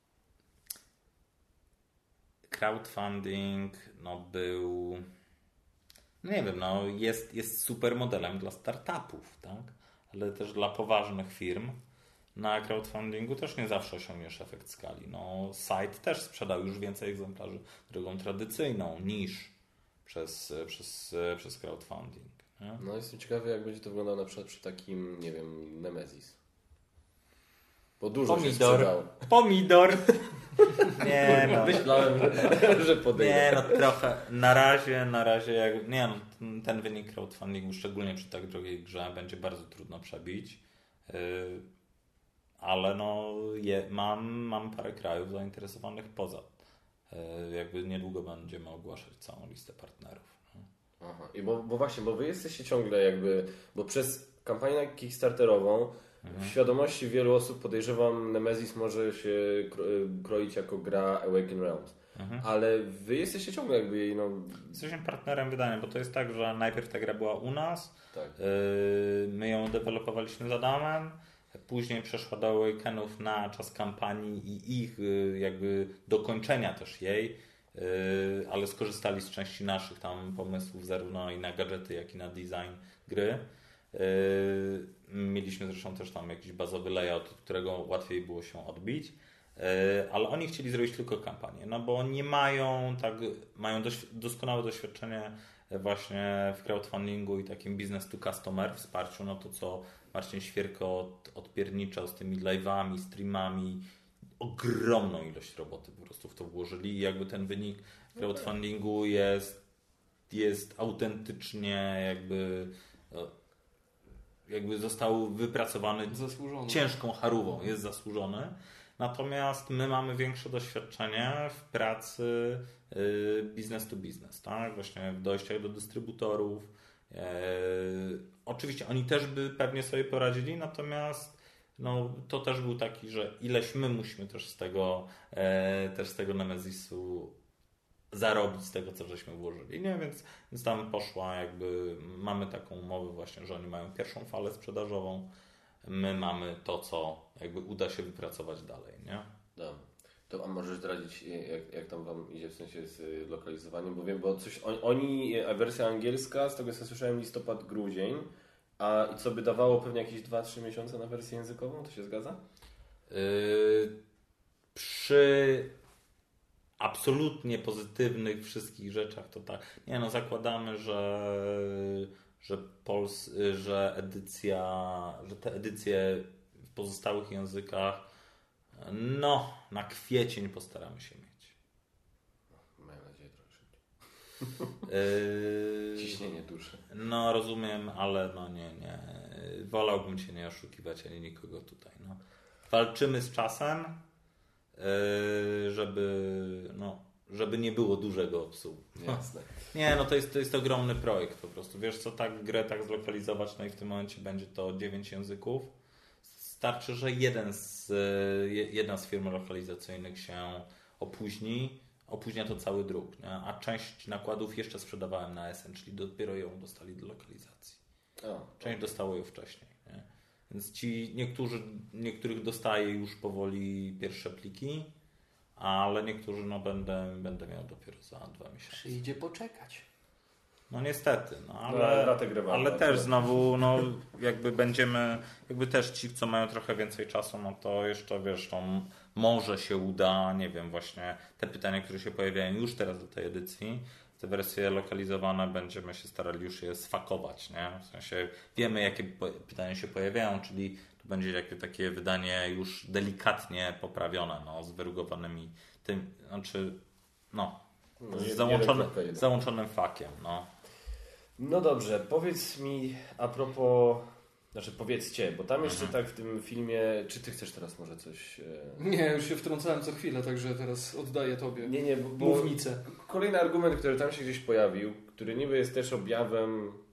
Crowdfunding był... Nie wiem, jest super modelem dla startupów, tak? Ale też dla poważnych firm. Na crowdfundingu też nie zawsze osiągniesz efekt skali. Site też sprzedał już więcej egzemplarzy drogą tradycyjną niż przez crowdfunding. Nie? No jestem ciekawy, jak będzie to wyglądało na przykład przy takim, nie wiem, Nemesis. Bo dużo się sprzedało. Pomidor! Nie Myślałem, że podejdę. Nie trochę. Na razie ten wynik crowdfundingu, szczególnie przy tak drogiej grze, będzie bardzo trudno przebić. Ale mam parę krajów zainteresowanych poza. Jakby niedługo będziemy ogłaszać całą listę partnerów. Aha. I bo właśnie, bo wy jesteście ciągle bo przez kampanię kickstarterową w świadomości wielu osób, podejrzewam, Nemesis może się kroić jako gra Awaken Realms. Ale wy jesteście ciągle Jesteśmy partnerem wydania, bo to jest tak, że najpierw ta gra była u nas, tak. My ją dewelopowaliśmy z Adamem, później przeszła do Awakenów na czas kampanii i ich jakby dokończenia też jej, ale skorzystali z części naszych tam pomysłów zarówno i na gadżety, jak i na design gry. Mieliśmy zresztą też tam jakiś bazowy layout, od którego łatwiej było się odbić, ale oni chcieli zrobić tylko kampanię, bo oni mają doskonałe doświadczenie właśnie w crowdfundingu i takim business to customer wsparciu, to co Marcin Świerko odpierniczał z tymi live'ami, streamami, ogromną ilość roboty po prostu w to włożyli i jakby ten wynik crowdfundingu jest autentycznie jakby został wypracowany ciężką charówą, jest zasłużony. Natomiast my mamy większe doświadczenie w pracy business to business, tak? Właśnie w dojściach do dystrybutorów. Oczywiście oni też by pewnie sobie poradzili, natomiast to też był taki, że ileś my musimy też z tego Nemesisu zarobić z tego, co żeśmy włożyli. Nie? Więc tam poszła mamy taką umowę właśnie, że oni mają pierwszą falę sprzedażową, my mamy to, co uda się wypracować dalej. Nie? No. To a możesz zdradzić, jak tam wam idzie w sensie z lokalizowaniem, bo wiem, bo wersja angielska, z tego co słyszałem, listopad, grudzień, i co by dawało pewnie jakieś 2-3 miesiące na wersję językową, to się zgadza? Przy absolutnie pozytywnych wszystkich rzeczach to tak. zakładamy, że te edycje w pozostałych językach na kwiecień postaramy się mieć. Mam nadzieję trochę szybciej. Ciśnienie duszy. Rozumiem, ale nie. Wolałbym Cię nie oszukiwać ani nikogo tutaj. Walczymy z czasem, żeby nie było dużego obsługu. Jasne. Nie, to jest ogromny projekt po prostu. Wiesz co, grę tak zlokalizować, i w tym momencie będzie to 9 języków. Starczy, że jedna z firm lokalizacyjnych się opóźnia to cały druk, nie? A część nakładów jeszcze sprzedawałem na SN, czyli dopiero ją dostali do lokalizacji. Część dostało ją wcześniej. Nie? Więc niektórych dostaję już powoli pierwsze pliki, ale niektórzy będę miał dopiero za 2 miesiące. Przyjdzie poczekać. Niestety, ale też znowu, będziemy, też ci, co mają trochę więcej czasu, to jeszcze, może się uda, nie wiem, właśnie te pytania, które się pojawiają już teraz do tej edycji, te wersje lokalizowane będziemy się starali już je sfakować, nie? W sensie wiemy, jakie pytania się pojawiają, czyli to będzie takie wydanie już delikatnie poprawione, z wyrugowanymi tym, z załączonym fakiem, No dobrze, powiedz mi a propos, powiedzcie, bo tam jeszcze tak w tym filmie, czy ty chcesz teraz może coś... Nie, już się wtrącałem co chwilę, także teraz oddaję tobie mównicę. Kolejny argument, który tam się gdzieś pojawił, który niby jest też objawem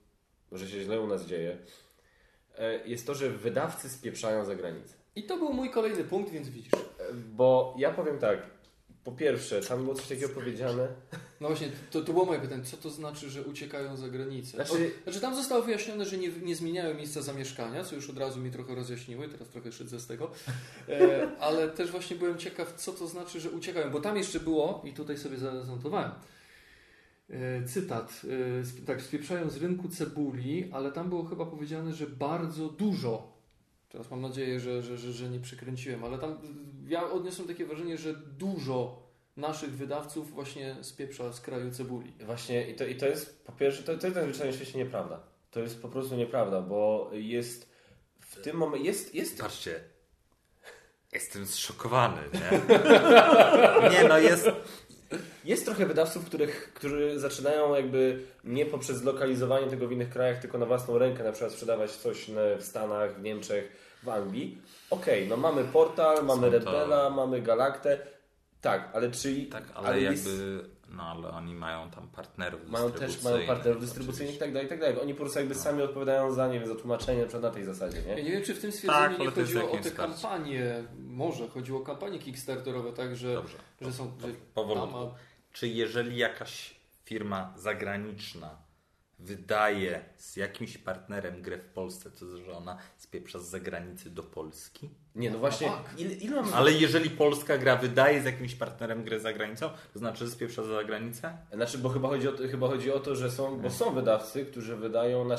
że się źle u nas dzieje, jest to, że wydawcy spieprzają za granicę. I to był mój kolejny punkt, więc widzisz. Bo ja powiem tak, po pierwsze, tam było coś takiego powiedziane. No właśnie, to było moje pytanie, co to znaczy, że uciekają za granicę? Znaczy tam zostało wyjaśnione, że nie zmieniają miejsca zamieszkania, co już od razu mi trochę rozjaśniły, teraz trochę szydzę z tego, ale też właśnie byłem ciekaw, co to znaczy, że uciekają, bo tam jeszcze było, i tutaj sobie zanotowałem, cytat, tak, spieprzają z rynku cebuli, ale tam było chyba powiedziane, że bardzo dużo. Teraz mam nadzieję, że nie przekręciłem, ale tam ja odniosłem takie wrażenie, że dużo naszych wydawców właśnie spieprza z kraju cebuli. Właśnie i to jest, po pierwsze, to jest najzwyczajniej w świecie nieprawda. To jest po prostu nieprawda, bo jest w tym momencie, jest... Patrzcie, jestem zszokowany, nie? Nie, no jest... Jest trochę wydawców, którzy zaczynają jakby nie poprzez lokalizowanie tego w innych krajach, tylko na własną rękę, na przykład sprzedawać coś w Stanach, w Niemczech, w Anglii. Okej, no mamy Portal, mamy Rebela, mamy Galaktę. Tak, ale czy... Tak, ale jakby... No ale oni mają tam partnerów mają partnerów dystrybucyjnych i tak dalej. Oni po prostu jakby sami odpowiadają za, nie wiem, za tłumaczenie na tej zasadzie, nie? Ja nie wiem, czy w tym stwierdzeniu nie chodziło o te kampanie, może chodziło o kampanie kickstarterowe, tak, że są... Powolutku. Czy jeżeli jakaś firma zagraniczna wydaje z jakimś partnerem grę w Polsce, to że ona spieprza z zagranicy do Polski? Nie, no właśnie. Ile mamy... Ale jeżeli polska gra wydaje z jakimś partnerem grę za granicą, to znaczy, że spieprza za granicę? Znaczy, bo chyba chodzi o to, że są wydawcy, którzy wydają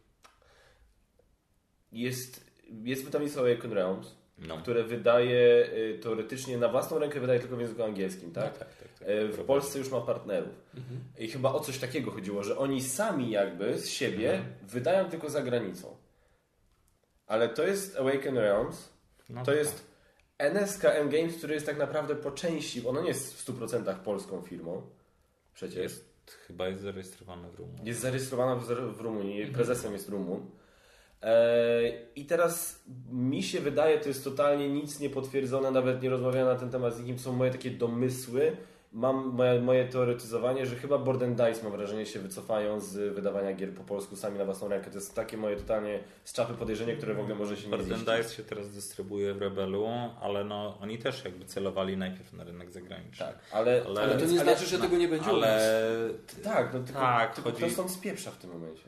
jest wydawnictwo Awaken Realms, które wydaje teoretycznie na własną rękę, wydaje tylko w języku angielskim, tak? No, tak. W Polsce już ma partnerów. I chyba o coś takiego chodziło, że oni sami jakby z siebie wydają tylko za granicą. Ale to jest Awaken Realms, to jest NSKM Games, który jest tak naprawdę po części, ono nie jest w 100% polską firmą. Przecież. Chyba jest zarejestrowana w Rumunii. Jest zarejestrowana w Rumunii, prezesem jest Rumun. I teraz mi się wydaje, to jest totalnie nic niepotwierdzone, nawet nie rozmawiałem na ten temat z nikim, są moje takie domysły, mam moje teoretyzowanie, że chyba Board & Dice, mam wrażenie, się wycofają z wydawania gier po polsku sami na własną rękę. To jest takie moje totalnie z czapy podejrzenie, które w ogóle może się nie ziścić. Board & Dice się teraz dystrybuuje w Rebelu, ale no oni też jakby celowali najpierw na rynek zagraniczny. Tak, ale to nie znaczy, że tego nie będzie u nas. Tak, tylko to stąd spieprza w tym momencie.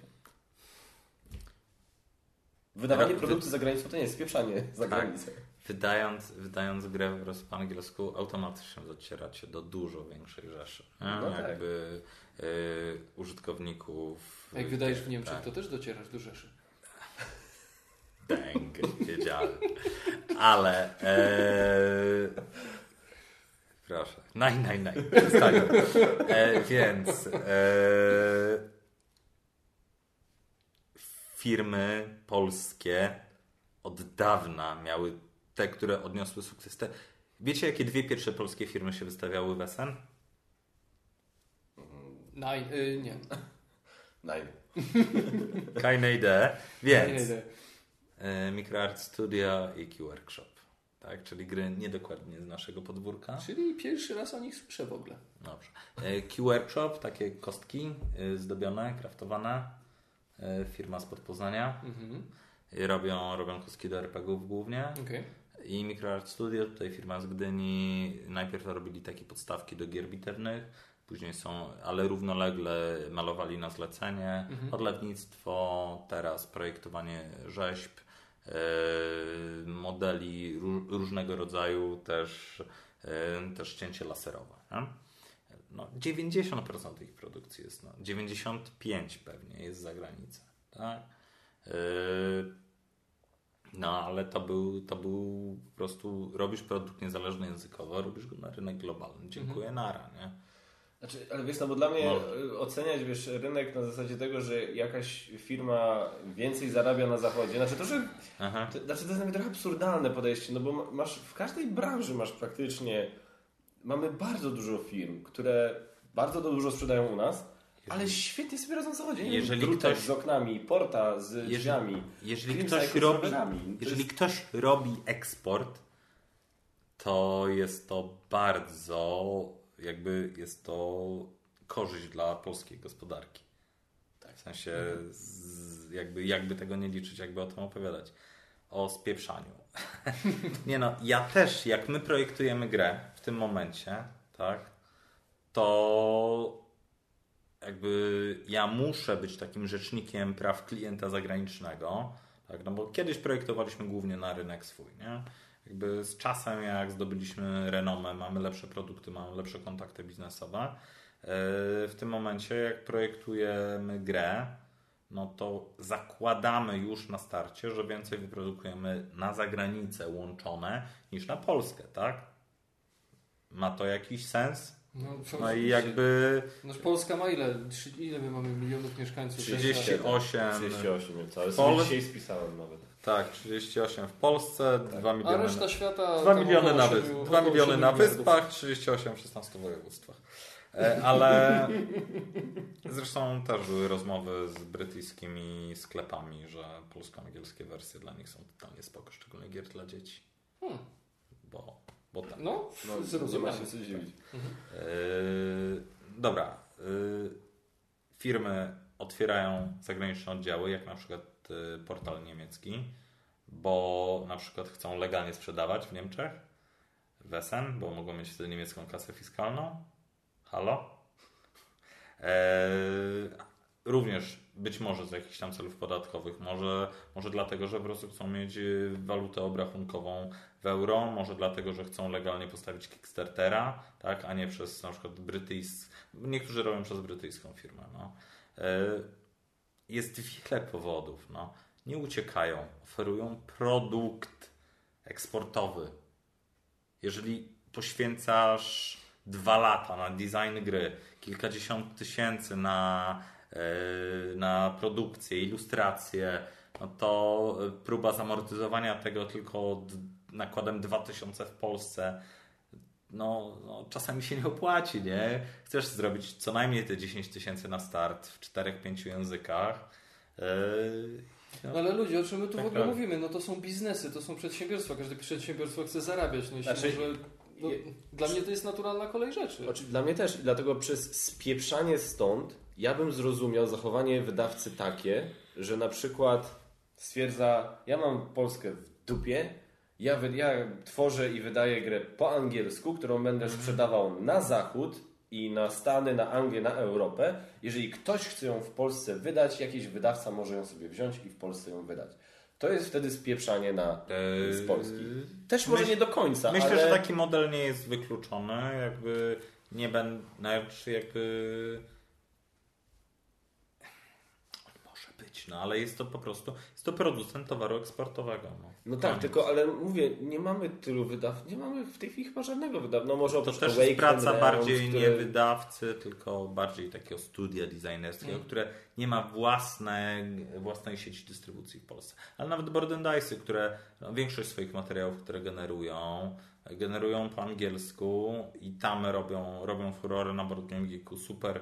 Wydawanie produktu za granicą to nie jest spieprzanie za granicę. Wydając grę po angielsku, automatycznie docieracie do dużo większej rzeszy. Jakby użytkowników. Jak wydajesz w Niemczech, to też docierasz do rzeszy. Dang, wiedziałem. Ale proszę. Przestań. Więc firmy polskie od dawna miały te, które odniosły sukces. Wiecie, jakie dwie pierwsze polskie firmy się wystawiały w Essen? Nie. Kajnejde. Więc Microart Studio i Q Workshop. Tak, czyli gry niedokładnie z naszego podwórka. Czyli pierwszy raz o nich słyszę w ogóle. Dobrze. Q Workshop, takie kostki zdobione, kraftowane. Firma spod Poznania. Robią kostki do RPG-ów głównie. Okay. I Microart Studio, tutaj firma z Gdyni, najpierw robili takie podstawki do gier bitewnych, później ale równolegle malowali na zlecenie, odlewnictwo, teraz projektowanie rzeźb, modeli różnego rodzaju, też cięcie laserowe. Nie? No, 90% ich produkcji jest, 95% pewnie jest za granicą. Tak? No, ale to był po prostu, robisz produkt niezależny językowo, robisz go na rynek globalny. Dziękuję, nara, nie? Znaczy, ale wiesz, bo dla mnie oceniać, rynek na zasadzie tego, że jakaś firma więcej zarabia na zachodzie, to jest nawet trochę absurdalne podejście, no bo w każdej branży mamy bardzo dużo firm, które bardzo dużo sprzedają u nas, ale świetnie sobie radzą na zachodzie. Jeżeli ktoś z oknami, Porta z drzwiami. Jeżeli ktoś robi eksport, to jest to bardzo jest to korzyść dla polskiej gospodarki. Tak. W sensie jakby tego nie liczyć, jakby o tym opowiadać. O spieprzaniu. Nie no, ja też, jak my projektujemy grę w tym momencie, tak, to jakby ja muszę być takim rzecznikiem praw klienta zagranicznego, tak, no bo kiedyś projektowaliśmy głównie na rynek swój, nie? Jakby z czasem, jak zdobyliśmy renomę, mamy lepsze produkty, mamy lepsze kontakty biznesowe. W tym momencie, jak projektujemy grę, no to zakładamy już na starcie, że więcej wyprodukujemy na zagranicę łączone niż na Polskę, tak? Ma to jakiś sens? No i jakby... Polska ma ile my mamy milionów mieszkańców? 38. 38, ale dzisiaj spisałem nawet. Tak, 38 w Polsce, tak. 2 miliony. A reszta świata 2 miliony na 2 miliony na Wyspach, 38 w 16 województwach. Ale zresztą też były rozmowy z brytyjskimi sklepami, że polsko-angielskie wersje dla nich są totalnie spoko, szczególnie gier dla dzieci. Bo tak. No nie ma się co dziwić. Dobra. Firmy otwierają zagraniczne oddziały, jak na przykład portal niemiecki, bo na przykład chcą legalnie sprzedawać w Niemczech, w Essen, bo mogą mieć wtedy niemiecką kasę fiskalną. Halo? Również być może z jakichś tam celów podatkowych, może dlatego, że po prostu chcą mieć walutę obrachunkową w euro, może dlatego, że chcą legalnie postawić Kickstartera, tak, a nie przez na przykład niektórzy robią przez brytyjską firmę. No. Jest wiele powodów. No. Nie uciekają, oferują produkt eksportowy. Jeżeli poświęcasz 2 lata na design gry, kilkadziesiąt tysięcy na produkcję, ilustrację, no to próba zamortyzowania tego tylko nakładem 2000 w Polsce, no czasami się nie opłaci, nie? Chcesz zrobić co najmniej te 10 tysięcy na start w 4-5 językach. No ale ludzie, o czym my tu w ogóle mówimy? No to są biznesy, to są przedsiębiorstwa. Każde przedsiębiorstwo chce zarabiać. No jeśli dla mnie to jest naturalna kolej rzeczy. Dla mnie też. I dlatego przez spieprzanie stąd ja bym zrozumiał zachowanie wydawcy takie, że na przykład stwierdza, ja mam Polskę w dupie, ja tworzę i wydaję grę po angielsku, którą będę sprzedawał na zachód i na Stany, na Anglię, na Europę. Jeżeli ktoś chce ją w Polsce wydać, jakiś wydawca może ją sobie wziąć i w Polsce ją wydać. To jest wtedy spieprzanie z Polski. Też może nie do końca, myślę, ale... że taki model nie jest wykluczony. Może być, no ale jest to po prostu producent towaru eksportowego. No tak, tylko ale mówię, nie mamy tylu wydawców, nie mamy w tej chwili chyba żadnego wydawcy. No może to też jest praca bardziej nie wydawcy, tylko bardziej takiego studia designerskiego, które nie ma własnej sieci dystrybucji w Polsce. Ale nawet Board & Dice'y, które większość swoich materiałów, które generują po angielsku i tam robią furorę na Board Game Geeku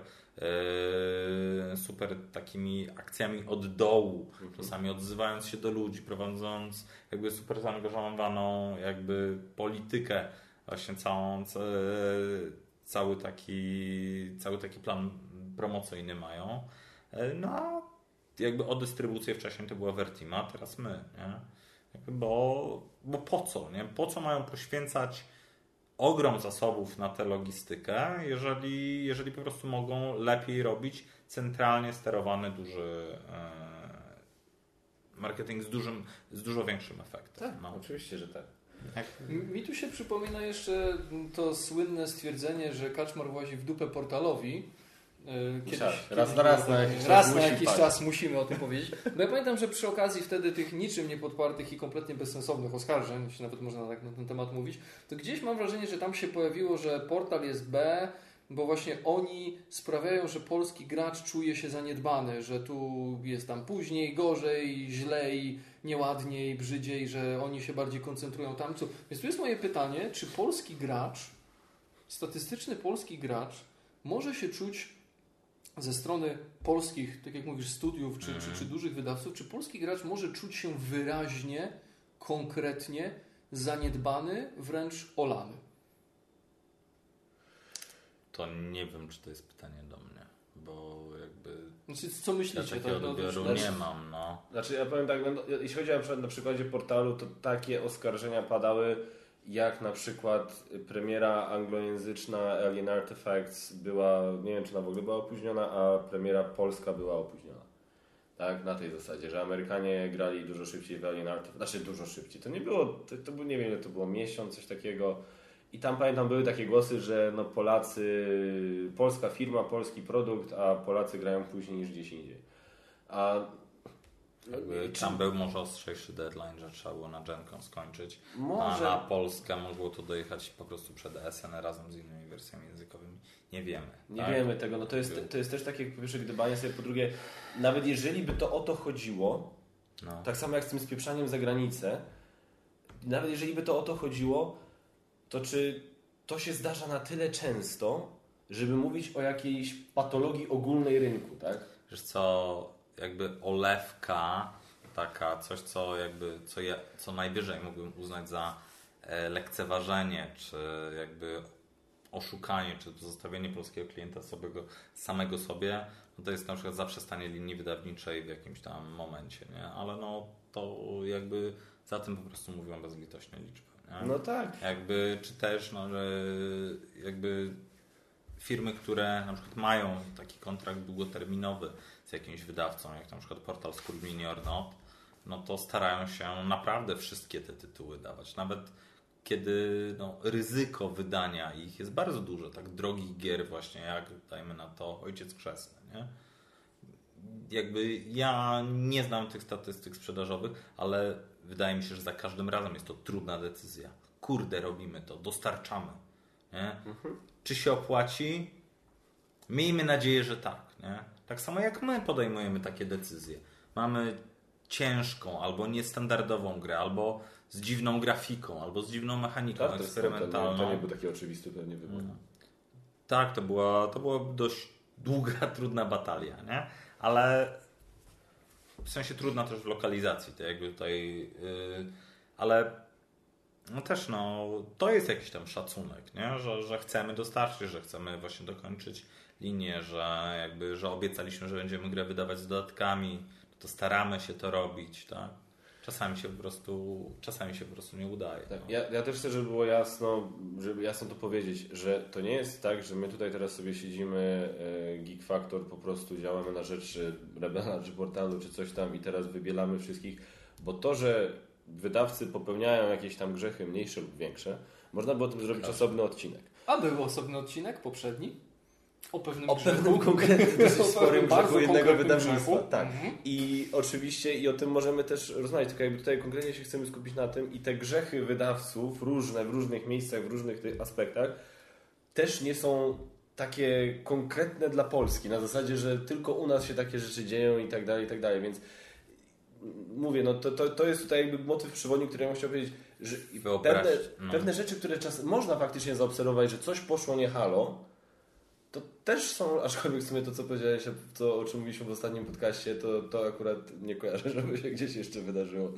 super takimi akcjami od dołu, czasami odzywając się do ludzi, prowadząc jakby super zaangażowaną jakby politykę, właśnie cały taki plan promocyjny mają. No jakby o dystrybucję wcześniej to była Vertima, teraz my, nie? Bo po co, nie? Po co mają poświęcać ogrom zasobów na tę logistykę, jeżeli po prostu mogą lepiej robić centralnie sterowany duży marketing z dużo większym efektem. Tak, oczywiście, że tak. Mi tu się przypomina jeszcze to słynne stwierdzenie, że Kaczmar włazi w dupę portalowi. Raz na jakiś czas musimy o tym powiedzieć. Bo ja pamiętam, że przy okazji wtedy tych niczym niepodpartych i kompletnie bezsensownych oskarżeń, jeśli nawet można tak na ten temat mówić, to gdzieś mam wrażenie, że tam się pojawiło, że portal jest B, bo właśnie oni sprawiają, że polski gracz czuje się zaniedbany, że tu jest tam później, gorzej, źlej, nieładniej, brzydziej, że oni się bardziej koncentrują tam. Więc tu jest moje pytanie, czy polski gracz, statystyczny polski gracz może się czuć ze strony polskich, tak jak mówisz, studiów czy dużych wydawców, czy polski gracz może czuć się wyraźnie, konkretnie zaniedbany, wręcz olany? To nie wiem, czy to jest pytanie do mnie, bo jakby Znaczy, co myślicie? Ja takiego odbioru nie mam, no. Znaczy ja powiem tak, jeśli chodzi na przykładzie portalu, to takie oskarżenia padały, jak na przykład premiera anglojęzyczna Alien Artifacts była, nie wiem czy ona w ogóle była opóźniona, a premiera polska była opóźniona. Tak, na tej zasadzie, że Amerykanie grali dużo szybciej w Alien Artifacts, znaczy dużo szybciej, to nie było, to było, nie wiem ile to było, miesiąc, coś takiego. I tam pamiętam były takie głosy, że no Polacy, polska firma, polski produkt, a Polacy grają później niż gdzieś indziej. Tam był może ostrzejszy deadline, że trzeba było na Gen.con skończyć, może... a na Polskę mogło to dojechać po prostu przed SN razem z innymi wersjami językowymi. Nie wiemy. Nie wiemy tego. No to jest też takie po pierwsze gdybanie sobie, po drugie, nawet jeżeli by to o to chodziło, tak samo jak z tym spieprzaniem za granicę, nawet jeżeli by to o to chodziło, to czy to się zdarza na tyle często, żeby mówić o jakiejś patologii ogólnej rynku, tak? Wiesz co, jakby olewka, taka coś, co najwyżej mógłbym uznać za lekceważenie, czy jakby oszukanie, czy zostawienie polskiego klienta samego sobie, no to jest na przykład zaprzestanie linii wydawniczej w jakimś tam momencie, nie? Ale no to jakby za tym po prostu mówią bezlitośnie liczby. Nie? No tak. Jakby, czy też, no, że jakby firmy, które na przykład mają taki kontrakt długoterminowy z jakimś wydawcą, jak na przykład portal School Mini or Not, no to starają się naprawdę wszystkie te tytuły dawać. Nawet kiedy ryzyko wydania ich jest bardzo duże, tak drogich gier właśnie, jak dajmy na to Ojciec Chrzestny, nie? Jakby ja nie znam tych statystyk sprzedażowych, ale wydaje mi się, że za każdym razem jest to trudna decyzja. Kurde, robimy to, dostarczamy. Nie? Czy się opłaci? Miejmy nadzieję, że tak. Nie? Tak samo jak my podejmujemy takie decyzje. Mamy ciężką albo niestandardową grę, albo z dziwną grafiką, albo z dziwną mechaniką eksperymentalną. To nie był taki oczywisty pewnie wybór. Tak, to była dość długa, trudna batalia, nie? Ale w sensie trudna też w lokalizacji. To jakby tutaj, ale no też to jest jakiś tam szacunek, nie? Że chcemy dostarczyć, że chcemy właśnie dokończyć linię, że obiecaliśmy, że będziemy grę wydawać z dodatkami, to staramy się to robić, tak? Czasami się po prostu nie udaje. Tak. Ja też chcę, żeby było jasno, żeby jasno to powiedzieć, że to nie jest tak, że my tutaj teraz sobie siedzimy, Geek Factor, po prostu działamy na rzecz Rebela czy portalu czy coś tam i teraz wybielamy wszystkich, bo to, że wydawcy popełniają jakieś tam grzechy mniejsze lub większe, można by o tym zrobić osobny odcinek. A był osobny odcinek poprzedni? O pewnym konkretnym, dosyć sporym grzechu jednego wydawnictwa. Tak. Mhm. I oczywiście i o tym możemy też rozmawiać, tylko jakby tutaj konkretnie się chcemy skupić na tym i te grzechy wydawców różne, w różnych miejscach, w różnych tych aspektach też nie są takie konkretne dla Polski, na zasadzie, że tylko u nas się takie rzeczy dzieją i tak dalej, więc mówię, to jest tutaj jakby motyw przewodni, który ja bym chciał powiedzieć, że pewne rzeczy, które można faktycznie zaobserwować, że coś poszło nie halo, to też są, aczkolwiek w sumie to, co powiedziałeś, o czym mówiliśmy w ostatnim podcaście, to akurat nie kojarzę, żeby się gdzieś jeszcze wydarzyło.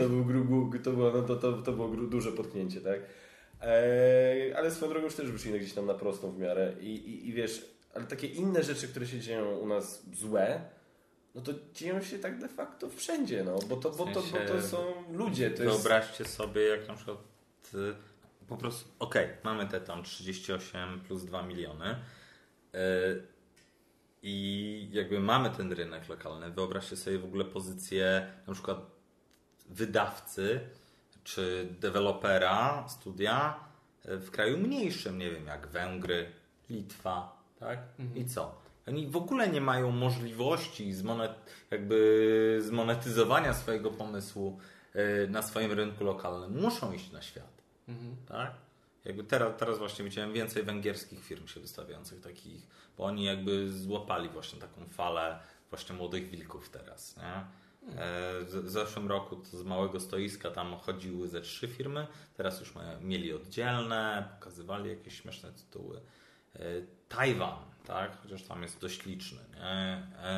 To było duże potknięcie, tak? Ale swoją drogą już też wyszli gdzieś tam na prostą w miarę i wiesz, ale takie inne rzeczy, które się dzieją u nas złe, no to dzieją się tak de facto wszędzie, bo to są ludzie. Wyobraźcie sobie, jak na przykład po prostu, mamy te tam 38 plus 2 miliony, i jakby mamy ten rynek lokalny. Wyobraźcie sobie w ogóle pozycję na przykład wydawcy czy dewelopera, studia w kraju mniejszym, nie wiem, jak Węgry, Litwa, tak? I co? Oni w ogóle nie mają możliwości zmonetyzowania swojego pomysłu na swoim rynku lokalnym. Muszą iść na świat, tak? Jakby teraz właśnie widziałem więcej węgierskich firm się wystawiających takich, bo oni jakby złapali właśnie taką falę właśnie młodych wilków teraz, nie? W zeszłym roku to z małego stoiska tam chodziły ze 3 firmy, teraz już mieli oddzielne, pokazywali jakieś śmieszne tytuły. Tajwan, tak? Chociaż tam jest dość liczny, nie?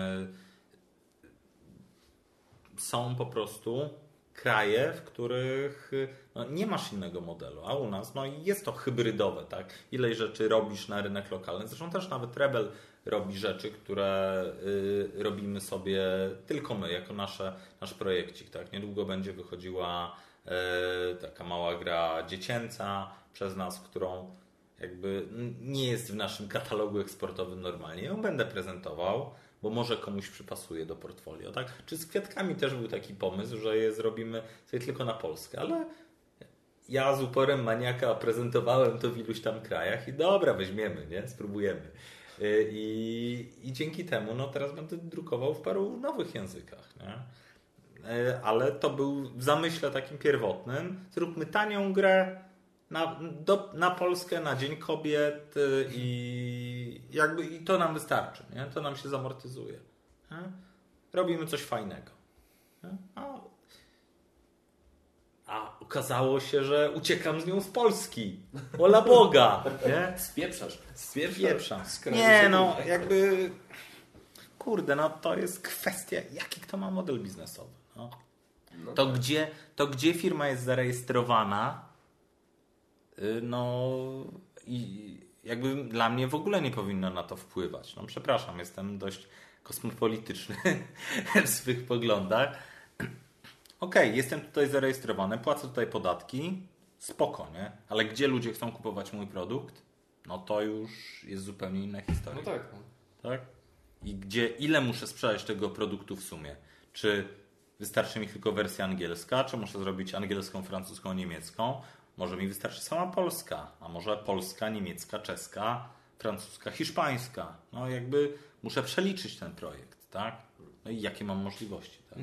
Są po prostu kraje, w których nie masz innego modelu, a u nas jest to hybrydowe, tak? Ile rzeczy robisz na rynek lokalny. Zresztą też nawet Rebel robi rzeczy, które robimy sobie tylko my, jako nasz projekcik. Tak? Niedługo będzie wychodziła taka mała gra dziecięca przez nas, którą jakby nie jest w naszym katalogu eksportowym normalnie. Ją będę prezentował, bo może komuś przypasuje do portfolio. Tak? Czy z kwiatkami też był taki pomysł, że je zrobimy sobie tylko na Polskę, ale ja z uporem maniaka prezentowałem to w iluś tam krajach i dobra, weźmiemy, nie? Spróbujemy. I dzięki temu teraz będę drukował w paru nowych językach. Nie? Ale to był w zamyśle takim pierwotnym. Zróbmy tanią grę na Polskę, na Dzień Kobiet i to nam wystarczy. Nie? To nam się zamortyzuje. Nie? Robimy coś fajnego. Nie? A okazało się, że uciekam z nią z Polski. Wola Boga. Nie? Spieprzam. Nie, jakby... Kurde, to jest kwestia, jaki kto ma model biznesowy. To gdzie firma jest zarejestrowana, i jakby dla mnie w ogóle nie powinno na to wpływać. Przepraszam, jestem dość kosmopolityczny w swych poglądach. Okej, jestem tutaj zarejestrowany, płacę tutaj podatki, spoko, nie? Ale gdzie ludzie chcą kupować mój produkt? To już jest zupełnie inna historia. Tak? I ile muszę sprzedać tego produktu w sumie? Czy wystarczy mi tylko wersja angielska, czy muszę zrobić angielską, francuską, niemiecką? Może mi wystarczy sama polska, a może polska, niemiecka, czeska, francuska, hiszpańska. Jakby muszę przeliczyć ten projekt, tak? I jakie mam możliwości, tak?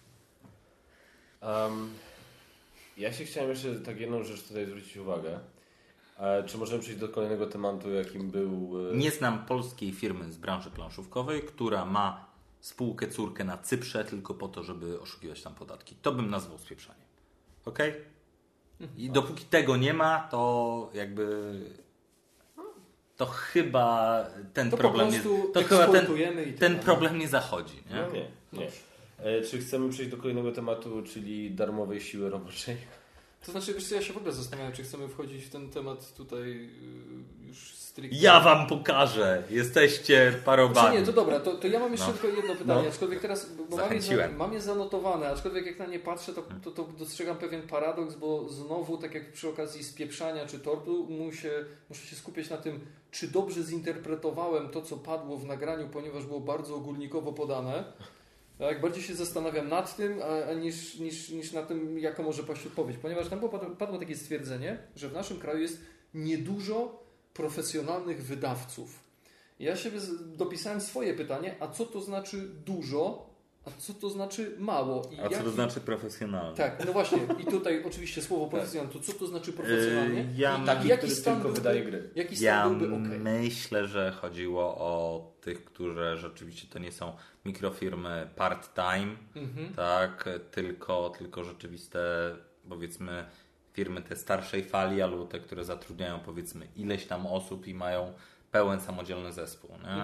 Ja się chciałem jeszcze tak jedną rzecz tutaj zwrócić uwagę. Czy możemy przejść do kolejnego tematu, jakim był... Nie znam polskiej firmy z branży planszówkowej, która ma spółkę córkę na Cyprze tylko po to, żeby oszukiwać tam podatki. To bym nazwał spieprzaniem. Okej? I dopóki tego nie ma, to jakby... To chyba ten problem nie... To chyba ten problem nie zachodzi. Nie? Nie. Czy chcemy przejść do kolejnego tematu, czyli darmowej siły roboczej? To znaczy, wiesz co, ja się w ogóle zastanawiam, czy chcemy wchodzić w ten temat tutaj już stricte... Ja wam pokażę! Jesteście parobani. Nie, to dobra, to ja mam jeszcze tylko jedno pytanie, aczkolwiek teraz, bo mam je zanotowane, aczkolwiek jak na nie patrzę, to dostrzegam pewien paradoks, bo znowu, tak jak przy okazji spieprzania czy tortu, muszę się skupiać na tym, czy dobrze zinterpretowałem to, co padło w nagraniu, ponieważ było bardzo ogólnikowo podane. Tak, bardziej się zastanawiam nad tym, niż na tym, jaka może paść odpowiedź. Ponieważ tam padło takie stwierdzenie, że w naszym kraju jest niedużo profesjonalnych wydawców. Ja sobie dopisałem swoje pytanie, a co to znaczy dużo, a co to znaczy mało? Co to znaczy profesjonalny? Tak, no właśnie. I tutaj oczywiście słowo profesjonalny. To co to znaczy profesjonalnie? Jaki stan wydaje gry? Jaki stan byłby okej? Myślę, że chodziło o tych, które rzeczywiście to nie są mikrofirmy part-time, tak, tylko rzeczywiste, powiedzmy, firmy te starszej fali, albo te, które zatrudniają, powiedzmy, ileś tam osób i mają pełen samodzielny zespół. Nie?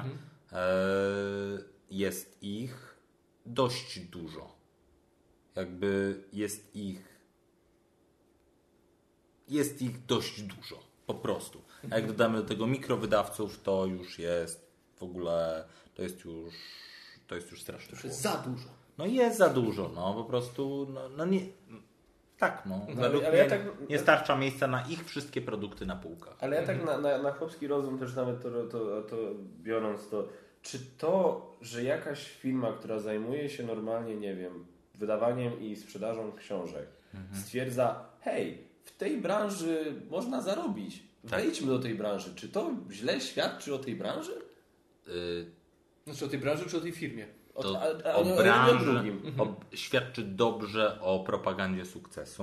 Jest ich dość dużo. Jakby jest ich dość dużo. Po prostu. A jak dodamy do tego mikrowydawców, to już jest w ogóle, to jest już straszne. To jest za dużo. Jest za dużo, po prostu, nie. Tak, według mnie nie starcza miejsca na ich wszystkie produkty na półkach. Ale ja tak na chłopski rozum też nawet to biorąc to, czy to, że jakaś firma, która zajmuje się normalnie, nie wiem, wydawaniem i sprzedażą książek, stwierdza, hej, w tej branży można zarobić, wejdźmy do tej branży. Czy to źle świadczy o tej branży? Znaczy o tej branży czy o tej firmie? O branży świadczy dobrze o propagandzie sukcesu,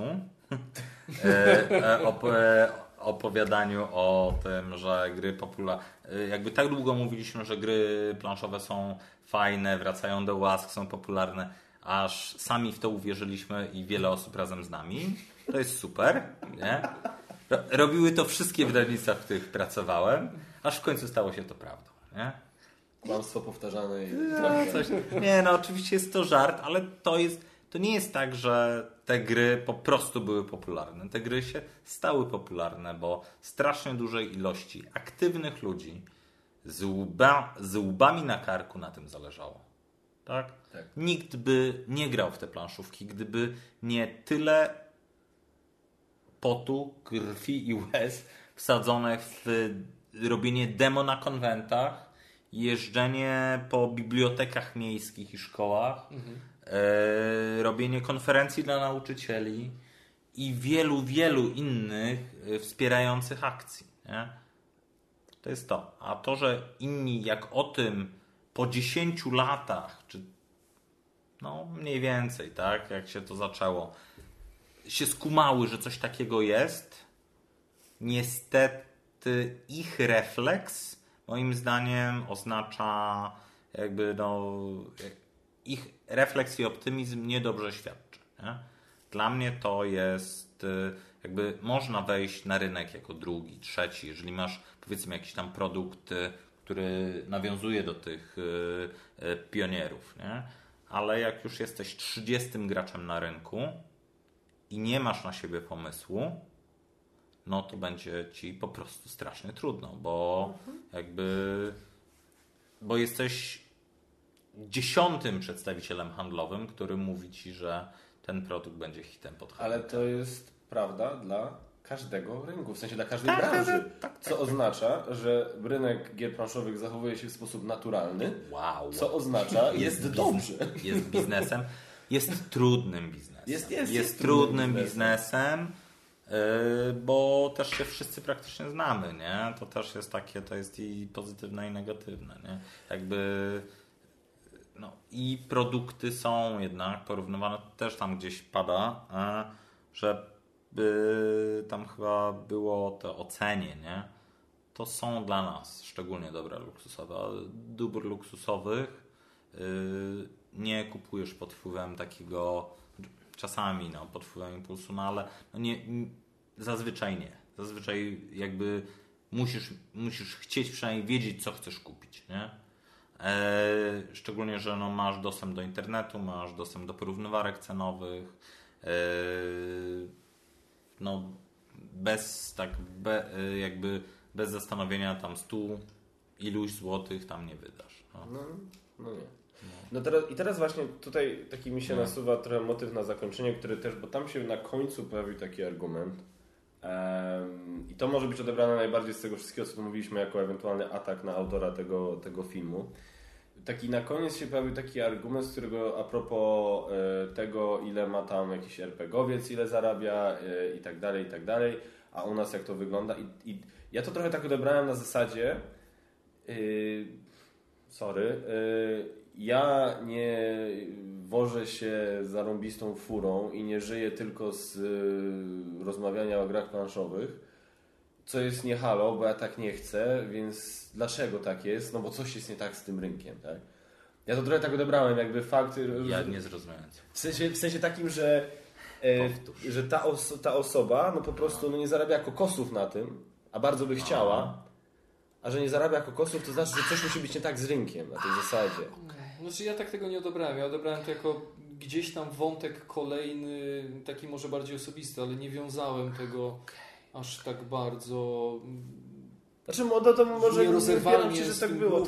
opowiadaniu o tym, że gry popularne, jakby tak długo mówiliśmy, że gry planszowe są fajne, wracają do łask, są popularne, aż sami w to uwierzyliśmy i wiele osób razem z nami. To jest super, nie? Robiły to wszystkie wydawnictwa, w których pracowałem, aż w końcu stało się to prawdą, nie? Kłamstwo powtarzane. Oczywiście jest to żart, ale to nie jest tak, że te gry po prostu były popularne. Te gry się stały popularne, bo strasznie dużej ilości aktywnych ludzi z łbami na karku na tym zależało. Tak? Nikt by nie grał w te planszówki, gdyby nie tyle potu, krwi i łez wsadzonych w robienie demo na konwentach, jeżdżenie po bibliotekach miejskich i szkołach, robienie konferencji dla nauczycieli i wielu, wielu innych wspierających akcji. Nie? To jest to. A to, że inni jak o tym po 10 latach, czy no mniej więcej, tak, jak się to zaczęło, się skumały, że coś takiego jest, niestety ich refleks moim zdaniem oznacza jakby ich refleks i optymizm niedobrze świadczy. Nie? Dla mnie to jest jakby można wejść na rynek jako drugi, trzeci, jeżeli masz powiedzmy jakiś tam produkt, który nawiązuje do tych pionierów, nie? Ale jak już jesteś 30 graczem na rynku i nie masz na siebie pomysłu, no to będzie ci po prostu strasznie trudno, bo bo jesteś 10. przedstawicielem handlowym, który mówi ci, że ten produkt będzie hitem pod handel. Ale to jest prawda dla każdego rynku, w sensie dla każdej branży. Co oznacza, że rynek gier planszowych zachowuje się w sposób naturalny, co oznacza, jest dobrze. Jest biznesem, jest trudnym biznesem. Jest trudnym biznesem, bo też się wszyscy praktycznie znamy, nie? To też jest takie, to jest i pozytywne i negatywne, nie? No i produkty są jednak porównywane, też tam gdzieś pada, że tam chyba było to ocenie, nie? To są dla nas szczególnie dobra luksusowe, ale dóbr luksusowych nie kupujesz pod wpływem takiego, czasami pod wpływem impulsu, no ale zazwyczaj nie. Zazwyczaj jakby musisz chcieć przynajmniej wiedzieć, co chcesz kupić, nie? Szczególnie, że masz dostęp do internetu, masz dostęp do porównywarek cenowych, bez zastanowienia tam 100 iluś złotych tam nie wydasz. No nie. Teraz właśnie tutaj taki mi się nasuwa trochę motyw na zakończenie, który też, bo tam się na końcu pojawił taki argument i to może być odebrane najbardziej z tego wszystkiego, co tu mówiliśmy, jako ewentualny atak na autora tego filmu. Taki na koniec się pojawił taki argument, z którego a propos tego, ile ma tam jakiś RPGowiec, ile zarabia i tak dalej, a u nas jak to wygląda. I ja to trochę tak odebrałem na zasadzie ja nie wożę się zarąbistą furą i nie żyję tylko z rozmawiania o grach planszowych, co jest nie halo, bo ja tak nie chcę, więc dlaczego tak jest? No bo coś jest nie tak z tym rynkiem, tak? Ja to trochę tak odebrałem, jakby fakt... Ja nie zrozumiałem. W sensie takim, że ta osoba no po prostu nie zarabia kokosów na tym, a bardzo by chciała, a że nie zarabia kokosów, to znaczy, że coś musi być nie tak z rynkiem na tej zasadzie. Znaczy ja tak tego nie odebrałem. Ja odebrałem to jako gdzieś tam wątek kolejny, taki może bardziej osobisty, ale nie wiązałem tego aż tak bardzo... Znaczy to może nierozerwalnie się, że z tak tym było,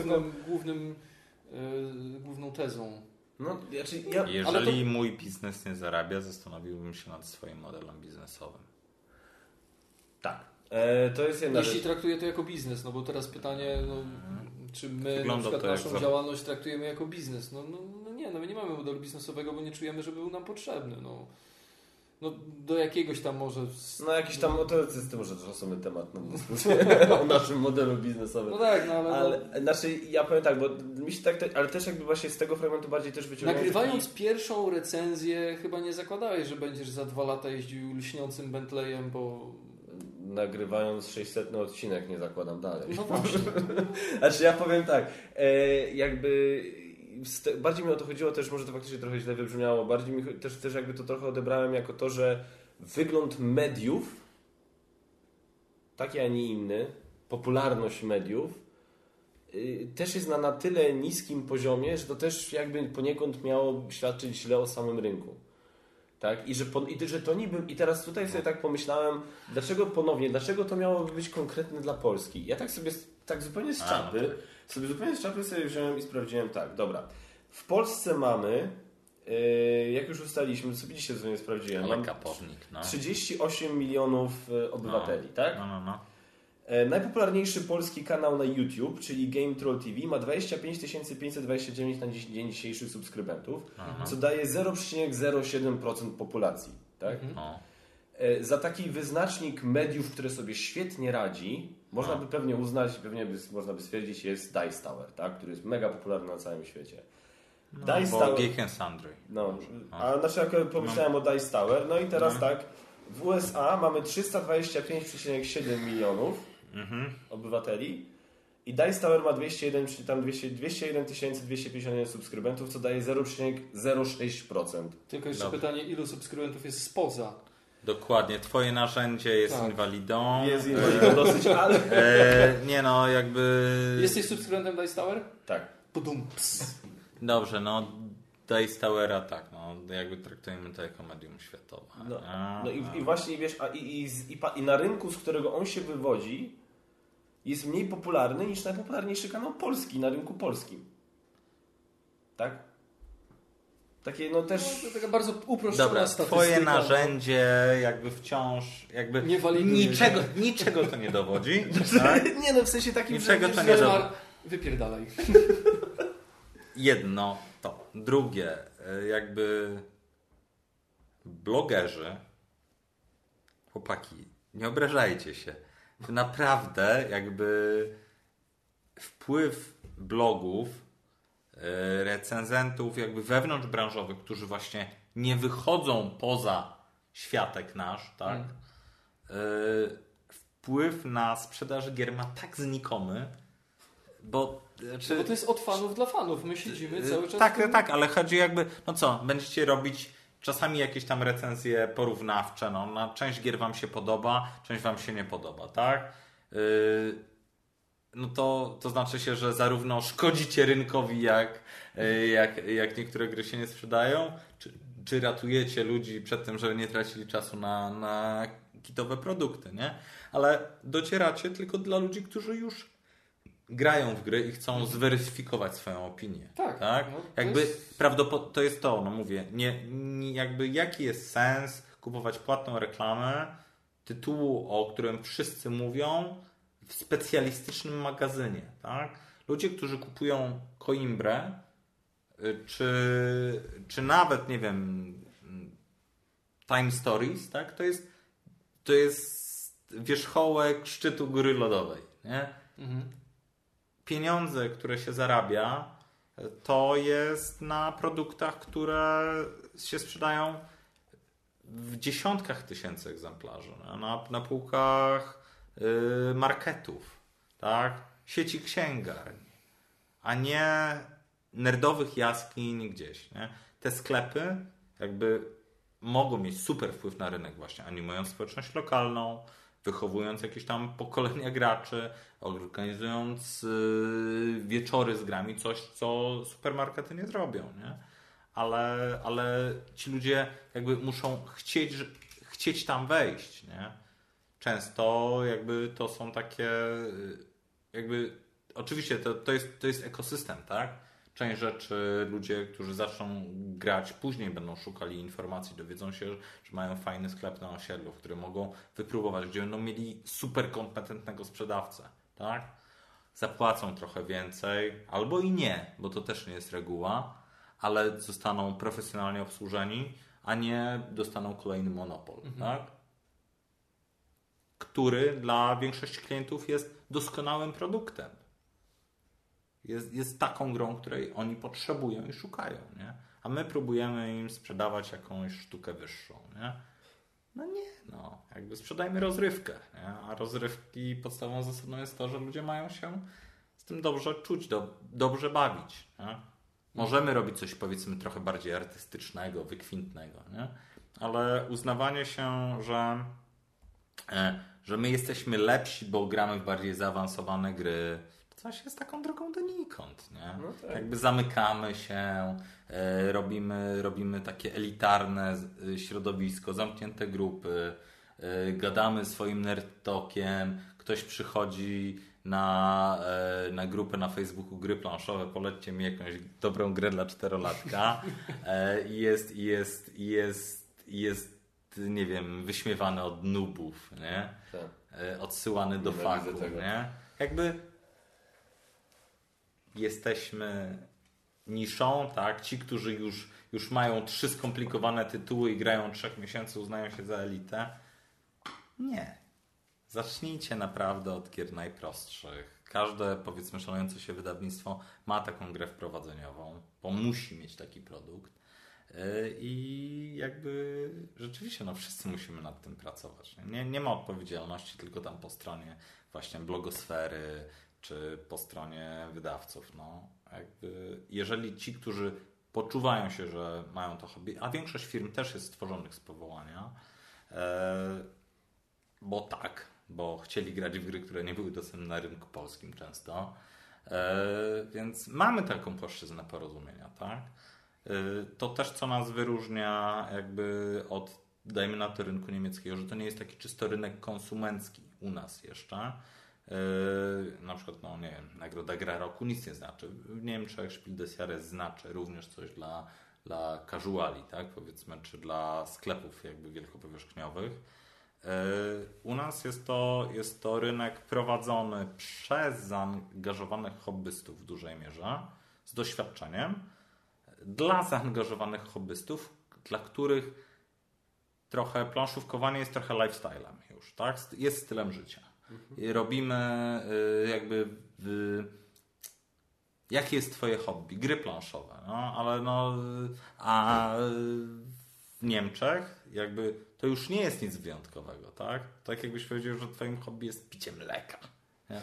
główną tezą. No, jeżeli mój biznes nie zarabia, zastanowiłbym się nad swoim modelem biznesowym. Tak. To jest jedna Jeśli traktuję to jako biznes, no bo teraz pytanie, czy my Wygląda na przykład to naszą działalność traktujemy jako biznes? My nie mamy modelu biznesowego, bo nie czujemy, że był nam potrzebny. No do jakiegoś tam może... jakiś tam, to jest może osobny temat na dyskusję o naszym modelu biznesowym. No tak, ale znaczy ja powiem tak, bo mi się tak, ale też jakby właśnie z tego fragmentu bardziej też wyciągnąłem... Nagrywając pierwszą recenzję chyba nie zakładałeś, że będziesz za 2 lata jeździł lśniącym Bentleyem, bo... Nagrywając 600 odcinek nie zakładam dalej. No właśnie. Znaczy ja powiem tak, jakby... Bardziej mi o to chodziło też, może to faktycznie trochę źle wybrzmiało, bardziej mi też jakby to trochę odebrałem jako to, że wygląd mediów, taki a nie inny, popularność mediów też jest na tyle niskim poziomie, że to też jakby poniekąd miało świadczyć źle o samym rynku. Tak? I że to niby... I teraz tutaj sobie tak pomyślałem, dlaczego to miało być konkretne dla Polski? Ja tak sobie zupełnie z czapy, sobie wziąłem i sprawdziłem tak, dobra. W Polsce mamy, jak już ustaliliśmy, co widzicie, co nie sprawdziłem, mam 38 milionów obywateli, tak? No. Najpopularniejszy polski kanał na YouTube, czyli Game Troll TV, ma 25 529 na dzień dzisiejszy subskrybentów, co daje 0,07% populacji. Tak? Za taki wyznacznik mediów, które sobie świetnie radzi, można by pewnie uznać, można by stwierdzić, jest Dice Tower, tak? Który jest mega popularny na całym świecie. Dice Tower. Geek and Sundry. A znaczy jak pomyślałem o Dice Tower, no i teraz tak, w USA mamy 325,7 milionów obywateli i Dice Tower ma 201 251 subskrybentów, co daje 0,06%. Tylko jeszcze pytanie, ilu subskrybentów jest spoza? Dokładnie, twoje narzędzie jest inwalidą. Jest inwalidą dosyć, ale... nie no, jakby... Jesteś subskrybentem Dice Tower? Tak. Dobrze, no Dice Towera tak, no jakby traktujemy to jako medium światowe. I właśnie, wiesz, i na rynku, z którego on się wywodzi, jest mniej popularny niż najpopularniejszy kanał polski na rynku polskim. Tak? Takie no też... No, to taka bardzo uproszczona statystyka. Twoje narzędzie jakby wciąż nie niczego to nie dowodzi. Tak? Nie no, w sensie takim, niczego to nie dowodzi. Wypierdalaj. Jedno to. Drugie, jakby blogerzy, chłopaki, nie obrażajcie się. To naprawdę jakby wpływ blogów, recenzentów jakby wewnątrzbranżowych, którzy właśnie nie wychodzą poza światek nasz, tak? Wpływ na sprzedaż gier ma tak znikomy, bo to jest od fanów dla fanów. My siedzimy cały czas... Tak, ale chodzi jakby, no co, będziecie robić czasami jakieś tam recenzje porównawcze, no, na część gier wam się podoba, część wam się nie podoba, tak? No to znaczy się, że zarówno szkodzicie rynkowi, jak niektóre gry się nie sprzedają, czy ratujecie ludzi przed tym, żeby nie tracili czasu na kitowe produkty, nie? Ale docieracie tylko dla ludzi, którzy już grają w gry i chcą zweryfikować swoją opinię. Tak. No, jakby to jest to, no mówię, jakby jaki jest sens kupować płatną reklamę tytułu, o którym wszyscy mówią, w specjalistycznym magazynie, tak? Ludzie, którzy kupują Coimbrę, czy nawet, nie wiem, Time Stories, tak? To jest wierzchołek szczytu góry lodowej, nie? Pieniądze, które się zarabia, to jest na produktach, które się sprzedają w dziesiątkach tysięcy egzemplarzy, na półkach marketów, tak? Sieci księgarni, a nie nerdowych jaskiń gdzieś, nie? Te sklepy jakby mogą mieć super wpływ na rynek właśnie, animując społeczność lokalną, wychowując jakieś tam pokolenia graczy, organizując wieczory z grami, coś co supermarkety nie zrobią, nie? Ale ci ludzie jakby muszą chcieć tam wejść, nie? Często jakby to są takie jakby oczywiście to jest ekosystem, tak? Część rzeczy ludzie, którzy zaczną grać później będą szukali informacji, dowiedzą się, że mają fajny sklep na osiedlu, w którym mogą wypróbować, gdzie będą mieli super kompetentnego sprzedawcę, tak? Zapłacą trochę więcej, albo i nie, bo to też nie jest reguła, ale zostaną profesjonalnie obsłużeni, a nie dostaną kolejny monopol, tak? Który dla większości klientów jest doskonałym produktem. Jest taką grą, której oni potrzebują i szukają, nie? A my próbujemy im sprzedawać jakąś sztukę wyższą, nie? No nie, no. Jakby sprzedajmy rozrywkę, nie? A rozrywki podstawową zasadą jest to, że ludzie mają się z tym dobrze czuć, dobrze bawić, nie? Możemy robić coś, powiedzmy, trochę bardziej artystycznego, wykwintnego, nie? Ale uznawanie się, że my jesteśmy lepsi, bo gramy w bardziej zaawansowane gry, coś jest taką drogą donikąd, nie? No tak. Jakby zamykamy się, robimy takie elitarne środowisko, zamknięte grupy, gadamy swoim nerd talkiem, ktoś przychodzi na grupę na Facebooku Gry Planszowe, polećcie mi jakąś dobrą grę dla 4-latka i jest nie wiem, wyśmiewany od noobów, nie? Tak. Odsyłany do fachu, nie? Jakby jesteśmy niszą, tak? Ci, którzy już mają 3 skomplikowane tytuły i grają 3 miesięcy, uznają się za elitę. Nie. Zacznijcie naprawdę od gier najprostszych. Każde, powiedzmy, szanujące się wydawnictwo ma taką grę wprowadzeniową, bo musi mieć taki produkt. I jakby rzeczywiście wszyscy musimy nad tym pracować. Nie ma odpowiedzialności tylko tam po stronie właśnie blogosfery czy po stronie wydawców. Jakby jeżeli ci, którzy poczuwają się, że mają to hobby, a większość firm też jest stworzonych z powołania, bo chcieli grać w gry, które nie były dostępne na rynku polskim często, więc mamy taką płaszczyznę porozumienia, tak? To też, co nas wyróżnia jakby od, dajmy na to, rynku niemieckiego, że to nie jest taki czysto rynek konsumencki u nas jeszcze. Na przykład, nie wiem, nagroda Gra Roku nic nie znaczy. W Niemczech Spiel des Jahres znaczy również coś dla casuali, tak, powiedzmy, czy dla sklepów jakby wielkopowierzchniowych. U nas jest to rynek prowadzony przez zaangażowanych hobbystów w dużej mierze, z doświadczeniem, dla zaangażowanych hobbystów, dla których trochę planszówkowanie jest trochę lifestylem już, tak? Jest stylem życia. I robimy jakie jest twoje hobby? Gry planszowe, ale a w Niemczech jakby to już nie jest nic wyjątkowego, tak? Tak jakbyś powiedział, że twoim hobby jest picie mleka. Nie?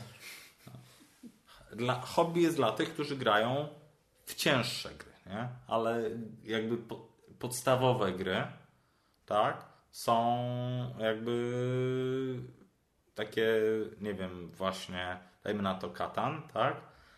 Hobby jest dla tych, którzy grają w cięższe gry, nie? Ale jakby podstawowe gry, tak? Są jakby takie, nie wiem, właśnie dajmy na to Katan, tak?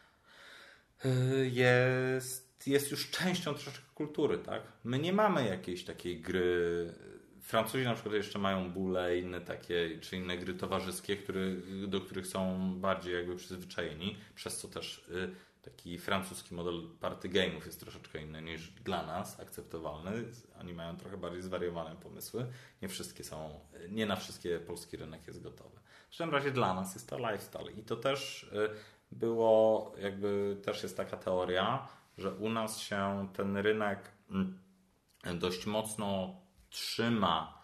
Jest już częścią troszeczkę kultury, tak? My nie mamy jakiejś takiej gry. Francuzi na przykład jeszcze mają bóle, inne takie, czy inne gry towarzyskie, do których są bardziej jakby przyzwyczajeni, przez co też taki francuski model party game'ów jest troszeczkę inny niż dla nas akceptowalny. Oni mają trochę bardziej zwariowane pomysły. Nie na wszystkie polski rynek jest gotowy. W każdym razie dla nas jest to lifestyle i to też było, jakby też jest taka teoria, że u nas się ten rynek dość mocno trzyma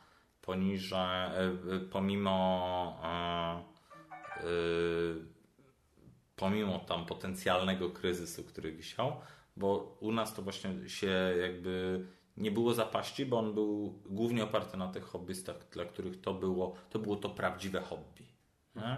pomimo tam potencjalnego kryzysu, który wisiał, bo u nas to właśnie się jakby nie było zapaści, bo on był głównie oparty na tych hobbystach, dla których to było to prawdziwe hobby. Nie?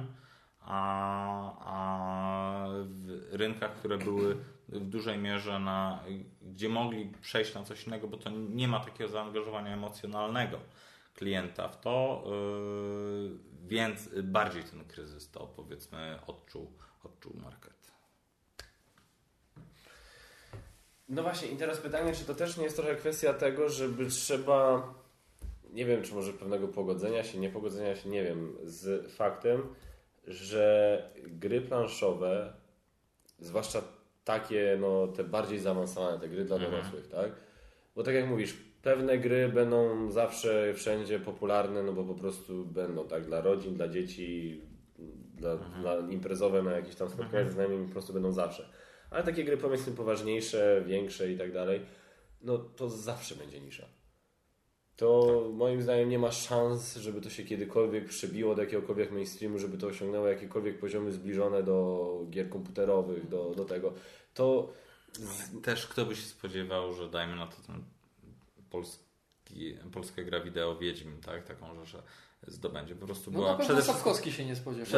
A w rynkach, które były w dużej mierze gdzie mogli przejść na coś innego, bo to nie ma takiego zaangażowania emocjonalnego klienta w to, więc bardziej ten kryzys to, powiedzmy, odczuł market. No właśnie, i teraz pytanie, czy to też nie jest trochę kwestia tego, żeby trzeba, nie wiem, czy może pewnego niepogodzenia się, nie wiem, z faktem, że gry planszowe, zwłaszcza takie, te bardziej zaawansowane, te gry dla dorosłych, tak? Bo tak jak mówisz, pewne gry będą zawsze, wszędzie popularne, bo po prostu będą, tak? Dla rodzin, dla dzieci, dla imprezowe, na jakieś tam spotkania ze znajomymi po prostu będą zawsze. Ale takie gry, powiedzmy, poważniejsze, większe i tak dalej, to zawsze będzie nisza. To moim zdaniem nie ma szans, żeby to się kiedykolwiek przebiło do jakiegokolwiek mainstreamu, żeby to osiągnęło jakiekolwiek poziomy zbliżone do gier komputerowych, do tego. Też kto by się spodziewał, że dajmy na to ten polska gra wideo Wiedźmin, tak? Taką, że zdobędzie. Po prostu była... Na pewno Sapkowski się nie spodziewał.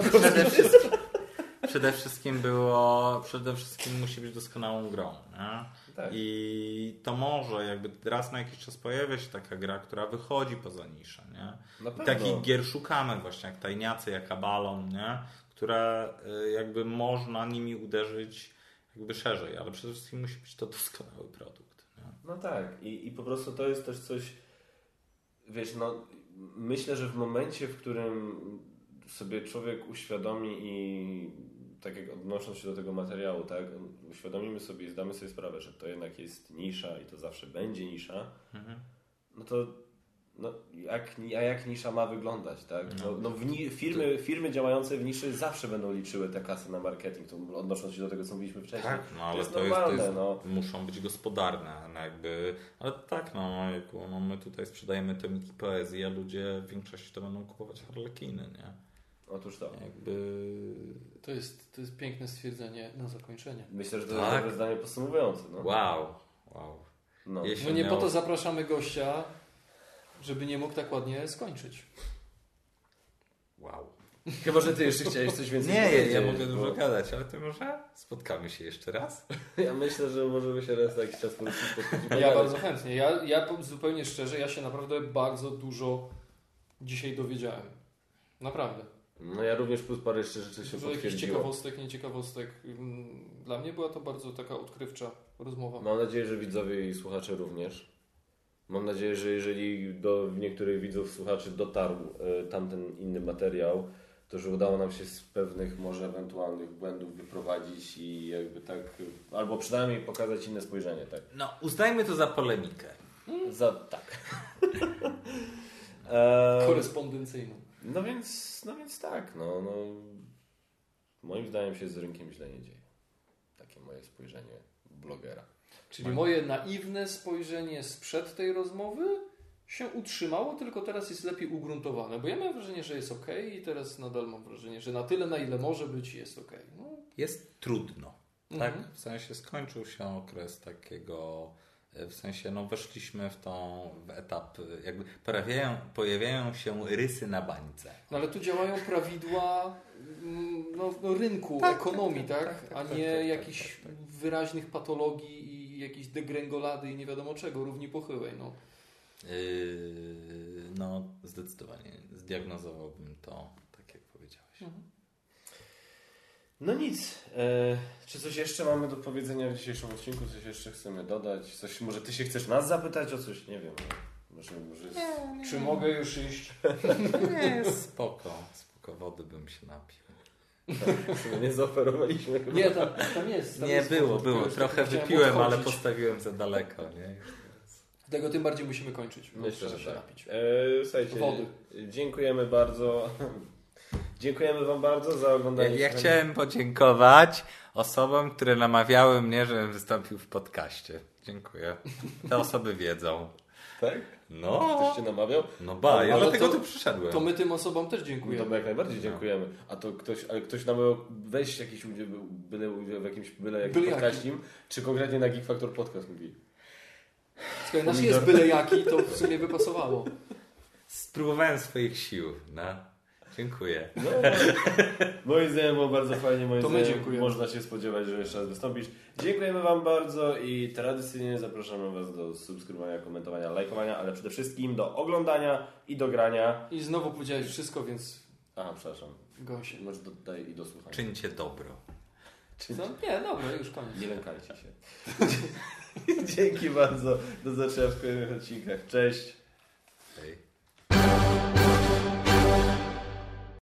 Przede wszystkim musi być doskonałą grą. Nie? Tak. I to może jakby raz na jakiś czas pojawia się taka gra, która wychodzi poza niszę. Nie? I takich gier szukamy właśnie, jak Tajniacy, jak Abalon, nie? które jakby można nimi uderzyć jakby szerzej, ale przede wszystkim musi być to doskonały produkt. Nie? No tak i po prostu to jest też coś, wiesz, no myślę, że w momencie, w którym sobie człowiek uświadomi i tak jak odnosząc się do tego materiału, tak, uświadomimy sobie i zdamy sobie sprawę, że to jednak jest nisza i to zawsze będzie nisza, no to jak nisza ma wyglądać, tak? Firmy działające w niszy zawsze będą liczyły te kasy na marketing, to odnosząc się do tego, co mówiliśmy wcześniej. Tak, no ale to jest normalne, muszą być gospodarne, no jakby, ale tak, no my tutaj sprzedajemy tomiki poezji, a ludzie w większości to będą kupować harlekiny, nie? Otóż to. Jakby... To jest piękne stwierdzenie na zakończenie. Myślę, że to jest dobre zdanie podsumowujące. No. Wow. No nie po to zapraszamy gościa, żeby nie mógł tak ładnie skończyć. Wow. Chyba, że ty jeszcze chciałeś coś więcej powiedzieć. Ja mogę dużo gadać, ale to może spotkamy się jeszcze raz? Ja myślę, że możemy się raz na jakiś czas po prostu spotkać. Ja bardzo chętnie. Ja zupełnie szczerze, ja się naprawdę bardzo dużo dzisiaj dowiedziałem. Naprawdę. No ja również plus parę jeszcze rzeczy się potwierdziło. Jakichś ciekawostek, nieciekawostek. Dla mnie była to bardzo taka odkrywcza rozmowa. Mam nadzieję, że widzowie i słuchacze również. Mam nadzieję, że jeżeli do niektórych widzów, słuchaczy dotarł tamten inny materiał, to że udało nam się z pewnych może ewentualnych błędów wyprowadzić i jakby tak, albo przynajmniej pokazać inne spojrzenie, tak? No, uznajmy to za polemikę. Tak. Korespondencyjną. No więc tak, no. Moim zdaniem się z rynkiem źle nie dzieje. Takie moje spojrzenie blogera. Czyli moje naiwne spojrzenie sprzed tej rozmowy się utrzymało, tylko teraz jest lepiej ugruntowane, bo ja mam wrażenie, że jest ok i teraz nadal mam wrażenie, że na tyle, na ile może być, jest ok. No. Jest trudno, tak? W sensie skończył się okres takiego, w sensie weszliśmy w etap, jakby pojawiają się rysy na bańce. No ale tu działają prawidła rynku, ekonomii, tak? A nie jakichś wyraźnych patologii i jakiejś degrengolady i nie wiadomo czego, równi pochyłej. No zdecydowanie zdiagnozowałbym to, tak jak powiedziałeś. No nic. Czy coś jeszcze mamy do powiedzenia w dzisiejszym odcinku? Coś jeszcze chcemy dodać? Coś, może ty się chcesz nas zapytać o coś? Nie wiem. Może nie. Czy mogę już iść? Nie, spoko. Wody bym się napił. Nie zaoferowaliśmy. Nie, tam jest. Nie, było. Trochę wypiłem, ale postawiłem za daleko. Nie? Tego tym bardziej musimy kończyć. Myślę, że się tak. napić. Słuchajcie, wody. Dziękujemy bardzo. Dziękujemy Wam bardzo za oglądanie. Ja chciałem podziękować osobom, które namawiały mnie, żebym wystąpił w podcaście. Dziękuję. Te osoby wiedzą. Tak? No. Ktoś Cię namawiał? No ja dlatego tu przyszedłem. To my tym osobom też dziękujemy. To my jak najbardziej dziękujemy. A to ktoś namawiał wejść jakiś w jakimś podcaściem, czy konkretnie na Geek Factor Podcast mówi? Skoro nasz jest byle jaki, to w sumie by pasowało. Spróbowałem swoich sił. Dziękuję. Moim zdaniem było bardzo fajnie. Moim zdaniem dziękujemy. Można się spodziewać, że jeszcze raz wystąpisz. Dziękujemy Wam bardzo i tradycyjnie zapraszamy Was do subskrybowania, komentowania, lajkowania, ale przede wszystkim do oglądania i do grania. I znowu powiedziałeś wszystko, więc... Aha, przepraszam. Gąsie. Może dodaj i do słuchania. Czyńcie dobro. Co? Nie, dobra, już koniec. Nie lękajcie się. Dzięki bardzo. Do zobaczenia w kolejnych odcinkach. Cześć.